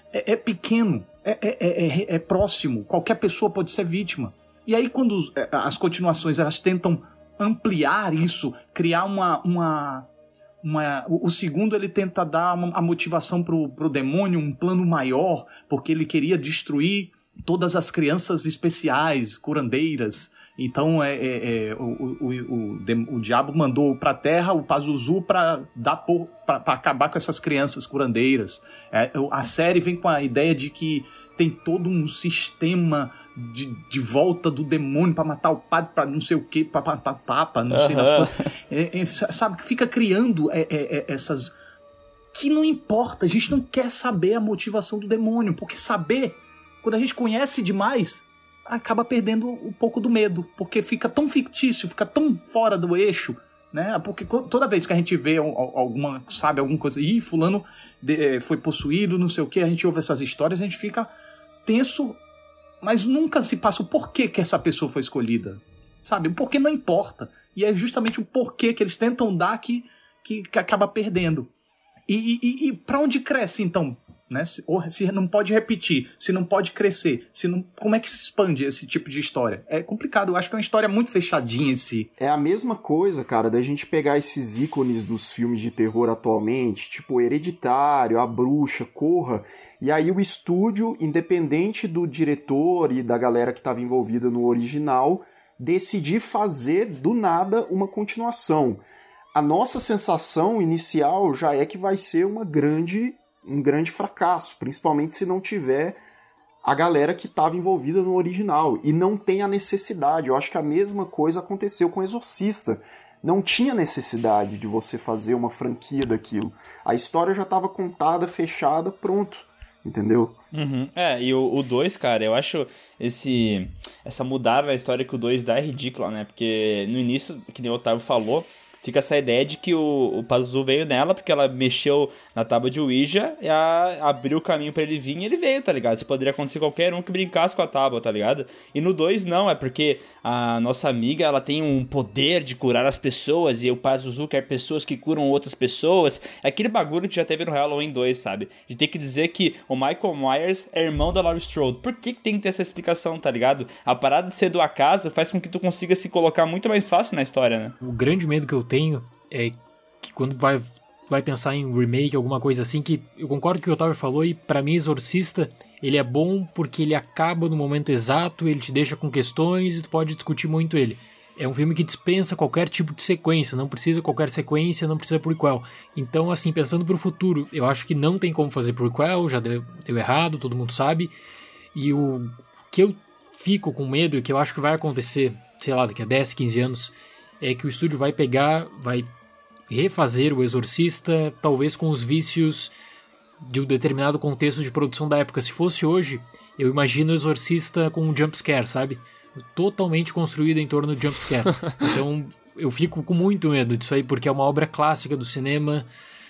é, é pequeno, é, é, é, é próximo, qualquer pessoa pode ser vítima. E aí quando os, as continuações elas tentam ampliar isso, criar uma... uma, uma o, o segundo ele tenta dar uma, a motivação pro, pro demônio, um plano maior, porque ele queria destruir todas as crianças especiais, curandeiras. Então é, é, é, o, o, o, o diabo mandou pra terra o Pazuzu pra, dar por, pra, pra acabar com essas crianças curandeiras. É, a série vem com a ideia de que tem todo um sistema de, de volta do demônio pra matar o padre, pra não sei o que, pra matar o papa, não uhum. sei das coisas. É, é, sabe, que fica criando é, é, é, essas... Que não importa, a gente não quer saber a motivação do demônio, porque saber, quando a gente conhece demais... acaba perdendo um pouco do medo, porque fica tão fictício, fica tão fora do eixo, né? Porque toda vez que a gente vê alguma, sabe, alguma coisa, ih, fulano de, foi possuído, não sei o que, a gente ouve essas histórias, a gente fica tenso, mas nunca se passa o porquê que essa pessoa foi escolhida, sabe? O porquê não importa, e é justamente o porquê que eles tentam dar que, que, que acaba perdendo. E, e, e pra onde cresce, então? Né? Se, ou se não pode repetir, se não pode crescer, se não, como é que se expande esse tipo de história? É complicado, eu acho que é uma história muito fechadinha em si. É a mesma coisa, cara, da gente pegar esses ícones dos filmes de terror atualmente, tipo Hereditário, A Bruxa, Corra, e aí o estúdio, independente do diretor e da galera que estava envolvida no original, decidir fazer do nada uma continuação. A nossa sensação inicial já é que vai ser uma grande... um grande fracasso, principalmente se não tiver a galera que estava envolvida no original, e não tem a necessidade. Eu acho que a mesma coisa aconteceu com Exorcista. Não tinha necessidade de você fazer uma franquia daquilo. A história já estava contada, fechada, pronto, entendeu? Uhum. É, e o dois, cara, eu acho esse essa mudada na história que o dois dá é ridícula, né? Porque no início, que nem o Otávio falou, fica essa ideia de que o, o Pazuzu veio nela porque ela mexeu na tábua de Ouija e a, abriu o caminho pra ele vir e ele veio, tá ligado? Isso poderia acontecer qualquer um que brincasse com a tábua, tá ligado? E no dois não, é porque a nossa amiga, ela tem um poder de curar as pessoas e o Pazuzu quer pessoas que curam outras pessoas. É aquele bagulho que já teve no Halloween dois, sabe? De ter que dizer que o Michael Myers é irmão da Laurie Strode. Por que, que tem que ter essa explicação, tá ligado? A parada de ser do acaso faz com que tu consiga se colocar muito mais fácil na história, né? O grande medo que eu tenho é que quando vai, vai pensar em remake, alguma coisa assim, que eu concordo com o que o Otávio falou, e pra mim Exorcista, ele é bom porque ele acaba no momento exato, ele te deixa com questões e tu pode discutir muito ele. É um filme que dispensa qualquer tipo de sequência, não precisa qualquer sequência, não precisa prequel. Então, assim, pensando pro futuro, eu acho que não tem como fazer prequel, já deu, deu errado, todo mundo sabe. E o que eu fico com medo, e que eu acho que vai acontecer, sei lá, daqui a dez, quinze anos, é que o estúdio vai pegar, vai refazer o Exorcista, talvez com os vícios de um determinado contexto de produção da época. Se fosse hoje, eu imagino o Exorcista com um jumpscare, sabe? Totalmente construído em torno do jumpscare. Então, eu fico com muito medo disso aí, porque é uma obra clássica do cinema.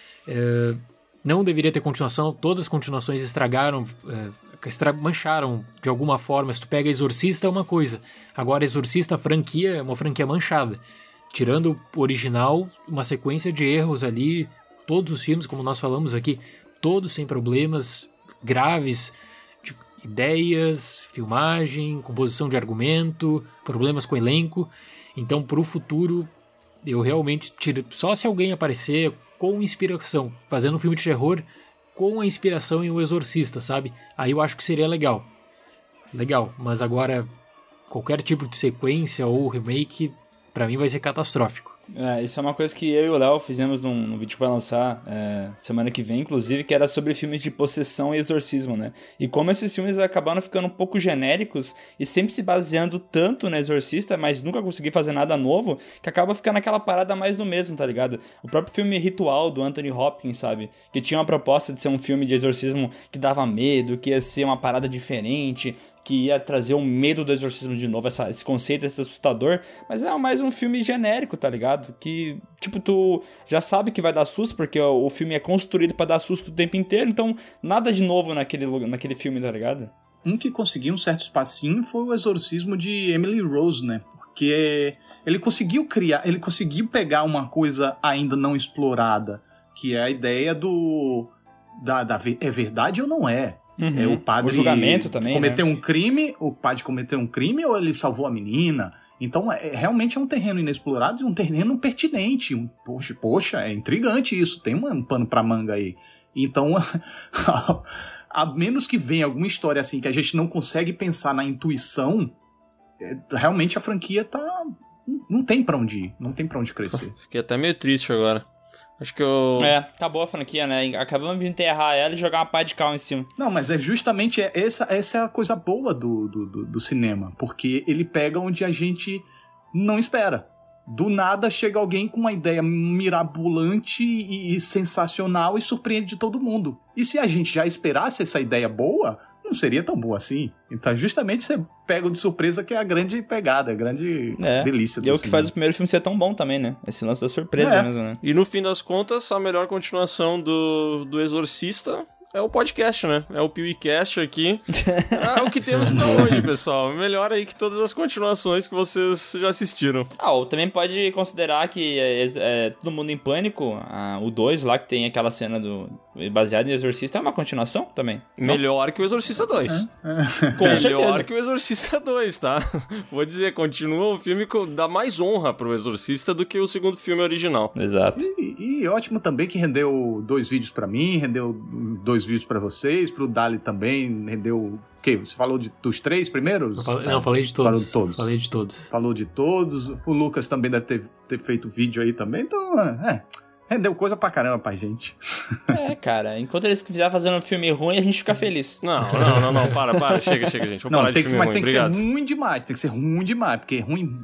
É, não deveria ter continuação, todas as continuações estragaram, é, estra- mancharam de alguma forma. Se tu pega Exorcista é uma coisa, agora Exorcista, a franquia, é uma franquia manchada. Tirando o original, uma sequência de erros ali, todos os filmes, como nós falamos aqui, todos sem problemas graves, de ideias, filmagem, composição de argumento, problemas com o elenco. Então, pro futuro, eu realmente tiro, só se alguém aparecer com inspiração, fazendo um filme de terror com a inspiração em O Exorcista, sabe? Aí eu acho que seria legal. Legal, mas agora qualquer tipo de sequência ou remake, pra mim vai ser catastrófico. É, isso é uma coisa que eu e o Léo fizemos num, num vídeo que vai lançar é, semana que vem, inclusive, que era sobre filmes de possessão e exorcismo, né? E como esses filmes acabaram ficando um pouco genéricos e sempre se baseando tanto no Exorcista, mas nunca consegui fazer nada novo, que acaba ficando aquela parada mais no mesmo, tá ligado? O próprio filme Ritual, do Anthony Hopkins, sabe? Que tinha uma proposta de ser um filme de exorcismo que dava medo, que ia ser uma parada diferente, que ia trazer o medo do exorcismo de novo, essa, esse conceito, esse assustador, mas é mais um filme genérico, tá ligado? Que, tipo, tu já sabe que vai dar susto, porque o, o filme é construído pra dar susto o tempo inteiro, então nada de novo naquele, naquele filme, tá ligado? Um que conseguiu um certo espacinho foi o Exorcismo de Emily Rose, né? Porque ele conseguiu criar, ele conseguiu pegar uma coisa ainda não explorada, que é a ideia do... Da, da, é verdade ou não é? Uhum. É, o padre o julgamento também, cometeu né? um crime, o padre cometeu um crime ou ele salvou a menina? Então, é, realmente é um terreno inexplorado e um terreno pertinente. Um, poxa, poxa, é intrigante isso. Tem um, um pano pra manga aí. Então, a, a menos que venha alguma história assim que a gente não consegue pensar na intuição, é, realmente a franquia tá... Não tem pra onde ir. Não tem pra onde crescer. Fiquei até meio triste agora. Acho que eu... É, acabou a franquia, né? Acabamos de enterrar ela e jogar uma pá de cal em cima. Não, mas é justamente essa, essa é a coisa boa do, do, do, do cinema. Porque ele pega onde a gente não espera. Do nada chega alguém com uma ideia mirabolante e, e sensacional e surpreende todo mundo. E se a gente já esperasse essa ideia boa, não seria tão boa assim. Então justamente você pega de surpresa, que é a grande pegada, a grande é. delícia do E é o cinema. que faz o primeiro filme ser tão bom também, né? Esse lance da surpresa É. mesmo, né? E no fim das contas, a melhor continuação do, do Exorcista é o podcast, né? É o PeeWeeCast aqui. É o que temos pra hoje, pessoal. Melhor aí que todas as continuações que vocês já assistiram. Ah, ou também pode considerar que é, é, Todo Mundo em Pânico, a, o dois lá, que tem aquela cena do baseado em Exorcista, é uma continuação também. Melhor que o Exorcista dois. Com Melhor certeza. que o Exorcista dois, tá? Vou dizer, continua o filme que dá mais honra pro Exorcista do que o segundo filme original. Exato. E, e ótimo também que rendeu dois vídeos pra mim, rendeu dois vídeos pra vocês, pro Dali também, rendeu... O quê? Você falou de, dos três primeiros? Eu falei, não, eu falei de todos. Falou de todos. Falei de todos. Falou de todos. O Lucas também deve ter, ter feito vídeo aí também, então, é... Rendeu coisa pra caramba pra gente. É, cara, enquanto eles quiserem fazer um filme ruim, a gente fica feliz. Não, não, não, não, para, para, chega, chega, gente. Vamos Não, parar tem de que, filme mas ruim, tem que obrigado. ser ruim demais, tem que ser ruim demais, porque ruim...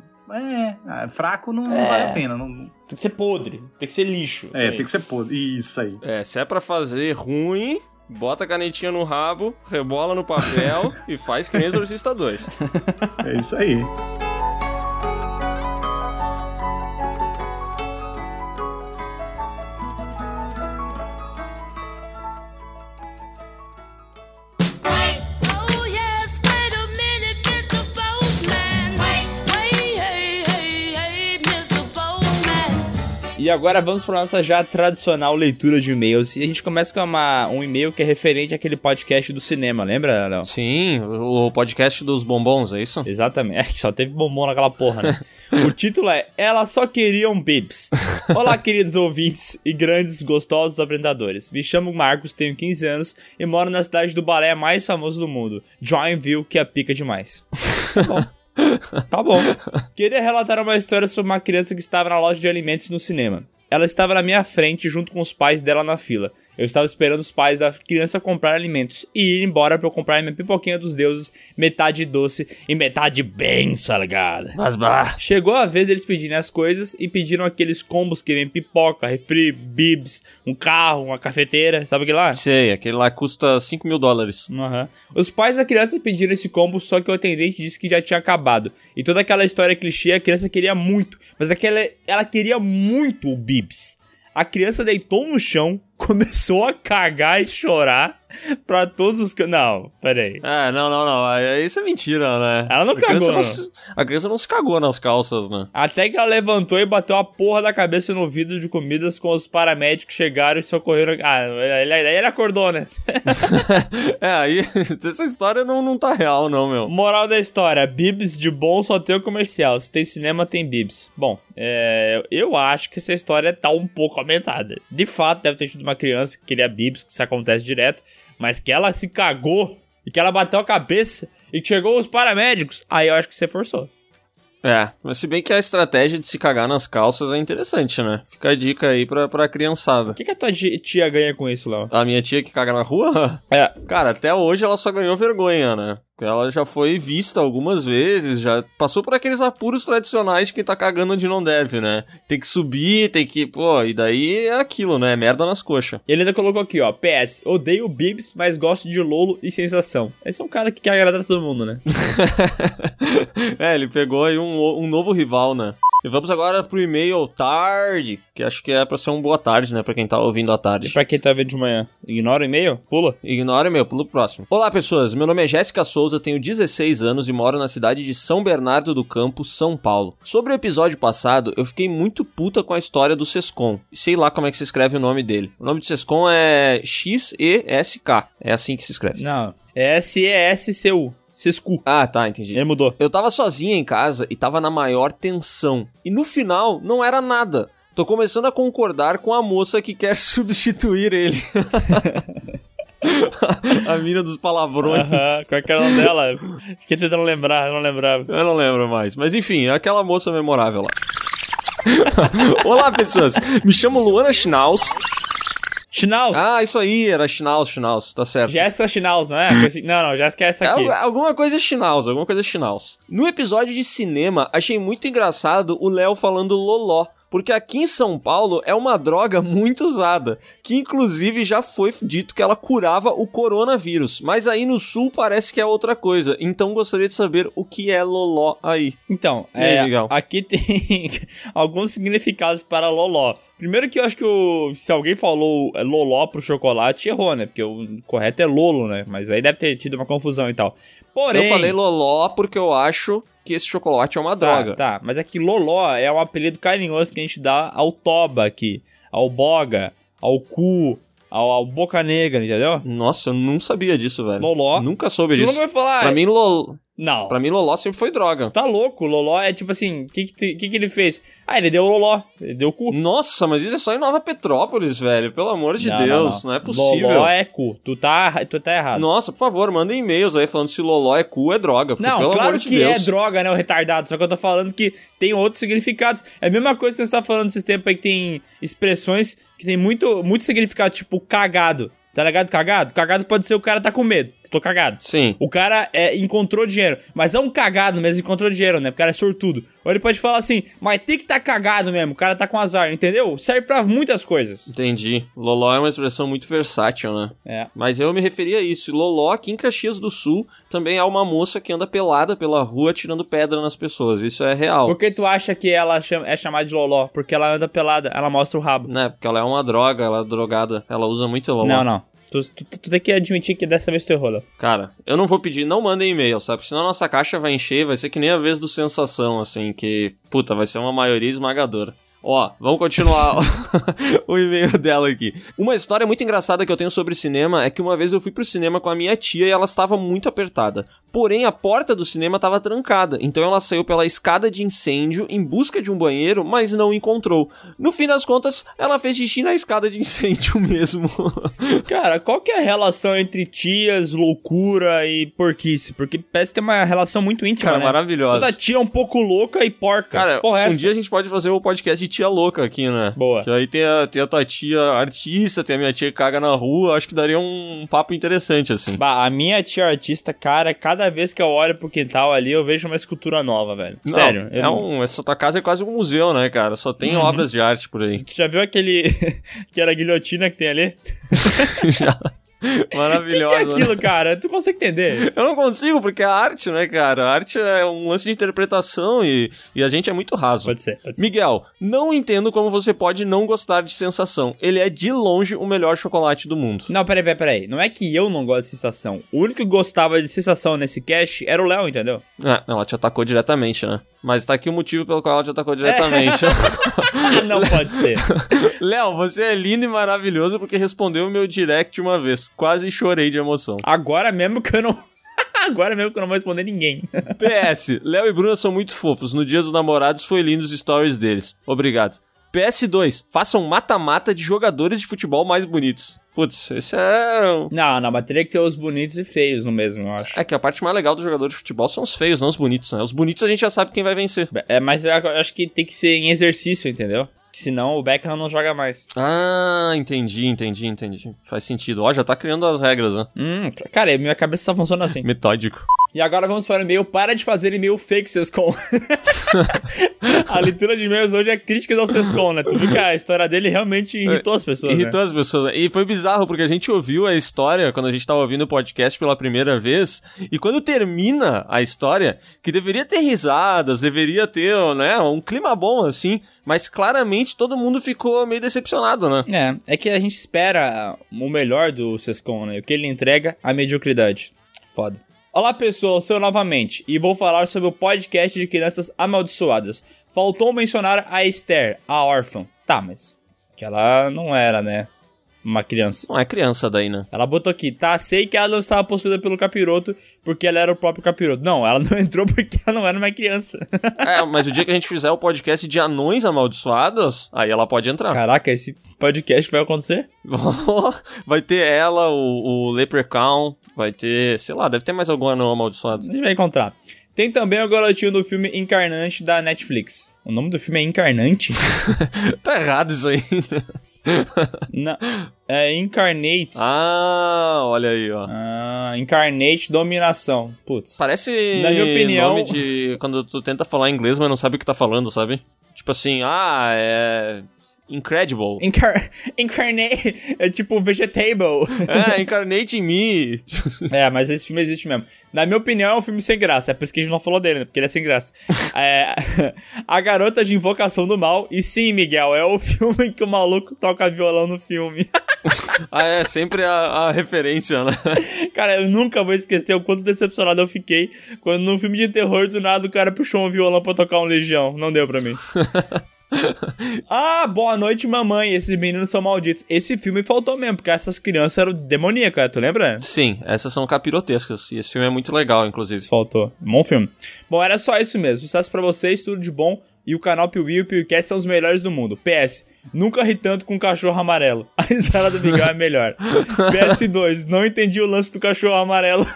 É, fraco não, não É. vale a pena. Não... Tem que ser podre, tem que ser lixo. É, tem que ser podre. Isso aí. É, se é pra fazer ruim, bota a canetinha no rabo, rebola no papel e faz que nem Exorcista dois. É isso aí. Oh yes, wait a minute, mister Postman. Wait, hey, hey, hey, mister Postman. E agora vamos para nossa já tradicional leitura de e-mails. E a gente começa com uma, um e-mail que é referente àquele podcast do cinema, lembra, Léo? Sim, o podcast dos bombons, é isso? Exatamente, é que só teve bombom naquela porra, né? O título é Ela Só Queria um Bibs. Olá, queridos ouvintes e grandes gostosos apresentadores. Me chamo Marcos, tenho quinze anos e moro na cidade do balé mais famoso do mundo, Joinville, que é pica demais. Tá bom. Tá bom. Queria relatar uma história sobre uma criança que estava na loja de alimentos no cinema. Ela estava na minha frente junto com os pais dela na fila. Eu estava esperando os pais da criança comprar alimentos e ir embora pra eu comprar minha pipoquinha dos deuses, metade doce e metade bem salgada. Mas bah. Chegou a vez deles pedirem as coisas e pediram aqueles combos que vem pipoca, refri, bibs, um carro, uma cafeteira, sabe aquele lá? Sei, aquele lá custa cinco mil dólares. Uhum. Os pais da criança pediram esse combo, só que o atendente disse que já tinha acabado. E toda aquela história clichê, a criança queria muito, mas aquela, ela queria muito o bibs. A criança deitou no chão, começou a cagar e chorar pra todos os... Não, peraí. É, não, não, não. Isso é mentira, né? Ela não a criança cagou, não não. se, A criança não se cagou nas calças, né? Até que ela levantou e bateu a porra da cabeça no vidro de comidas com os paramédicos que chegaram e socorreram... Ah, ele, ele acordou, né? É, aí essa história não, não tá real, não, meu. Moral da história, bibs de bom só tem o comercial. Se tem cinema, tem bibs. Bom, é, eu acho que essa história tá um pouco aumentada. De fato, deve ter tido uma criança que queria bibs, que isso acontece direto, mas que ela se cagou e que ela bateu a cabeça e que chegou os paramédicos, aí eu acho que você forçou. É, mas se bem que a estratégia de se cagar nas calças é interessante, né? Fica a dica aí pra, pra criançada. O que, que a tua tia ganha com isso, Léo? A minha tia que caga na rua? É. Cara, até hoje ela só ganhou vergonha, né? Ela já foi vista algumas vezes, já passou por aqueles apuros tradicionais de quem tá cagando onde não deve, né? Tem que subir, tem que... Pô, e daí é aquilo, né? Merda nas coxas. Ele ainda colocou aqui, ó, P S, odeio bibs, mas gosto de Lolo e sensação. Esse é um cara que quer agradar todo mundo, né? É, ele pegou aí um, um novo rival, né? E vamos agora pro e-mail tarde, que acho que é pra ser um boa tarde, né, pra quem tá ouvindo à tarde. E pra quem tá vendo de manhã? Ignora o e-mail? Pula? Ignora o e-mail, pula pro próximo. Olá, pessoas. Meu nome é Jéssica Souza, tenho dezesseis anos e moro na cidade de São Bernardo do Campo, São Paulo. Sobre o episódio passado, eu fiquei muito puta com a história do Sescom. Sei lá como é que se escreve o nome dele. O nome do Sescom é X E S K. É assim que se escreve. Não, é S E S C U. Sescu. Ah, tá, entendi. Ele mudou. Eu tava sozinha em casa e tava na maior tensão. E no final, não era nada. Tô começando a concordar com a moça que quer substituir ele. A mina dos palavrões. Aham, qual é que era o nome dela? Fiquei tentando lembrar, eu não lembrava. Eu não lembro mais. Mas enfim, é aquela moça memorável lá. Olá, pessoas. Me chamo Luana Schnauz. Schnauz. Ah, isso aí, era Schnauz, Schnauz, tá certo. Jéssica Schnauz, não é? Não, não, Jéssica é essa aqui. É, alguma coisa Schnauz, alguma coisa Schnauz. No episódio de cinema, achei muito engraçado o Léo falando loló, porque aqui em São Paulo é uma droga muito usada, que inclusive já foi dito que ela curava o coronavírus, mas aí no sul parece que é outra coisa, então gostaria de saber o que é loló aí. Então, E aí, é, Miguel? aqui tem alguns significados para loló. Primeiro que eu acho que o, se alguém falou loló pro chocolate, errou, né? Porque o correto é lolo, né? Mas aí deve ter tido uma confusão e tal. Porém... Eu falei loló porque eu acho que esse chocolate é uma droga. Tá, tá, mas é que loló é um apelido carinhoso que a gente dá ao toba aqui, ao boga, ao cu, ao, ao boca negra, entendeu? Nossa, eu não sabia disso, velho. Loló. Nunca soube Tu disso. não vai falar... Pra mim, loló... Não. Pra mim, loló sempre foi droga. Tá louco, loló é tipo assim, o que que, que que ele fez? Ah, ele deu loló, ele deu cu. Nossa, mas isso é só em Nova Petrópolis, velho. Pelo amor de Não, Deus, não, não, não. é possível. Loló é cu, tu tá, tu tá errado. Nossa, por favor, mandem e-mails aí falando se loló é cu, é droga. Porque, Não, pelo claro amor de que Deus. é droga, né, o retardado, só que eu tô falando que tem outros significados. É a mesma coisa que você tá falando esses tempos aí que tem expressões que tem muito, muito significado, tipo cagado. Tá ligado? Cagado? Cagado pode ser o cara tá com medo. Tô cagado. Sim. O cara é, encontrou dinheiro. Mas é um cagado mesmo, encontrou dinheiro, né? O cara é sortudo. Ou ele pode falar assim, mas tem que tá cagado mesmo. O cara tá com azar, entendeu? Serve pra muitas coisas. Entendi. Loló é uma expressão muito versátil, né? É. Mas eu me referia a isso. Loló, aqui em Caxias do Sul, também é uma moça que anda pelada pela rua tirando pedra nas pessoas. Isso é real. Por que tu acha que ela chama- é chamada de loló? Porque ela anda pelada, ela mostra o rabo. Né? Porque ela é uma droga, ela é drogada. Ela usa muito loló. Não, não. Tu, tu, tu tem que admitir que dessa vez tu errou, Léo. Cara, eu não vou pedir, não mandem e-mail, sabe? Porque senão a nossa caixa vai encher, vai ser que nem a vez do Sensação, assim, que, puta, vai ser uma maioria esmagadora. Ó, vamos continuar o e-mail dela aqui. Uma história muito engraçada que eu tenho sobre cinema é que uma vez eu fui pro cinema com a minha tia e ela estava muito apertada. Porém, a porta do cinema estava trancada, então ela saiu pela escada de incêndio em busca de um banheiro, mas não encontrou. No fim das contas, ela fez xixi na escada de incêndio mesmo. Cara, qual que é a relação entre tias, loucura e porquice? Porque parece ter uma relação muito íntima, Cara, né? maravilhosa. Toda tia é um pouco louca e porca. Cara, Porra, é um essa? dia a gente pode fazer o um podcast de tia louca aqui, né? Boa. Que aí tem a, tem a tua tia artista, tem a minha tia que caga na rua, acho que daria um papo interessante, assim. Bah, a minha tia artista, cara, cada vez que eu olho pro quintal ali, eu vejo uma escultura nova, velho. Não, Sério. É eu- um, essa tua casa é quase um museu, né, cara? Só tem Uhum. obras de arte por aí. Tu já viu aquele... que era a guilhotina que tem ali? Já. O que, que Maravilhosa. é aquilo, cara? Tu consegue entender? Eu não consigo, porque é arte, né, cara? A arte é um lance de interpretação e, e a gente é muito raso. Pode ser, pode ser. Miguel, não entendo como você pode não gostar de Sensação. Ele é de longe o melhor chocolate do mundo. Não, peraí, peraí, peraí. Não é que eu não gosto de sensação. O único que gostava de sensação nesse cast era o Léo, entendeu? É, ela te atacou diretamente, né? Mas tá aqui o motivo pelo qual ela te atacou diretamente. Não pode ser. Léo, você é lindo e maravilhoso porque respondeu o meu direct uma vez. Quase chorei de emoção. Agora mesmo que eu não... Agora mesmo que eu não vou responder ninguém. P S. Léo e Bruna são muito fofos. No dia dos namorados foi lindo os stories deles. Obrigado. P S dois. Façam mata-mata de jogadores de futebol mais bonitos. Putz, esse é... um- Não, não, mas teria que ter os bonitos e feios no mesmo, eu acho. É que a parte mais legal do jogador de futebol são os feios, não os bonitos, né? Os bonitos a gente já sabe quem vai vencer. É, mas eu acho que tem que ser em exercício, entendeu? Que senão o Beckham não joga mais. Ah, entendi, entendi, entendi. Faz sentido. Ó, já tá criando as regras, né? Hum, cara, minha cabeça só funciona assim. Metódico. E agora vamos para o e-mail. Para de fazer e-mail fake, Sescom. A leitura de e-mails hoje é críticas ao Sescom, né? Tu viu que a história dele realmente irritou as pessoas, Irritou né? as pessoas. E foi bizarro, porque a gente ouviu a história quando a gente tava ouvindo o podcast pela primeira vez, e quando termina a história, que deveria ter risadas, deveria ter, né, um clima bom, assim, mas claramente todo mundo ficou meio decepcionado, né? É, é que a gente espera o melhor do Sescom, né? O que ele entrega, a mediocridade. Foda. Olá pessoal, sou eu novamente e vou falar sobre o podcast de crianças amaldiçoadas. Faltou mencionar a Esther, a órfã. Tá, mas que ela não era, né? Uma criança. Não é criança daí, né? Ela botou aqui, tá, sei que ela não estava possuída pelo capiroto porque ela era o próprio capiroto. Não, ela não entrou porque ela não era uma criança. É, mas o dia que a gente fizer o podcast de anões amaldiçoados, aí ela pode entrar. Caraca, esse podcast vai acontecer? Vai ter ela, o, o Leprechaun, vai ter, sei lá, deve ter mais algum anão amaldiçoado. A gente vai encontrar. Tem também o garotinho do filme Encarnante da Netflix. O nome do filme é Encarnante? Tá errado isso aí. Não, é Incarnate. Ah, olha aí, ó. Ah, Incarnate Dominação. Putz. Parece na minha opinião, nome de quando tu tenta falar inglês, mas não sabe o que tá falando, sabe? Tipo assim, ah, é... Incredible. Incar... Incarnate. É tipo vegetable. É, Incarnate in Me. É, mas esse filme existe mesmo. Na minha opinião, é um filme sem graça. É por isso que a gente não falou dele, né? Porque ele é sem graça. É... A Garota de Invocação do Mal. E sim, Miguel, é o filme que o maluco toca violão no filme. Ah, é, sempre a, a referência, né? Cara, eu nunca vou esquecer o quanto decepcionado eu fiquei quando num filme de terror, do nada, o cara puxou um violão pra tocar um Legião. Não deu pra mim. Ah, boa noite, mamãe. Esses meninos são malditos. Esse filme faltou mesmo, porque essas crianças eram demoníacas, tu lembra? Sim, essas são capirotescas. E esse filme é muito legal, inclusive. Faltou. Bom filme. Bom, era só isso mesmo. Sucesso pra vocês, tudo de bom. E o canal Piuí e o PiuíCast são os melhores do mundo. P S. Nunca ri tanto com um cachorro amarelo. A risada do Miguel é melhor. P S dois. Não entendi o lance do cachorro amarelo.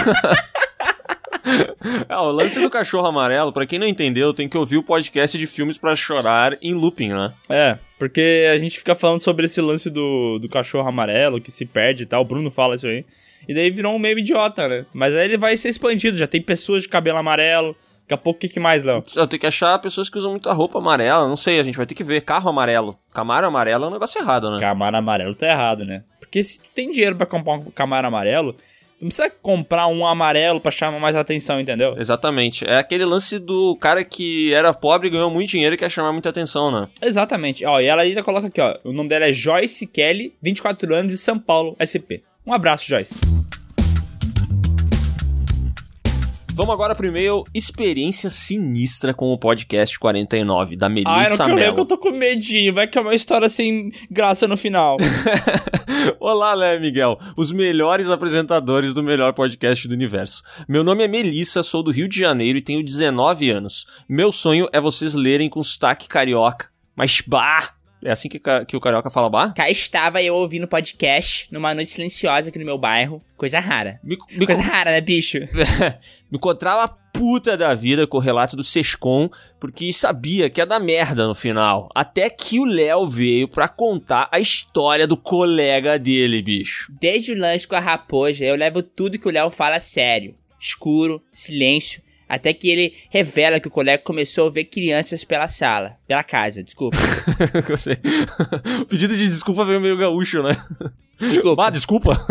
É, o lance do cachorro amarelo, pra quem não entendeu, tem que ouvir o podcast de filmes pra chorar em looping, né? É, porque a gente fica falando sobre esse lance do, do cachorro amarelo que se perde e tal, o Bruno fala isso aí. E daí virou um meme idiota, né? Mas aí ele vai ser expandido, já tem pessoas de cabelo amarelo. Daqui a pouco, o que, que mais, Léo? Eu tenho que achar pessoas que usam muita roupa amarela, não sei, a gente vai ter que ver. Carro amarelo. Camaro amarelo é um negócio errado, né? Camaro amarelo tá errado, né? Porque se tu tem dinheiro pra comprar um Camaro amarelo, não precisa comprar um amarelo pra chamar mais atenção, entendeu? Exatamente. É aquele lance do cara que era pobre e ganhou muito dinheiro e quer chamar muita atenção, né? Exatamente. Ó, e ela ainda coloca aqui, ó. O nome dela é Joyce Kelly, vinte e quatro anos, de São Paulo, S P. Um abraço, Joyce. Vamos agora pro e-mail Experiência Sinistra com o podcast quarenta e nove, da Melissa Mello. Ah, eu não quero ler Mello. que eu tô com medinho. Vai que é uma história sem graça no final. Olá, Lé Miguel, os melhores apresentadores do melhor podcast do universo. Meu nome é Melissa, sou do Rio de Janeiro e tenho dezenove anos. Meu sonho é vocês lerem com sotaque carioca. Mas bah! É assim que, que o carioca fala bah? Cá estava eu ouvindo podcast numa noite silenciosa aqui no meu bairro. Coisa rara. Me, me Coisa rara, né, bicho? Me encontrava puta da vida com o relato do Sescom, porque sabia que ia dar merda no final. Até que o Léo veio pra contar a história do colega dele, bicho. Desde o lanche com a raposa, eu levo tudo que o Léo fala a sério. Escuro, silêncio, até que ele revela que o colega começou a ver crianças pela sala. Pela casa, desculpa. Eu sei. O pedido de desculpa veio meio gaúcho, né? Desculpa. Ah, desculpa.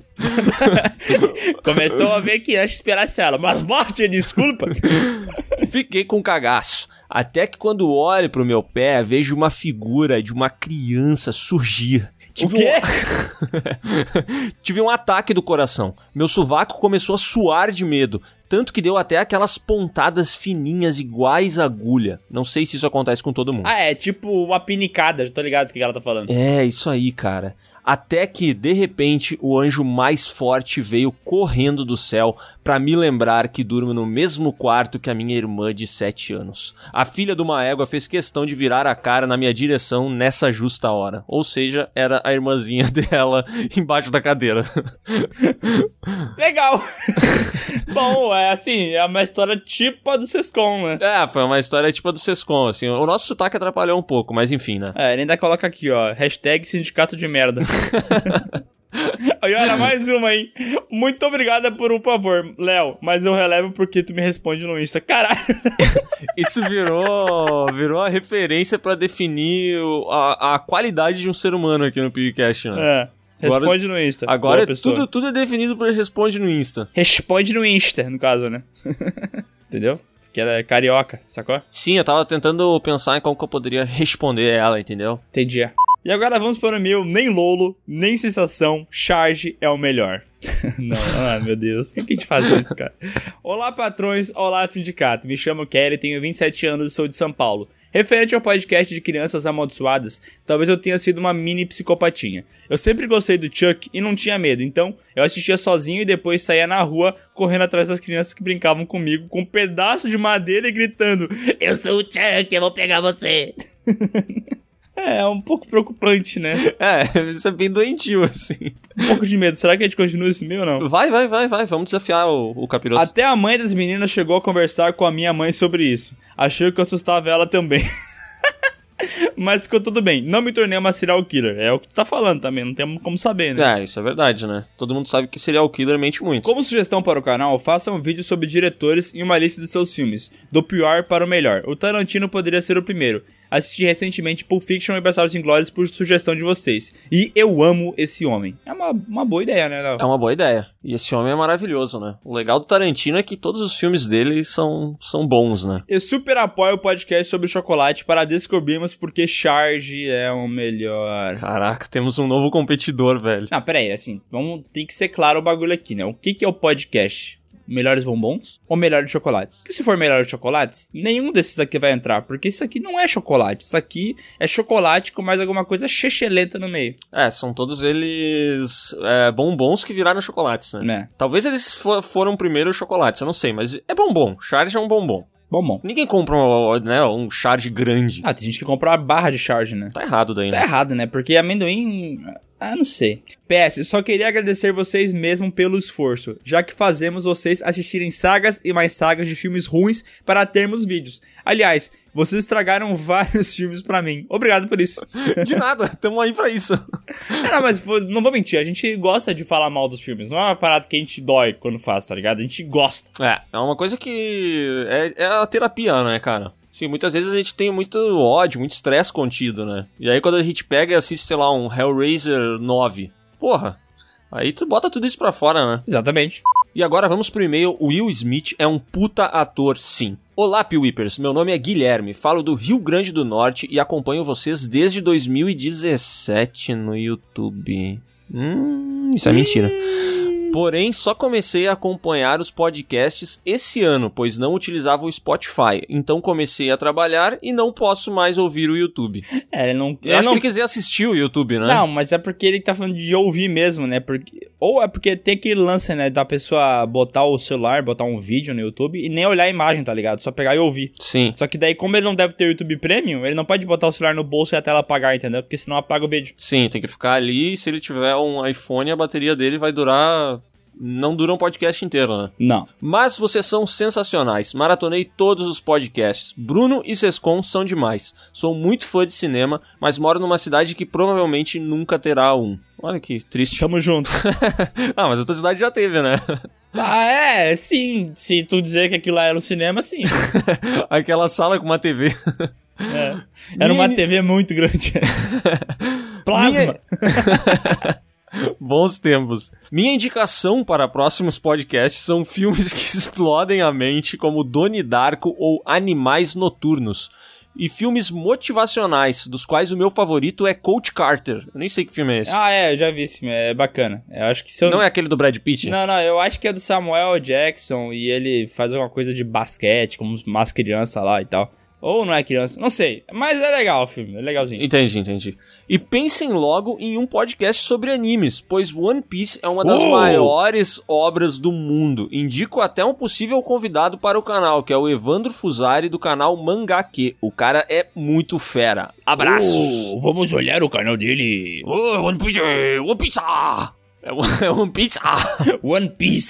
Começou a ver crianças pela sala. Mas morte, desculpa. Fiquei com cagaço. Até que quando olho pro meu pé, vejo uma figura de uma criança surgir. Tive o quê? Um... Tive um ataque do coração. Meu sovaco começou a suar de medo. Tanto que deu até aquelas pontadas fininhas iguais a agulha. Não sei se isso acontece com todo mundo. Ah, é tipo uma pinicada. Já tô ligado do que ela tá falando. É, isso aí, cara. Até que, de repente, o anjo mais forte veio correndo do céu pra me lembrar que durmo no mesmo quarto que a minha irmã de sete anos. A filha de uma égua fez questão de virar a cara na minha direção nessa justa hora. Ou seja, era a irmãzinha dela embaixo da cadeira. Legal! Bom, é assim, é uma história tipo a do Sescom, né? É, foi uma história tipo a do Sescom, assim. O nosso sotaque atrapalhou um pouco, mas enfim, né? É, ele ainda coloca aqui, ó, hashtag sindicato de merda. E olha, mais uma, hein? Muito obrigada por um favor, Léo, mas eu relevo porque tu me responde no Insta. Caralho! Isso virou, virou a referência pra definir o- a, a qualidade de um ser humano aqui no PewCast, né? É, responde Agora- no Insta. Agora Boa é pessoa. tudo, tudo é definido por responde no Insta. Responde no Insta, no caso, né? Entendeu? Que ela é carioca, sacou? Sim, eu tava tentando pensar em como que eu poderia responder ela, entendeu? Entendi. E agora vamos para o meu, nem Lolo, nem Sensação, Charge é o melhor. Não, ah, meu Deus, por que a gente faz isso, cara? Olá, patrões, olá, sindicato. Me chamo Kelly, tenho vinte e sete anos e sou de São Paulo. Referente ao podcast de crianças amaldiçoadas, talvez eu tenha sido uma mini psicopatinha. Eu sempre gostei do Chuck e não tinha medo, então eu assistia sozinho e depois saía na rua correndo atrás das crianças que brincavam comigo com um pedaço de madeira e gritando: "Eu sou o Chuck, eu vou pegar você." É, um pouco preocupante, né? É, isso é bem doentio, assim. Um pouco de medo. Será que a gente continua esse meio ou não? Vai, vai, vai, vai, vamos desafiar o, o capiroto. Até a mãe das meninas chegou a conversar com a minha mãe sobre isso. Achou que eu assustava ela também. Mas ficou tudo bem. Não me tornei uma serial killer. É o que tu tá falando também, não temos como saber, né? É, isso é verdade, né? Todo mundo sabe que serial killer mente muito. Como sugestão para o canal, faça um vídeo sobre diretores e uma lista de seus filmes, do pior para o melhor. O Tarantino poderia ser o primeiro. Assisti recentemente Pulp Fiction e Bastardos Inglórios por sugestão de vocês. E eu amo esse homem. É uma, uma boa ideia, né, Léo? É uma boa ideia. E esse homem é maravilhoso, né? O legal do Tarantino é que todos os filmes dele são, são bons, né? Eu super apoio o podcast sobre chocolate para descobrirmos porque Charge é o melhor. Caraca, temos um novo competidor, velho. Não, pera aí, assim, vamos, tem que ser claro o bagulho aqui, né? O que, que é o podcast? Melhores bombons ou melhores chocolates? Porque se for melhores chocolates, nenhum desses aqui vai entrar, porque isso aqui não é chocolate, isso aqui é chocolate com mais alguma coisa chechelenta no meio. É, são todos eles é, bombons que viraram chocolates, né? É. Talvez eles for, foram primeiro chocolates, eu não sei, mas é bombom. Charge é um bombom. Bombom. Ninguém compra um, né, um charge grande. Ah, tem gente que compra uma barra de Charge, né? Tá errado daí, né? Tá errado, né? Porque amendoim... Ah, não sei. P S, só queria agradecer vocês mesmo pelo esforço, já que fazemos vocês assistirem sagas e mais sagas de filmes ruins para termos vídeos. Aliás, vocês estragaram vários filmes pra mim. Obrigado por isso. De nada, tamo aí pra isso. Não, mas foi- não vou mentir, a gente gosta de falar mal dos filmes. Não é uma parada que a gente dói quando faz, tá ligado? A gente gosta. É, é uma coisa que é, é a terapia, né, cara? Sim, muitas vezes a gente tem muito ódio, muito estresse contido, né? E aí quando a gente pega e assiste, sei lá, um Hellraiser nove, porra, aí tu bota tudo isso pra fora, né? Exatamente. E agora vamos pro e-mail. Will Smith é um puta ator, sim. Olá, Piuípers. Meu nome é Guilherme, falo do Rio Grande do Norte e acompanho vocês desde dois mil e dezessete no YouTube. Hum, isso é mentira. Porém, só comecei a acompanhar os podcasts esse ano, pois não utilizava o Spotify. Então comecei a trabalhar e não posso mais ouvir o YouTube. É, ele não... Eu ele acho não... que ele quiser assistir o YouTube, né? Não, mas é porque ele tá falando de ouvir mesmo, né? Porque... Ou é porque tem aquele lance, né? Da pessoa botar o celular, botar um vídeo no YouTube e nem olhar a imagem, tá ligado? Só pegar e ouvir. Sim. Só que daí, como ele não deve ter o YouTube Premium, ele não pode botar o celular no bolso e a tela apagar, entendeu? Porque senão apaga o vídeo. Sim, tem que ficar ali e se ele tiver um iPhone, a bateria dele vai durar... Não dura um podcast inteiro, né? Não. Mas vocês são sensacionais. Maratonei todos os podcasts. Bruno e Sescon são demais. Sou muito fã de cinema, mas moro numa cidade que provavelmente nunca terá um. Olha que triste. Tamo junto. Ah, mas a tua cidade já teve, né? Ah, é, sim. Se tu dizer que aquilo lá era um cinema, sim. Aquela sala com uma T V. É. Era uma Minha- T V muito grande. Plasma. Minha- Bons tempos. Minha indicação para próximos podcasts são filmes que explodem a mente, como Donnie Darko ou Animais Noturnos. E filmes motivacionais, dos quais o meu favorito é Coach Carter. Eu nem sei que filme é esse. Ah, é, eu já vi esse filme, é bacana. Eu acho que se eu... Não é aquele do Brad Pitt? Não, não, eu acho que é do Samuel Jackson e ele faz alguma coisa de basquete, como umas crianças lá e tal. Ou não é criança, não sei. Mas é legal o filme, é legalzinho. Entendi, entendi. E pensem logo em um podcast sobre animes, pois One Piece é uma das Oh! maiores obras do mundo. Indico até um possível convidado para o canal, que é o Evandro Fusari, do canal Mangake. O cara é muito fera. Abraços! Oh, vamos olhar o canal dele. Oh, One Piece! One Piece! É One Piece. One Piece.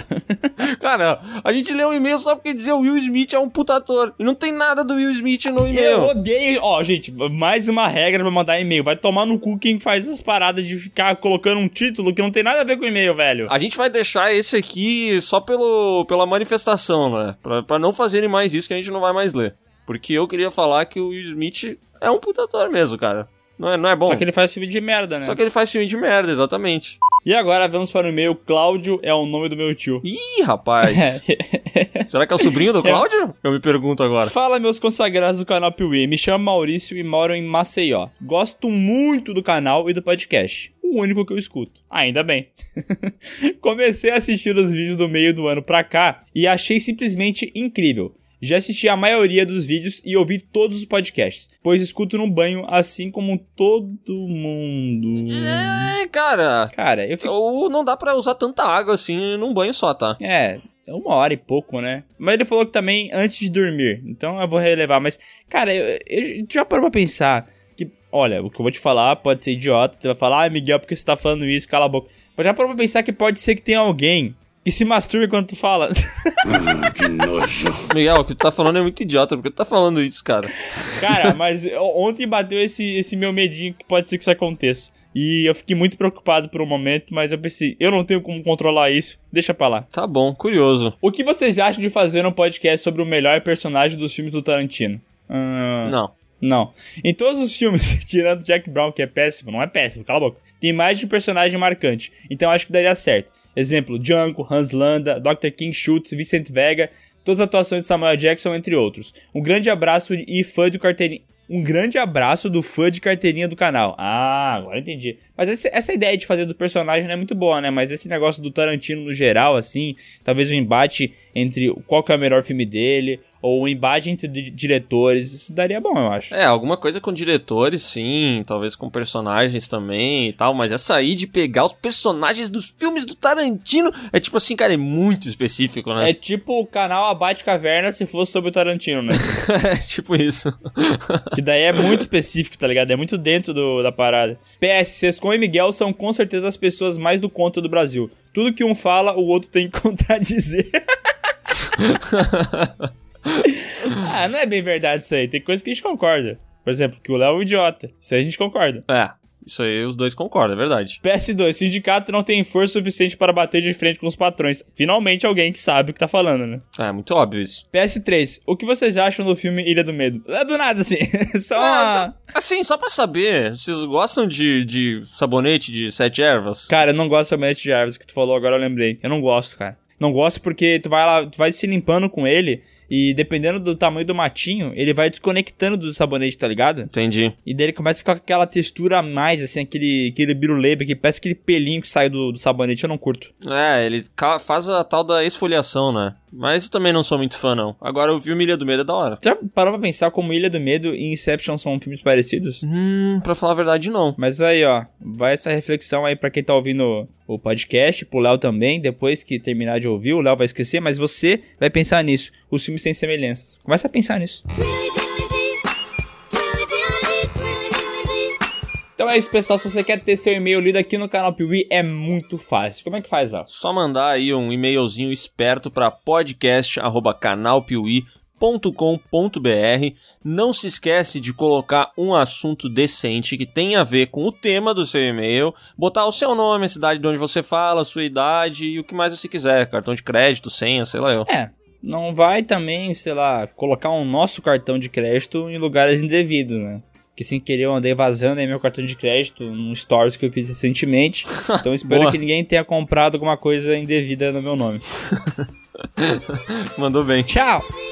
Cara, a gente leu um e-mail só porque dizia o Will Smith é um puta ator. E não tem nada do Will Smith no e-mail. Eu odeio... Ó, gente, mais uma regra pra mandar e-mail. Vai tomar no cu quem faz essas paradas de ficar colocando um título que não tem nada a ver com o e-mail, velho. A gente vai deixar esse aqui só pelo, pela manifestação, né? Pra, pra não fazerem mais isso que a gente não vai mais ler. Porque eu queria falar que o Will Smith é um puta ator mesmo, cara. Não é, não é bom? Só que ele faz filme de merda, né? Só que ele faz filme de merda, exatamente. E agora vamos para o e-mail. Cláudio é o nome do meu tio. Ih, rapaz. Será que é o sobrinho do Cláudio? Eu me pergunto agora. Fala, meus consagrados do canal Piuí. Me chamo Maurício e moro em Maceió. Gosto muito do canal e do podcast. O único que eu escuto. Ainda bem. Comecei a assistir os vídeos do meio do ano pra cá e achei simplesmente incrível. Já assisti a maioria dos vídeos e ouvi todos os podcasts, pois escuto no banho, assim como todo mundo. É, cara. Cara, eu fico... Ou não dá pra usar tanta água assim num banho só, tá? É, é uma hora e pouco, né? Mas ele falou que também antes de dormir, então eu vou relevar. Mas, cara, eu, eu já parou pra pensar que, olha, o que eu vou te falar pode ser idiota. Você vai falar, ah, Miguel, por que você tá falando isso? Cala a boca. Mas já parou pra pensar que pode ser que tenha alguém que se masturbe quando tu fala. Hum, que nojo. Miguel, o que tu tá falando é muito idiota. Por que tu tá falando isso, cara? Cara, mas ontem bateu esse, esse meu medinho que pode ser que isso aconteça. E eu fiquei muito preocupado por um momento, mas eu pensei, eu não tenho como controlar isso, deixa pra lá. Tá bom, curioso. O que vocês acham de fazer um podcast sobre o melhor personagem dos filmes do Tarantino? Hum... Não. Não. Em todos os filmes, tirando Jack Brown, que é péssimo, não é péssimo, cala a boca, tem mais de um personagem marcante, então acho que daria certo. Exemplo, Django, Hans Landa, doutor King Schultz, Vicente Vega, todas as atuações de Samuel Jackson, entre outros. Um grande abraço e fã de carteirinha... Um grande abraço do fã de carteirinha do canal. Ah, agora entendi. Mas essa, essa ideia de fazer do personagem não é muito boa, né? Mas esse negócio do Tarantino no geral, assim, talvez um embate entre qual que é o melhor filme dele, ou um embate entre di- diretores, isso daria bom, eu acho. É, alguma coisa com diretores, sim, talvez com personagens também e tal, mas essa aí de pegar os personagens dos filmes do Tarantino é tipo assim, cara, é muito específico, né? É tipo o canal Abate Caverna se fosse sobre o Tarantino, né? É tipo isso. Que daí é muito específico, tá ligado? É muito dentro do, da parada. P S, Sescon e Miguel são com certeza as pessoas mais do contra do Brasil. Tudo que um fala, o outro tem que contradizer. Ah, não é bem verdade isso aí. Tem coisa que a gente concorda. Por exemplo, que o Léo é um idiota. Isso aí a gente concorda. É, isso aí os dois concordam, é verdade. P S dois, sindicato não tem força suficiente para bater de frente com os patrões. Finalmente alguém que sabe o que tá falando, né? É, muito óbvio isso. P S três, o que vocês acham do filme Ilha do Medo? É do nada, assim. Só uma... Ah, só, assim, só pra saber, vocês gostam de, de sabonete de sete ervas? Cara, eu não gosto de sabonete de ervas que tu falou, agora eu lembrei. Eu não gosto, cara. Não gosto porque tu vai lá, tu vai se limpando com ele e dependendo do tamanho do matinho, ele vai desconectando do sabonete, tá ligado? Entendi. E daí ele começa a ficar com aquela textura a mais, assim, aquele, aquele birulebe, que parece aquele pelinho que sai do, do sabonete, eu não curto. É, ele ca- faz a tal da esfoliação, né? Mas eu também não sou muito fã, não. Agora o filme Ilha do Medo é da hora. Já parou pra pensar como Ilha do Medo e Inception são filmes parecidos? Hum, pra falar a verdade, não. Mas aí, ó, vai essa reflexão aí pra quem tá ouvindo o podcast, pro Léo também, depois que terminar de ouvir, o Léo vai esquecer, mas você vai pensar nisso. Os filmes têm semelhanças. Começa a pensar nisso. Então é isso, pessoal. Se você quer ter seu e-mail lido aqui no canal Piuí, é muito fácil. Como é que faz, Léo? Só mandar aí um e-mailzinho esperto pra podcast arroba canal piuí ponto com ponto b r. Não se esquece de colocar um assunto decente que tenha a ver com o tema do seu e-mail, botar o seu nome, a cidade de onde você fala, a sua idade e o que mais você quiser, cartão de crédito, senha, sei lá eu. É, não vai também, sei lá, colocar o nosso cartão de crédito em lugares indevidos, né? Que sem querer eu andei vazando aí meu cartão de crédito num stories que eu fiz recentemente. Então espero Boa. que ninguém tenha comprado alguma coisa indevida no meu nome. Mandou bem. Tchau!